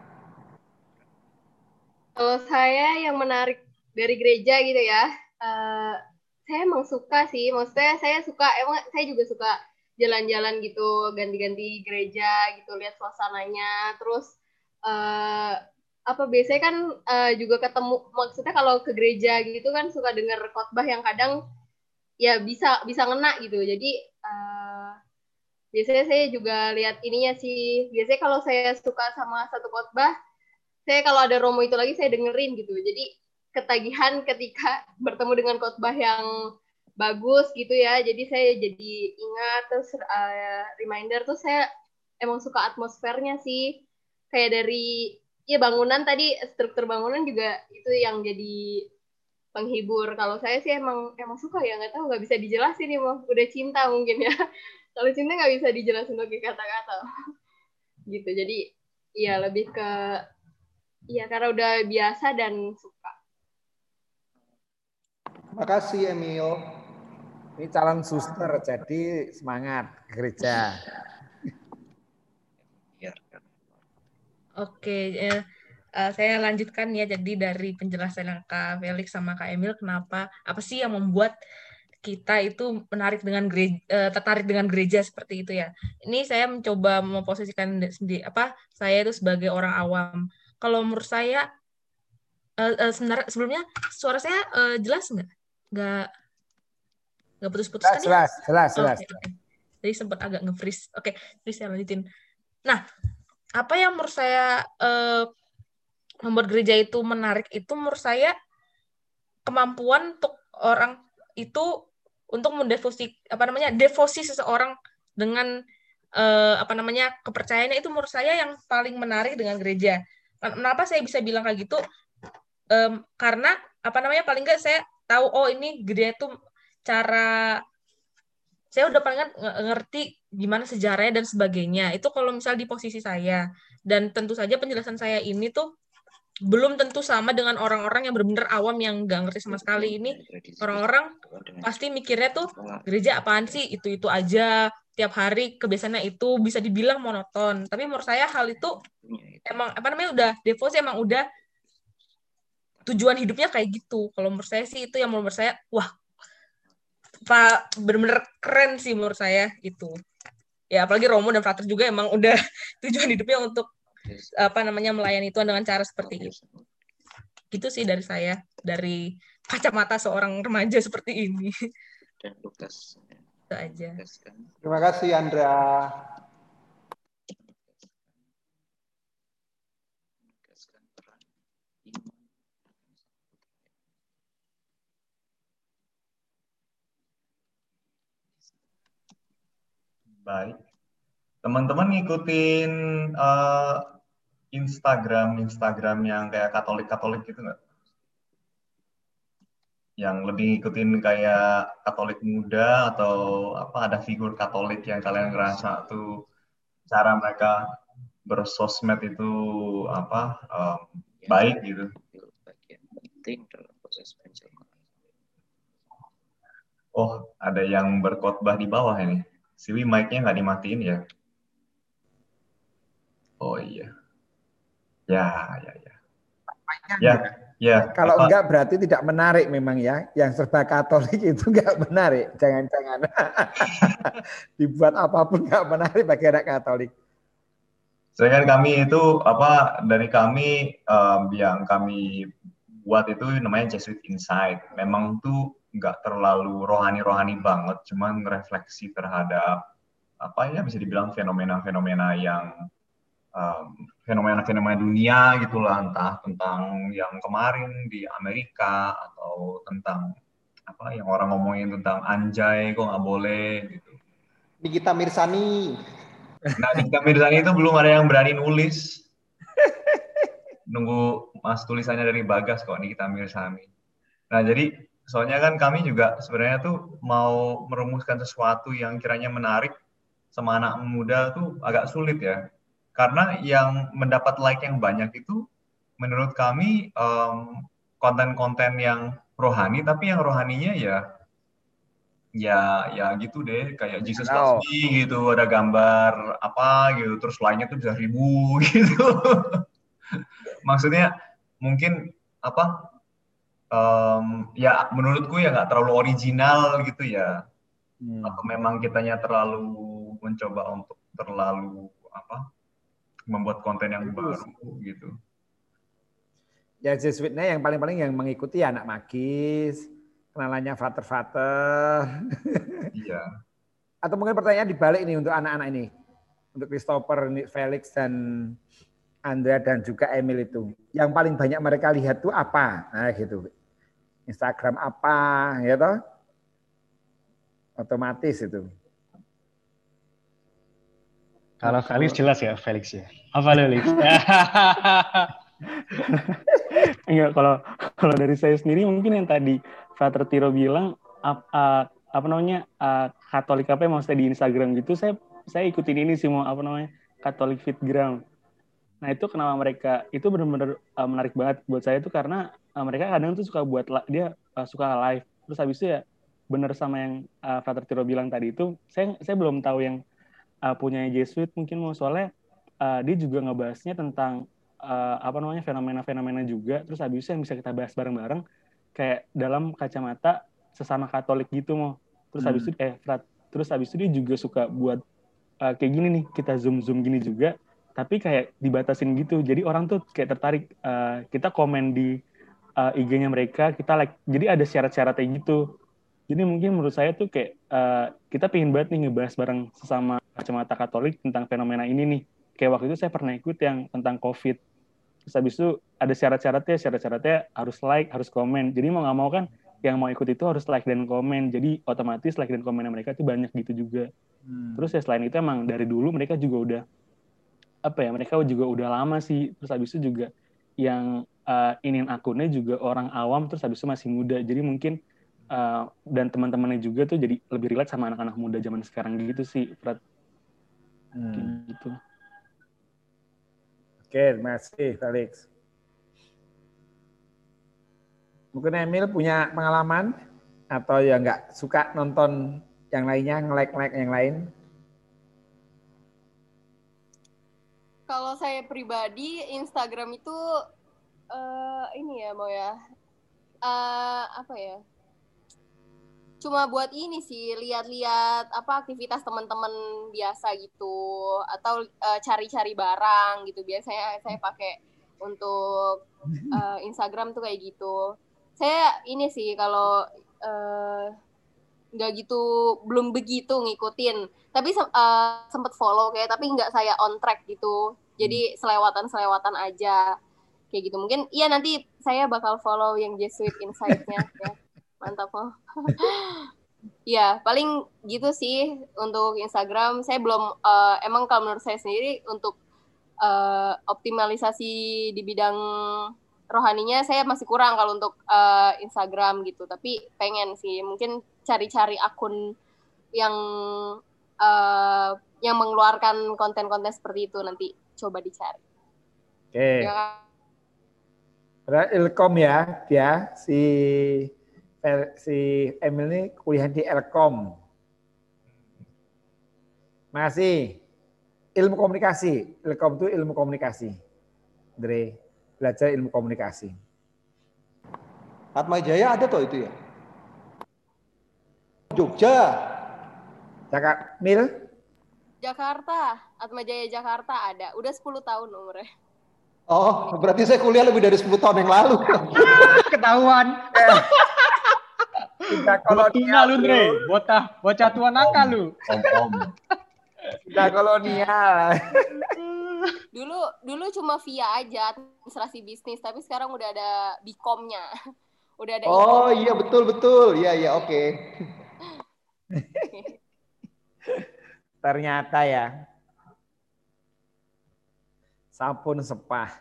Kalau saya yang menarik dari gereja gitu ya, uh, saya emang suka sih. Maksudnya saya suka, emang saya juga suka jalan-jalan gitu, ganti-ganti gereja gitu, lihat suasananya. Terus uh, apa biasanya kan uh, juga ketemu, maksudnya kalau ke gereja gitu kan suka dengar khotbah yang kadang ya bisa bisa ngena gitu. Jadi uh, biasanya saya juga lihat ininya sih. Biasanya kalau saya suka sama satu khotbah, saya kalau ada Romo itu lagi saya dengerin gitu. Jadi ketagihan ketika bertemu dengan khotbah yang bagus gitu ya. Jadi saya jadi ingat terus uh, reminder, terus saya emang suka atmosfernya sih. Kayak dari ya bangunan tadi, struktur bangunan juga itu yang jadi penghibur. Kalau saya sih emang emang suka ya, nggak tahu, nggak bisa dijelasin nih, mau udah cinta mungkin ya. Kalau cinta nggak bisa dijelasin pakai kata-kata gitu. Jadi ya lebih ke ya karena udah biasa dan suka. Makasih Emil. Ini calon suster, jadi semangat gereja. Oke, eh, uh, saya lanjutkan ya. Jadi dari penjelasan Kak Felix sama Kak Emil, kenapa, apa sih yang membuat kita itu menarik dengan gereja, uh, tertarik dengan gereja seperti itu ya. Ini saya mencoba memposisikan sendiri, apa saya itu sebagai orang awam. Kalau menurut saya, uh, uh, sebenarnya sebelumnya suara saya uh, jelas nggak? Nggak nggak putus-putus kan ya? Jelas, jelas, jelas. Oke, oke. Jadi sempat agak nge-freeze. Oke, jadi saya lanjutin. Nah, apa yang menurut saya uh, membuat gereja itu menarik itu menurut saya kemampuan untuk orang itu untuk mendevosi apa namanya devosi seseorang dengan uh, apa namanya kepercayaannya, itu menurut saya yang paling menarik dengan gereja. Kenapa saya bisa bilang kayak gitu? Um, karena apa namanya paling nggak saya tahu, oh ini gereja itu cara saya udah paling kan ngerti gimana sejarahnya dan sebagainya. Itu kalau misal di posisi saya. Dan tentu saja penjelasan saya ini tuh belum tentu sama dengan orang-orang yang benar-benar awam yang nggak ngerti sama sekali. Ini orang-orang pasti mikirnya tuh gereja apaan sih, itu-itu aja, tiap hari kebiasaannya itu, bisa dibilang monoton. Tapi menurut saya hal itu emang apa namanya udah devosi, emang udah tujuan hidupnya kayak gitu. Kalau menurut saya sih itu yang menurut saya wah, Pak, bener-bener keren sih menurut saya itu. Ya apalagi Romo dan Frater juga emang udah tujuan hidupnya untuk apa namanya melayani Tuhan dengan cara seperti itu. Gitu sih dari saya, dari kacamata seorang remaja seperti ini. Dan Lukas. Itu aja. Terima kasih Andra. Baik. Teman-teman ngikutin uh, Instagram, Instagram yang kayak Katolik-Katolik gitu nggak? Yang lebih ngikutin kayak Katolik muda atau apa, ada figur Katolik yang kalian ngerasa tuh cara mereka bersosmed itu apa um, baik gitu? Bagian penting dalam proses pencernaan. Oh, ada yang berkhotbah di bawah ini. Siwi mic-nya nggak dimatiin ya? Oh iya. Ya, ya, ya. Ya, ya. Kalau apa? enggak berarti tidak menarik memang ya. Yang serba Katolik itu enggak menarik. Jangan-jangan. Dibuat apapun enggak menarik bagi anak Katolik. Sedangkan kami itu apa dari kami um, yang kami buat itu namanya Jesuit Insight. Memang tuh nggak terlalu rohani-rohani banget, cuman refleksi terhadap apa ya bisa dibilang fenomena-fenomena yang um, fenomena-fenomena dunia gitulah, entah tentang yang kemarin di Amerika atau tentang apa yang orang ngomongin tentang anjay kok nggak boleh gitu. Nikita Mirzani. Nah, Nikita Mirzani itu belum ada yang berani nulis. Nunggu mas tulisannya dari Bagas kok, Nikita Mirzani. Nah, jadi soalnya kan kami juga sebenarnya tuh mau merumuskan sesuatu yang kiranya menarik sama anak muda tuh agak sulit ya. Karena yang mendapat like yang banyak itu menurut kami um, konten-konten yang rohani, tapi yang rohaninya ya ya ya gitu deh, kayak Jesus Loves No. Me gitu, ada gambar apa gitu, terus like-nya tuh bisa ribu gitu. Maksudnya mungkin apa um, ya menurutku ya nggak terlalu original gitu ya, Hmm. atau memang kitanya terlalu mencoba untuk terlalu apa membuat konten yang baru gitu. Ya Jesuitnya yang paling-paling yang mengikuti anak magis, kenalannya frater-frater. Iya. Atau mungkin pertanyaan dibalik nih untuk anak-anak ini. Untuk Christopher, Felix, dan Andrea dan juga Emil itu. Yang paling banyak mereka lihat tuh apa? Nah gitu. Instagram apa, ya toh? Otomatis itu. Kalau Felix jelas ya, Felix ya. Apa Felix? Enggak, kalau kalau dari saya sendiri mungkin yang tadi Frater Tiro bilang ap, uh, apa namanya uh, Katolik apa yang maksudnya di Instagram gitu, saya saya ikutin ini sih mau apa namanya Katolik Fitgram. Nah itu kenapa mereka itu benar-benar uh, menarik banget buat saya itu karena uh, mereka kadang tuh suka buat dia uh, suka live, terus habis itu ya benar sama yang uh, Frater Tiro bilang tadi itu, saya saya belum tahu yang uh, punya Jesuit mungkin mau soalnya uh, dia juga ngebahasnya tentang uh, apa namanya fenomena-fenomena juga, terus habis itu yang bisa kita bahas bareng-bareng kayak dalam kacamata sesama Katolik gitu mau, terus habis itu eh Frat, terus habis itu dia juga suka buat uh, kayak gini nih, kita zoom zoom gini juga, tapi kayak dibatasin gitu, jadi orang tuh kayak tertarik, uh, kita komen di uh, I G-nya mereka, kita like, jadi ada syarat-syaratnya gitu. Jadi mungkin menurut saya tuh kayak uh, kita pengen banget nih ngebahas bareng sesama kacamata Katolik tentang fenomena ini nih. Kayak waktu itu saya pernah ikut yang tentang COVID. Terus habis itu ada syarat-syaratnya, syarat-syaratnya harus like, harus komen. Jadi mau nggak mau kan yang mau ikut itu harus like dan komen. Jadi otomatis like dan komennya mereka tuh banyak gitu juga. Hmm. Terus ya selain itu emang dari dulu mereka juga udah apa ya, mereka juga udah lama sih. Terus habis itu juga yang uh, inin akunnya juga orang awam, terus habis itu masih muda. Jadi mungkin Uh, dan teman-temannya juga tuh jadi lebih relate sama anak-anak muda zaman sekarang gitu sih, Fred. Hmm. Gitu. Oke, terima kasih Felix. Mungkin Emil punya pengalaman atau ya nggak suka nonton yang lainnya, nge-like-like yang lain? Kalau saya pribadi, Instagram itu uh, ini ya mau ya, uh, apa ya? Cuma buat ini sih, lihat-lihat apa aktivitas teman-teman biasa gitu, atau uh, cari-cari barang gitu. Biasanya saya pakai untuk uh, Instagram tuh kayak gitu. Saya ini sih kalau nggak uh, gitu, belum begitu ngikutin. Tapi uh, sempet follow kayak, tapi nggak saya on track gitu. Jadi selewatan-selewatan aja kayak gitu. Mungkin iya nanti saya bakal follow yang Jesuit Insight-nya ya. Mantap loh. Ya, paling gitu sih untuk Instagram. Saya belum, uh, emang kalau menurut saya sendiri untuk uh, optimalisasi di bidang rohaninya saya masih kurang kalau untuk uh, Instagram gitu. Tapi pengen sih, mungkin cari-cari akun yang uh, yang mengeluarkan konten-konten seperti itu, nanti coba dicari. Oke. Okay. Ya. Ilkom ya, dia si si Emil ini kuliah di Elkom. Masih ilmu komunikasi. Elkom itu ilmu komunikasi. Dre, belajar ilmu komunikasi. Atma Jaya ada toh itu ya? Jogja. Jakarta, Mil? Jakarta, Atma Jaya Jakarta ada. Udah sepuluh tahun umurnya. Oh, berarti saya kuliah lebih dari sepuluh tahun yang lalu. Ketahuan. Cinta kolonial lu, Andre. Bocah, bocah tua nakal lu. Om-om. Cinta kolonial. Dulu dulu cuma via aja administrasi bisnis, tapi sekarang udah ada Bikomnya. Udah ada. Oh iya betul betul. Iya iya oke. Okay. Ternyata ya. Sampun sepah.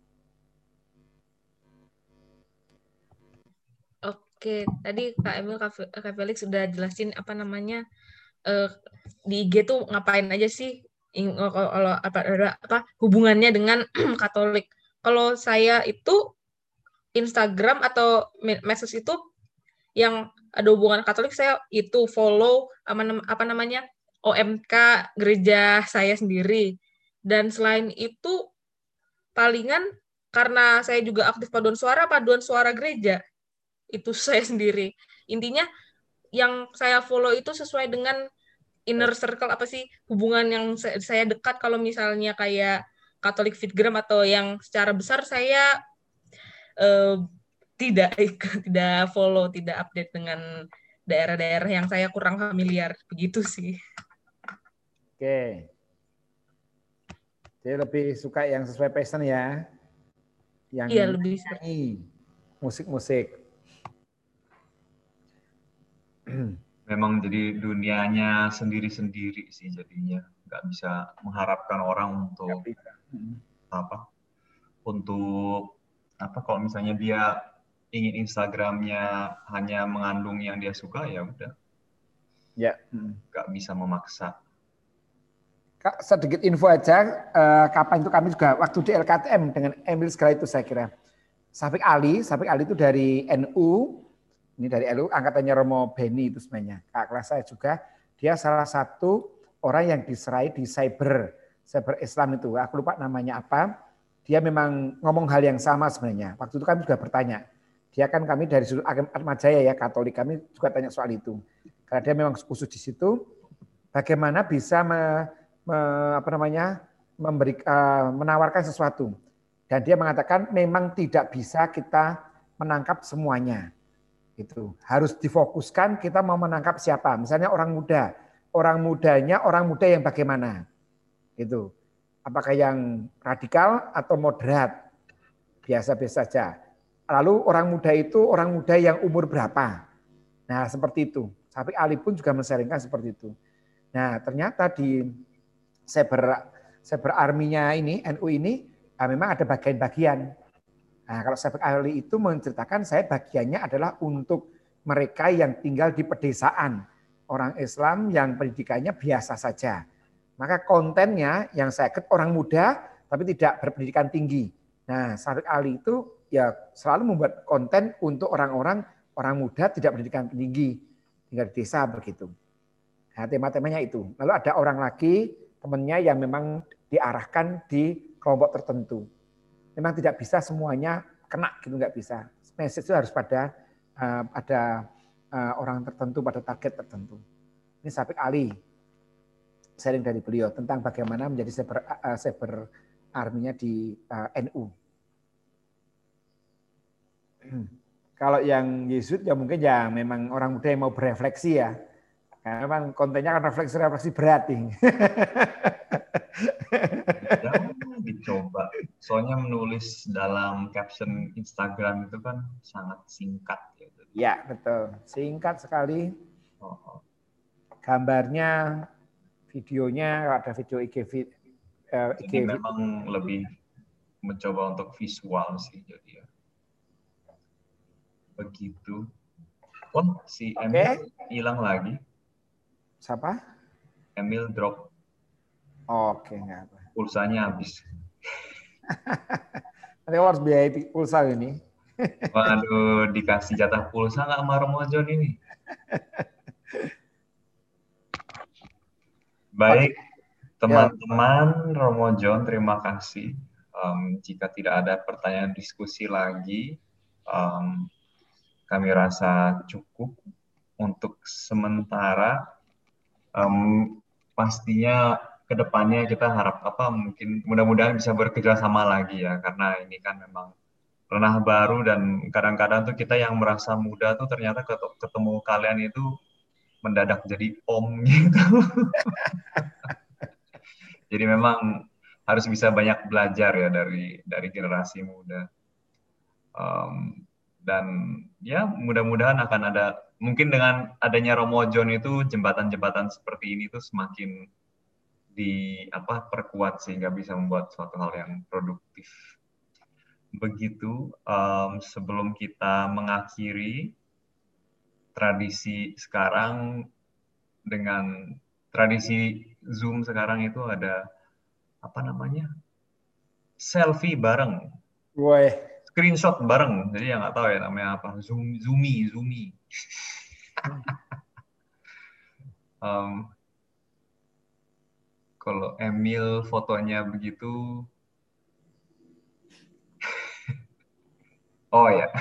Oke, tadi Kak Emil, Kak Kak Felix sudah jelasin apa namanya eh, di I G tuh ngapain aja sih ing- oh, kalau kalau apa ada apa hubungannya dengan Katolik. Kalau saya itu Instagram atau me- medsos itu yang ada hubungan Katolik, saya itu follow apa, nam- apa namanya O M K gereja saya sendiri. Dan selain itu palingan karena saya juga aktif paduan suara, paduan suara gereja itu saya sendiri. Intinya yang saya follow itu sesuai dengan inner circle apa sih hubungan yang sa- saya dekat. Kalau misalnya kayak Katolik Fitgram atau yang secara besar saya eh, tidak ikut, tidak follow, tidak update dengan daerah-daerah yang saya kurang familiar begitu sih. Oke. Jadi lebih suka yang sesuai passion ya. Yang Iya lebih seperti nyanyi, musik-musik. Memang jadi dunianya sendiri-sendiri sih jadinya. Nggak bisa mengharapkan orang untuk apa? Untuk apa? Kalau misalnya dia ingin Instagramnya hanya mengandung yang dia suka, ya udah. Ya. Nggak bisa memaksa. Kak, sedikit info aja, eh, kapan itu kami juga waktu di L K T M dengan Emil segala itu saya kira. Safik Ali, Safik Ali itu dari N U, ini dari N U, angkatannya Romo Beni itu sebenarnya. Kak kelas saya juga, dia salah satu orang yang diserai di cyber, cyber Islam itu. Aku lupa namanya apa. Dia memang ngomong hal yang sama sebenarnya. Waktu itu kami juga bertanya. Dia kan kami dari sudut Atmajaya ya, Katolik, kami juga tanya soal itu. Karena dia memang khusus di situ, bagaimana bisa me, me, apa namanya, memberi, uh, menawarkan sesuatu. Dan dia mengatakan memang tidak bisa kita menangkap semuanya. Itu harus difokuskan kita mau menangkap siapa. Misalnya orang muda, orang mudanya orang muda yang bagaimana, gitu. Apakah yang radikal atau moderat, biasa-biasa saja. Lalu orang muda itu orang muda yang umur berapa? Nah seperti itu. Sampai Ali pun juga men-sharingkan seperti itu. Nah ternyata di cyber cyber army-nya ini N U ini nah, memang ada bagian-bagian. Nah, kalau Safik Ali itu menceritakan saya bagiannya adalah untuk mereka yang tinggal di pedesaan, orang Islam yang pendidikannya biasa saja. Maka kontennya yang saya ket orang muda tapi tidak berpendidikan tinggi. Nah, Safik Ali itu ya selalu membuat konten untuk orang-orang orang muda tidak berpendidikan tinggi, tinggal di desa begitu. Nah, tema-temanya itu. Lalu ada orang lagi temannya yang memang diarahkan di kelompok tertentu. Memang tidak bisa semuanya kena gitu, nggak bisa. Message itu harus pada uh, ada uh, orang tertentu, pada target tertentu. Ini Safik Ali sharing dari beliau tentang bagaimana menjadi cyber, uh, cyber army-nya di uh, N U. Kalau yang Yesus ya mungkin ya memang orang muda yang mau berefleksi ya. Karena memang kontennya kan refleksi-refleksi berat nih. Ya, dicoba. Soalnya menulis dalam caption Instagram itu kan sangat singkat. Ya, ya betul. Singkat sekali. Oh, oh. Gambarnya, videonya, ada video I G. Uh, I G Ini memang lebih mencoba untuk visual sih. Jadi ya. Begitu. Oh, si Emil hilang okay. lagi. Siapa? Emil drop. Oke, enggak apa. Pulsanya habis. Nanti harus biaya pulsa ini. Waduh, dikasih jatah pulsa nggak sama Romo John ini? Baik, teman-teman Romo John, terima kasih. Um, jika tidak ada pertanyaan diskusi lagi, um, kami rasa cukup untuk sementara. Um, pastinya kedepannya kita harap apa mungkin mudah-mudahan bisa bekerja sama lagi ya, karena ini kan memang ranah baru dan kadang-kadang tuh kita yang merasa muda tuh ternyata ketemu kalian itu mendadak jadi om gitu. Jadi memang harus bisa banyak belajar ya dari dari generasi muda. Um, dan ya mudah-mudahan akan ada, mungkin dengan adanya Romo John itu jembatan-jembatan seperti ini tuh semakin di apa perkuat sehingga bisa membuat suatu hal yang produktif. Begitu um, sebelum kita mengakhiri tradisi sekarang dengan tradisi Zoom sekarang itu ada apa namanya? Selfie bareng. Woi. Screenshot bareng. Jadi yang nggak tahu ya namanya apa. Zoom, Zoomi, Zoomi. um, Kalau Emil fotonya begitu, oh ya.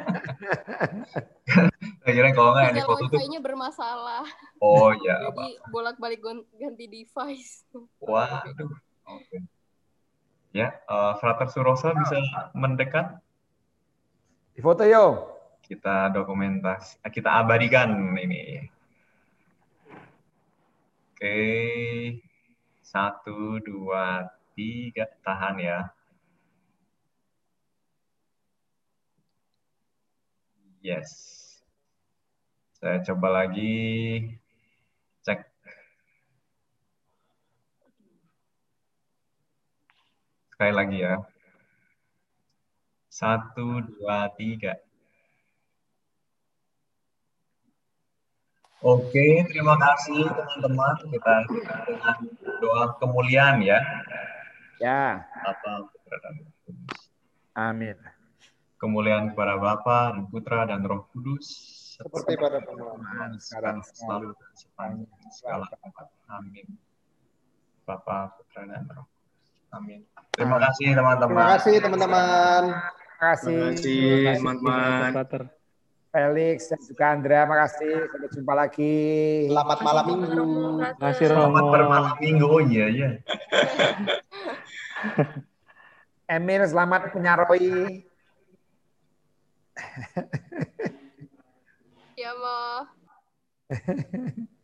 Akhirnya kalau nggak yang di foto tuh. Wifi-nya bermasalah. Oh ya. Jadi bolak-balik ganti device. Waduh. Oke. Okay. Ya, uh, Frater Surosa bisa mendekat. Di foto yo. Kita dokumentas, kita abadikan ini. Oke. Okay. Satu, dua, tiga, tahan ya. Yes. Saya coba lagi. Cek. Sekali lagi ya. Satu, dua, tiga. Oke, terima kasih teman-teman. Kita dengan doa kemuliaan ya. Ya. Bapa, Putra, dan Roh Kudus. Amin. Kemuliaan kepada Bapa dan Putra dan Roh Kudus. Seperti pada permulaan, sekarang, selalu, dan sepanjang segala abad. Amin. Bapa, Putra, dan Roh Kudus. Amin. Terima kasih teman-teman. Terima kasih teman-teman. Terima kasih. Terima kasih teman-teman. Felix dan juga Andrea, makasih. Sampai jumpa lagi. Selamat malam minggu. Terima kasih Romo. Selamat bermalam minggu. Oh iya iya. Emil, selamat menyaroi. Ya, Ma.